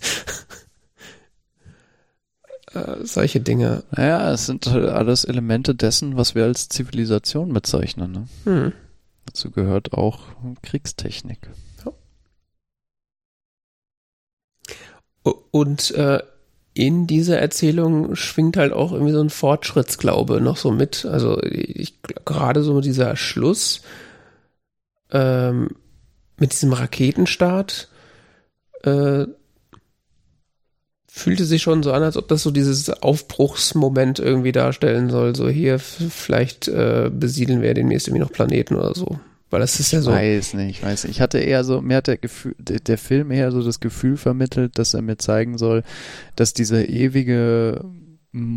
äh, solche Dinge. Naja, es sind halt alles Elemente dessen, was wir als Zivilisation bezeichnen. Ne? Hm. Dazu gehört auch Kriegstechnik. Ja. Und äh, in dieser Erzählung schwingt halt auch irgendwie so ein Fortschrittsglaube noch so mit. Also ich gerade so dieser Schluss ähm, mit diesem Raketenstart äh, fühlte sich schon so an, als ob das so dieses Aufbruchsmoment irgendwie darstellen soll. So hier, vielleicht äh, besiedeln wir demnächst irgendwie noch Planeten oder so. Weil das ist ja so. Ich weiß nicht, ich weiß nicht. Ich hatte eher so, mir hat der Gefühl, der, der Film eher so das Gefühl vermittelt, dass er mir zeigen soll, dass dieser ewige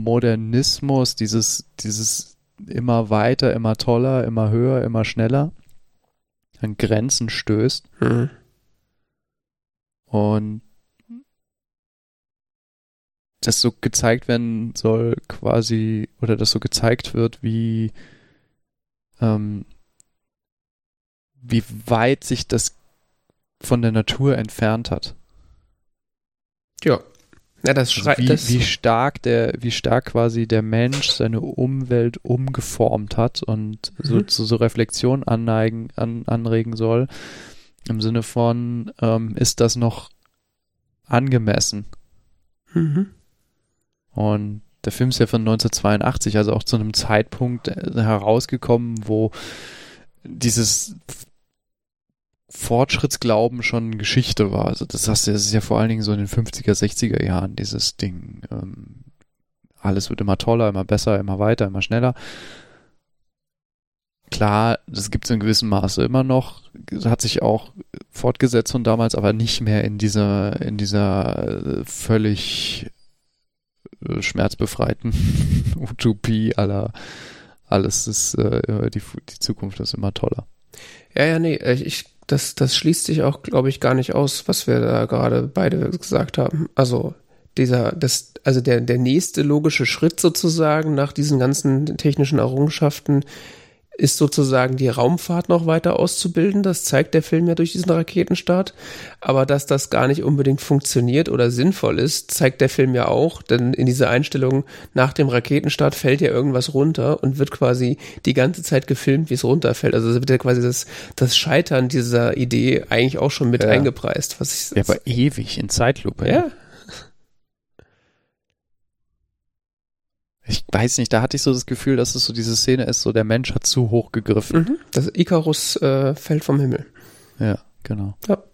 Modernismus, dieses, dieses immer weiter, immer toller, immer höher, immer schneller, an Grenzen stößt. Mhm. Und das so gezeigt werden soll quasi, oder das so gezeigt wird, wie ähm, wie weit sich das von der Natur entfernt hat. Ja. Ja, das Also schreit. wie, Das, wie stark der, wie stark quasi der Mensch seine Umwelt umgeformt hat und Mhm. so zu so Reflexion anneigen, an, anregen soll. Im Sinne von, ähm, ist das noch angemessen? mhm. Und der Film ist ja von neunzehnhundertzweiundachtzig, also auch zu einem Zeitpunkt äh, herausgekommen, wo dieses Fortschrittsglauben schon Geschichte war. Also das, hast du, das ist ja vor allen Dingen so in den fünfziger, sechziger Jahren dieses Ding. Ähm, alles wird immer toller, immer besser, immer weiter, immer schneller. Klar, das gibt es in gewissem Maße immer noch, hat sich auch fortgesetzt von damals, aber nicht mehr in dieser, in dieser äh, völlig äh, schmerzbefreiten Utopie aller alles ist, äh, die, die Zukunft ist immer toller. Ja, ja, nee, ich, das, das schließt sich auch, glaube ich, gar nicht aus, was wir da gerade beide gesagt haben. Also dieser, das, also der, der nächste logische Schritt sozusagen nach diesen ganzen technischen Errungenschaften ist sozusagen die Raumfahrt noch weiter auszubilden. Das zeigt der Film ja durch diesen Raketenstart. Aber dass das gar nicht unbedingt funktioniert oder sinnvoll ist, zeigt der Film ja auch. Denn in dieser Einstellung nach dem Raketenstart fällt ja irgendwas runter und wird quasi die ganze Zeit gefilmt, wie es runterfällt. Also es wird ja quasi das, das Scheitern dieser Idee eigentlich auch schon mit Ja. eingepreist. Was ich, Ja, aber ewig in Zeitlupe. ja. Ich weiß nicht, da hatte ich so das Gefühl, dass es so diese Szene ist, so der Mensch hat zu hoch gegriffen. Mhm. Das Icarus äh, fällt vom Himmel. Ja, genau. Ja.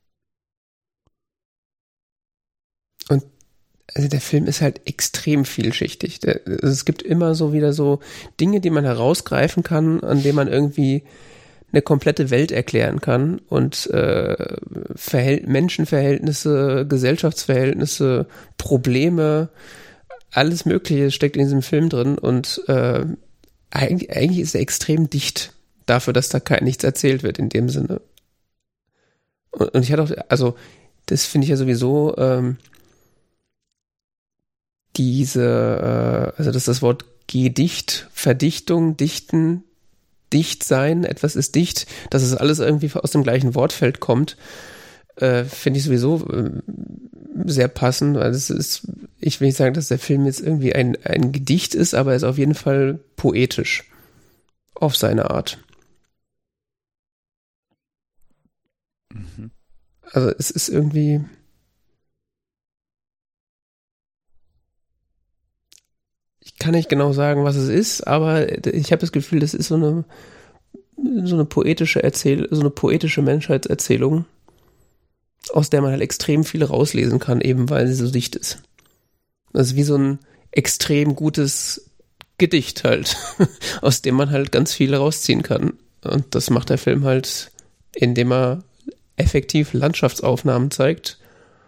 Und also der Film ist halt extrem vielschichtig. Der, also es gibt immer so wieder so Dinge, die man herausgreifen kann, an denen man irgendwie eine komplette Welt erklären kann und äh, Verhält- Menschenverhältnisse, Gesellschaftsverhältnisse, Probleme, alles Mögliche steckt in diesem Film drin und äh, eigentlich, eigentlich ist er extrem dicht dafür, dass da kein, nichts erzählt wird in dem Sinne. Und, und ich hatte auch, also das finde ich ja sowieso ähm, diese, äh, also das ist das Wort Gedicht, Verdichtung, Dichten, Dichtsein, etwas ist dicht, dass es alles irgendwie aus dem gleichen Wortfeld kommt, äh, finde ich sowieso äh, sehr passend, weil es ist, ich will nicht sagen, dass der Film jetzt irgendwie ein, ein Gedicht ist, aber er ist auf jeden Fall poetisch. Auf seine Art. Mhm. Also es ist irgendwie, ich kann nicht genau sagen, was es ist, aber ich habe das Gefühl, das ist so eine so eine poetische Erzähl so eine poetische Menschheitserzählung, aus der man halt extrem viel rauslesen kann, eben weil sie so dicht ist. Das ist wie so ein extrem gutes Gedicht halt, aus dem man halt ganz viel rausziehen kann. Und das macht der Film halt, indem er effektiv Landschaftsaufnahmen zeigt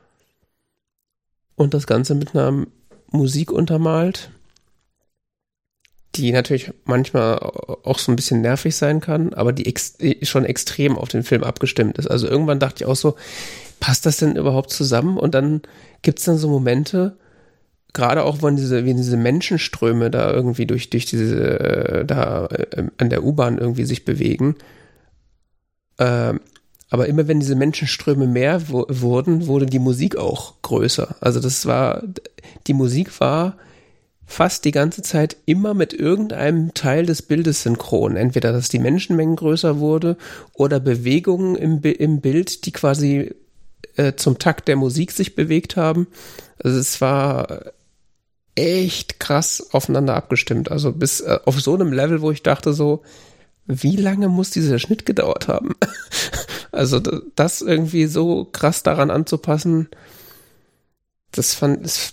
und das Ganze mit einer Musik untermalt, die natürlich manchmal auch so ein bisschen nervig sein kann, aber die ex- schon extrem auf den Film abgestimmt ist. Also irgendwann dachte ich auch so, passt das denn überhaupt zusammen? Und dann gibt es dann so Momente, gerade auch, wenn diese, wenn diese Menschenströme da irgendwie durch, durch diese, äh, da äh, an der U-Bahn irgendwie sich bewegen. Äh, aber immer wenn diese Menschenströme mehr wo, wurden, wurde die Musik auch größer. Also das war, die Musik war fast die ganze Zeit immer mit irgendeinem Teil des Bildes synchron. Entweder, dass die Menschenmengen größer wurde oder Bewegungen im, im Bild, die quasi äh, zum Takt der Musik sich bewegt haben. Also es war echt krass aufeinander abgestimmt. Also bis äh, auf so einem Level, wo ich dachte so, wie lange muss dieser Schnitt gedauert haben? Also das irgendwie so krass daran anzupassen, das fand ich,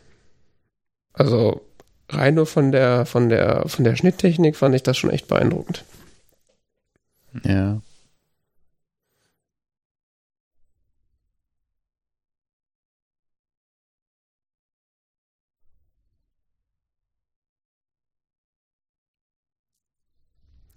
also rein nur von der von der von der Schnitttechnik fand ich das schon echt beeindruckend. Ja.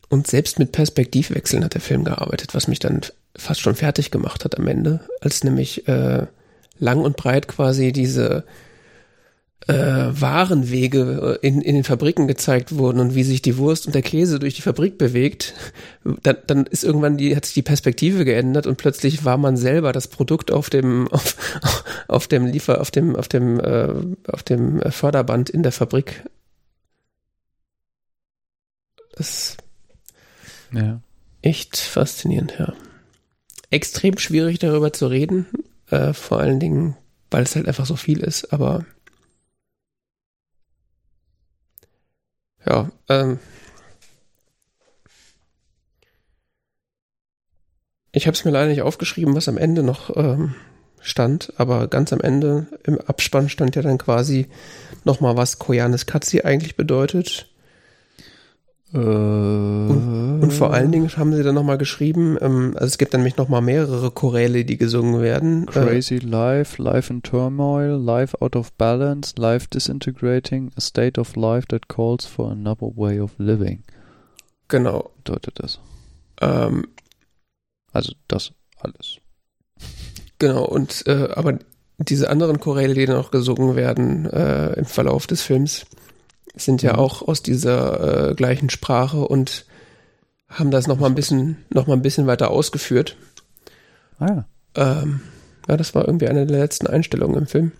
Und selbst mit Perspektivwechseln hat der Film gearbeitet, was mich dann fast schon fertig gemacht hat am Ende, als nämlich äh, lang und breit quasi diese äh, Warenwege in, in den Fabriken gezeigt wurden und wie sich die Wurst und der Käse durch die Fabrik bewegt. Dann, dann ist irgendwann die, hat sich die Perspektive geändert und plötzlich war man selber das Produkt auf dem auf, auf dem Liefer auf dem auf dem äh, auf dem Förderband in der Fabrik. Das Ja. echt faszinierend, ja. Extrem schwierig darüber zu reden, äh, vor allen Dingen, weil es halt einfach so viel ist, aber ja, ähm, ich habe es mir leider nicht aufgeschrieben, was am Ende noch ähm, stand, aber ganz am Ende im Abspann stand ja dann quasi nochmal, was Koyanis Katsi eigentlich bedeutet. Äh, Und, und vor allen Dingen haben sie dann nochmal geschrieben, ähm, also es gibt dann nämlich nochmal mehrere Choräle, die gesungen werden. Crazy Life, Life in Turmoil, Life Out of Balance, Life Disintegrating, a state of life that calls for another way of living. Genau. Bedeutet das. Ähm, Also das alles. genau, und äh, aber diese anderen Choräle, die dann auch gesungen werden äh, im Verlauf des Films, sind ja Mhm. auch aus dieser äh, gleichen Sprache und haben das nochmal ein bisschen, noch mal ein bisschen weiter ausgeführt. Ah ja. Ähm, ja, das war irgendwie eine der letzten Einstellungen im Film.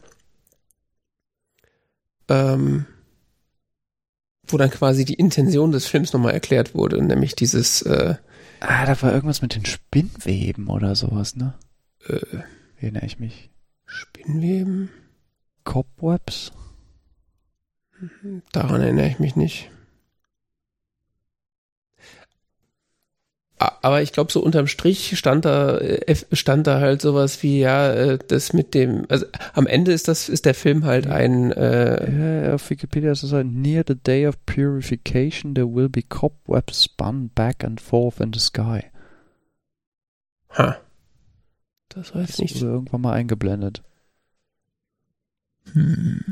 Ähm, wo dann quasi die Intention des Films nochmal erklärt wurde, nämlich dieses äh, Ah, da war irgendwas mit den Spinnweben oder sowas, ne? äh, Erinnere ich mich. Spinnweben. Cobwebs? Daran erinnere ich mich nicht. A- Aber ich glaube, so unterm Strich stand da, äh, stand da halt sowas wie, ja, äh, das mit dem, also am Ende ist das, ist der Film halt ein, äh, Ja, auf Wikipedia ist es halt, near the day of purification there will be cobwebs spun back and forth in the sky. ha. Das war Das jetzt nicht wurde irgendwann mal eingeblendet. Hm.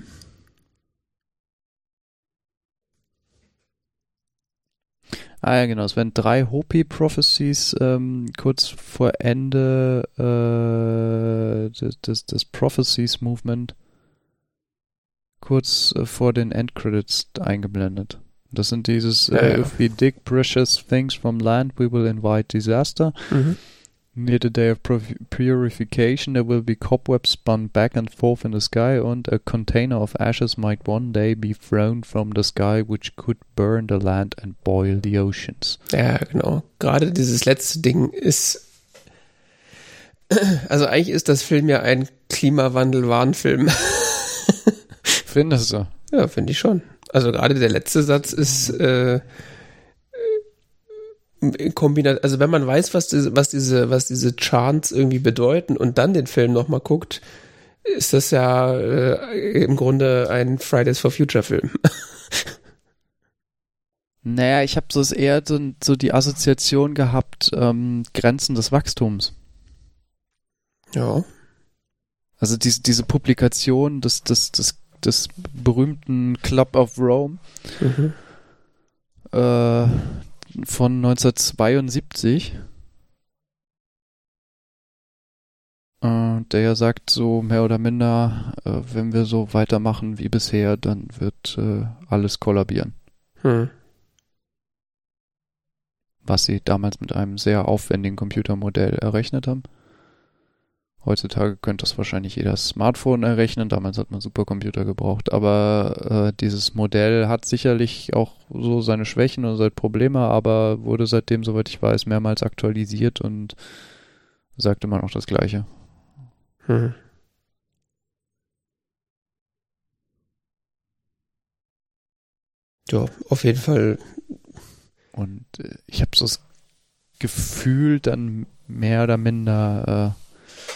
Ah ja, genau. Es werden drei Hopi-Prophecies ähm, kurz vor Ende äh, des, des, des Prophecies-Movement kurz äh, vor den Endcredits eingeblendet. Das sind dieses Ja, äh, ja. If we dig precious things from land, we will invite disaster. Mhm. Near the day of purif- purification, there will be cobwebs spun back and forth in the sky, and a container of ashes might one day be thrown from the sky, which could burn the land and boil the oceans. Ja, genau. Gerade dieses letzte Ding ist, also eigentlich ist das Film ja ein Klimawandel-Warnfilm. Findest du? Ja, finde ich schon. Also gerade der letzte Satz ist äh, kombiniert, also wenn man weiß, was diese, was diese, was diese Chants irgendwie bedeuten und dann den Film nochmal guckt, ist das ja äh, im Grunde ein Fridays for Future Film. Naja, ich habe so eher so, so die Assoziation gehabt, ähm, Grenzen des Wachstums. Ja. Also diese, diese Publikation des, des, des, des berühmten Club of Rome Mhm. äh, von neunzehnhundertzweiundsiebzig, äh, der ja sagt, so mehr oder minder, äh, wenn wir so weitermachen wie bisher, dann wird äh, alles kollabieren. Hm. Was sie damals mit einem sehr aufwendigen Computermodell errechnet haben. Heutzutage könnte das wahrscheinlich jeder Smartphone errechnen. Damals hat man Supercomputer gebraucht. Aber äh, dieses Modell hat sicherlich auch so seine Schwächen und seine Probleme, aber wurde seitdem, soweit ich weiß, mehrmals aktualisiert und sagt immer noch das Gleiche. Hm. Ja, auf jeden Fall. Und äh, ich habe so das Gefühl, dann mehr oder minder äh,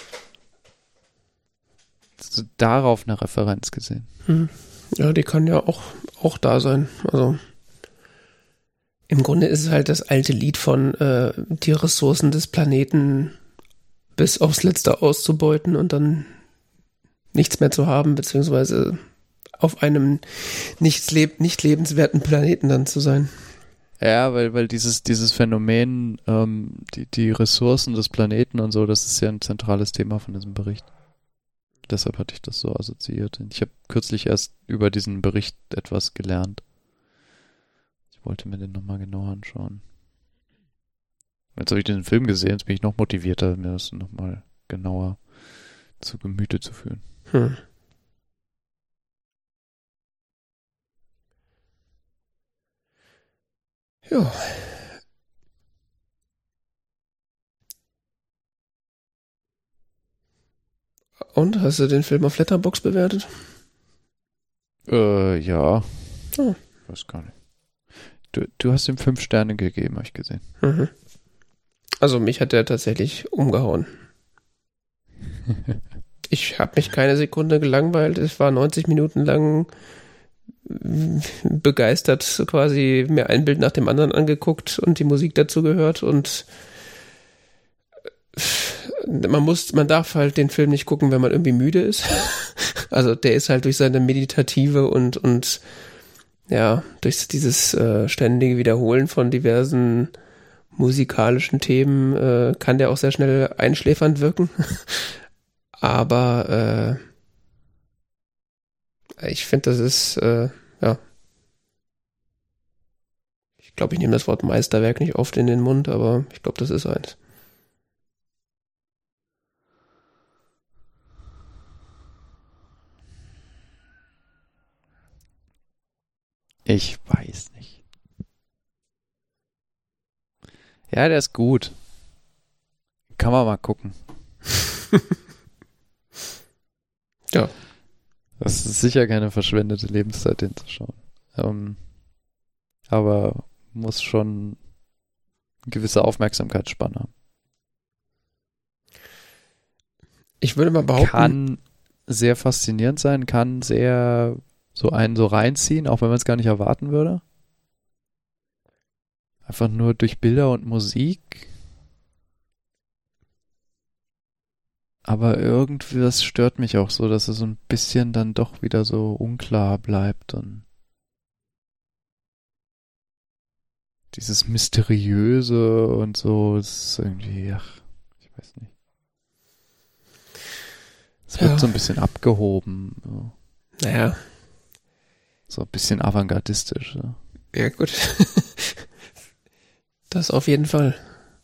so darauf eine Referenz gesehen. Hm. Ja, die kann ja auch, auch da sein. Also im Grunde ist es halt das alte Lied von äh, die Ressourcen des Planeten bis aufs Letzte auszubeuten und dann nichts mehr zu haben, beziehungsweise auf einem nichts leb- nicht lebenswerten Planeten dann zu sein. Ja, weil, weil dieses, dieses Phänomen, ähm, die, die Ressourcen des Planeten und so, das ist ja ein zentrales Thema von diesem Bericht. Deshalb hatte ich das so assoziiert. Ich habe kürzlich erst über diesen Bericht etwas gelernt. Ich wollte mir den nochmal genauer anschauen. Jetzt habe ich den Film gesehen, jetzt bin ich noch motivierter, mir das nochmal genauer zu Gemüte zu führen. Hm. Ja. Und, hast du den Film auf Letterboxd bewertet? Äh, ja. Oh. Weiß gar nicht. Du, du hast ihm fünf Sterne gegeben, habe ich gesehen. Mhm. Also mich hat der tatsächlich umgehauen. Ich habe mich keine Sekunde gelangweilt. Es war neunzig Minuten lang begeistert, quasi mir ein Bild nach dem anderen angeguckt und die Musik dazu gehört und man muss, man darf halt den Film nicht gucken, wenn man irgendwie müde ist. Also der ist halt durch seine meditative und und ja, durch dieses äh, ständige Wiederholen von diversen musikalischen Themen äh, kann der auch sehr schnell einschläfernd wirken. Aber äh, ich finde, das ist äh, ja. Ich glaube, ich nehme das Wort Meisterwerk nicht oft in den Mund, aber ich glaube, das ist eins. Ich weiß nicht. Ja, der ist gut. Kann man mal gucken. Ja. Das ist sicher keine verschwendete Lebenszeit, den zu schauen. Ähm, aber muss schon eine gewisse Aufmerksamkeitsspanne haben. Ich würde mal behaupten... Kann sehr faszinierend sein, kann sehr so einen so reinziehen, auch wenn man es gar nicht erwarten würde. Einfach nur durch Bilder und Musik. Aber irgendwie, das stört mich auch so, dass es so ein bisschen dann doch wieder so unklar bleibt und dieses Mysteriöse und so, ist irgendwie, ach, ich weiß nicht. Es wird Ja. so ein bisschen abgehoben. So. Naja. So ein bisschen avantgardistisch. So. Ja, gut. Das auf jeden Fall.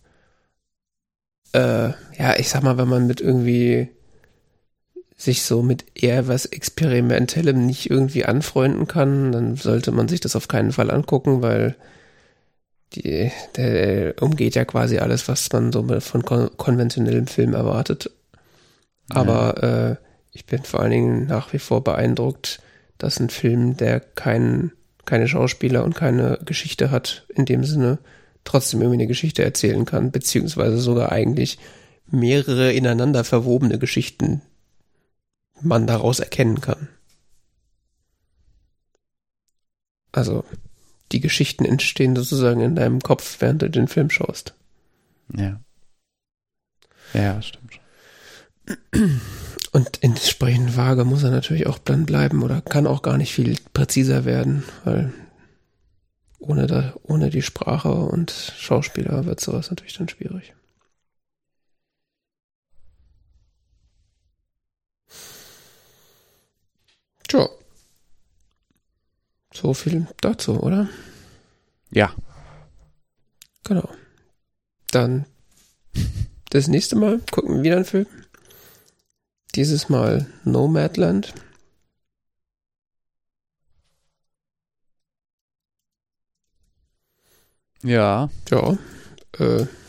Äh, ja, ich sag mal, wenn man mit irgendwie sich so mit eher was Experimentellem nicht irgendwie anfreunden kann, dann sollte man sich das auf keinen Fall angucken, weil die, der umgeht ja quasi alles, was man so von kon- konventionellem Film erwartet. Aber ja. äh, ich bin vor allen Dingen nach wie vor beeindruckt, dass ein Film, der kein, keine Schauspieler und keine Geschichte hat, in dem Sinne trotzdem irgendwie eine Geschichte erzählen kann, beziehungsweise sogar eigentlich mehrere ineinander verwobene Geschichten man daraus erkennen kann. Also die Geschichten entstehen sozusagen in deinem Kopf, während du den Film schaust. Ja. Ja, stimmt schon. Und entsprechend vage muss er natürlich auch dann bleiben oder kann auch gar nicht viel präziser werden, weil ohne, da, ohne die Sprache und Schauspieler wird sowas natürlich dann schwierig. Tja. So viel dazu, oder? Ja. Genau. Dann das nächste Mal gucken wir wieder einen Film. Dieses Mal Nomadland. Ja. Ja. Äh. Ein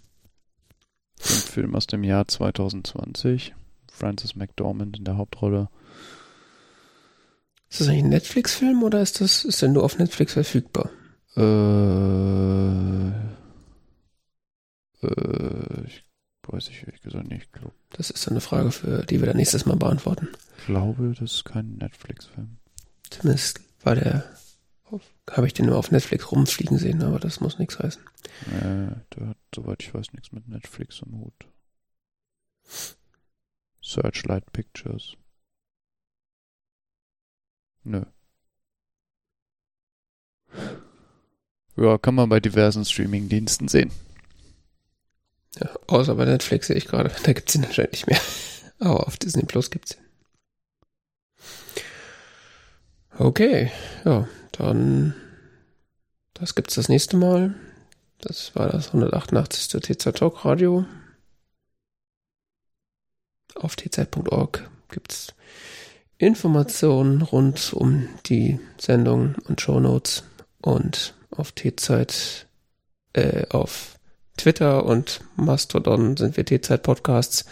Film aus dem Jahr zwanzig zwanzig. Frances McDormand in der Hauptrolle. Ist das eigentlich ein Netflix-Film oder ist das ist der nur auf Netflix verfügbar? Äh, äh, ich weiß ich ehrlich gesagt nicht. Ich glaub, das ist eine Frage, für die wir dann nächstes Mal beantworten. Ich glaube, das ist kein Netflix-Film. Zumindest war der, habe ich den nur auf Netflix rumfliegen sehen, aber das muss nichts heißen. Äh, der hat, soweit ich weiß, nichts mit Netflix am Hut. Searchlight Pictures. Nö. Ja, kann man bei diversen Streaming-Diensten sehen. Ja, außer bei Netflix sehe ich gerade. Da gibt es ihn anscheinend nicht mehr. Aber auf Disney Plus gibt es ihn. Okay, ja, dann das gibt's das nächste Mal. Das war das hundertachtundachtzigste T Z Talk Radio. Auf t z punkt org gibt's Informationen rund um die Sendung und Shownotes. Und auf T-Zeit, äh, auf Twitter und Mastodon sind wir T-Zeit Podcasts.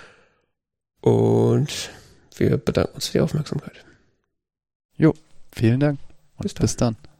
Und wir bedanken uns für die Aufmerksamkeit. Jo, vielen Dank und bis dann. Bis dann.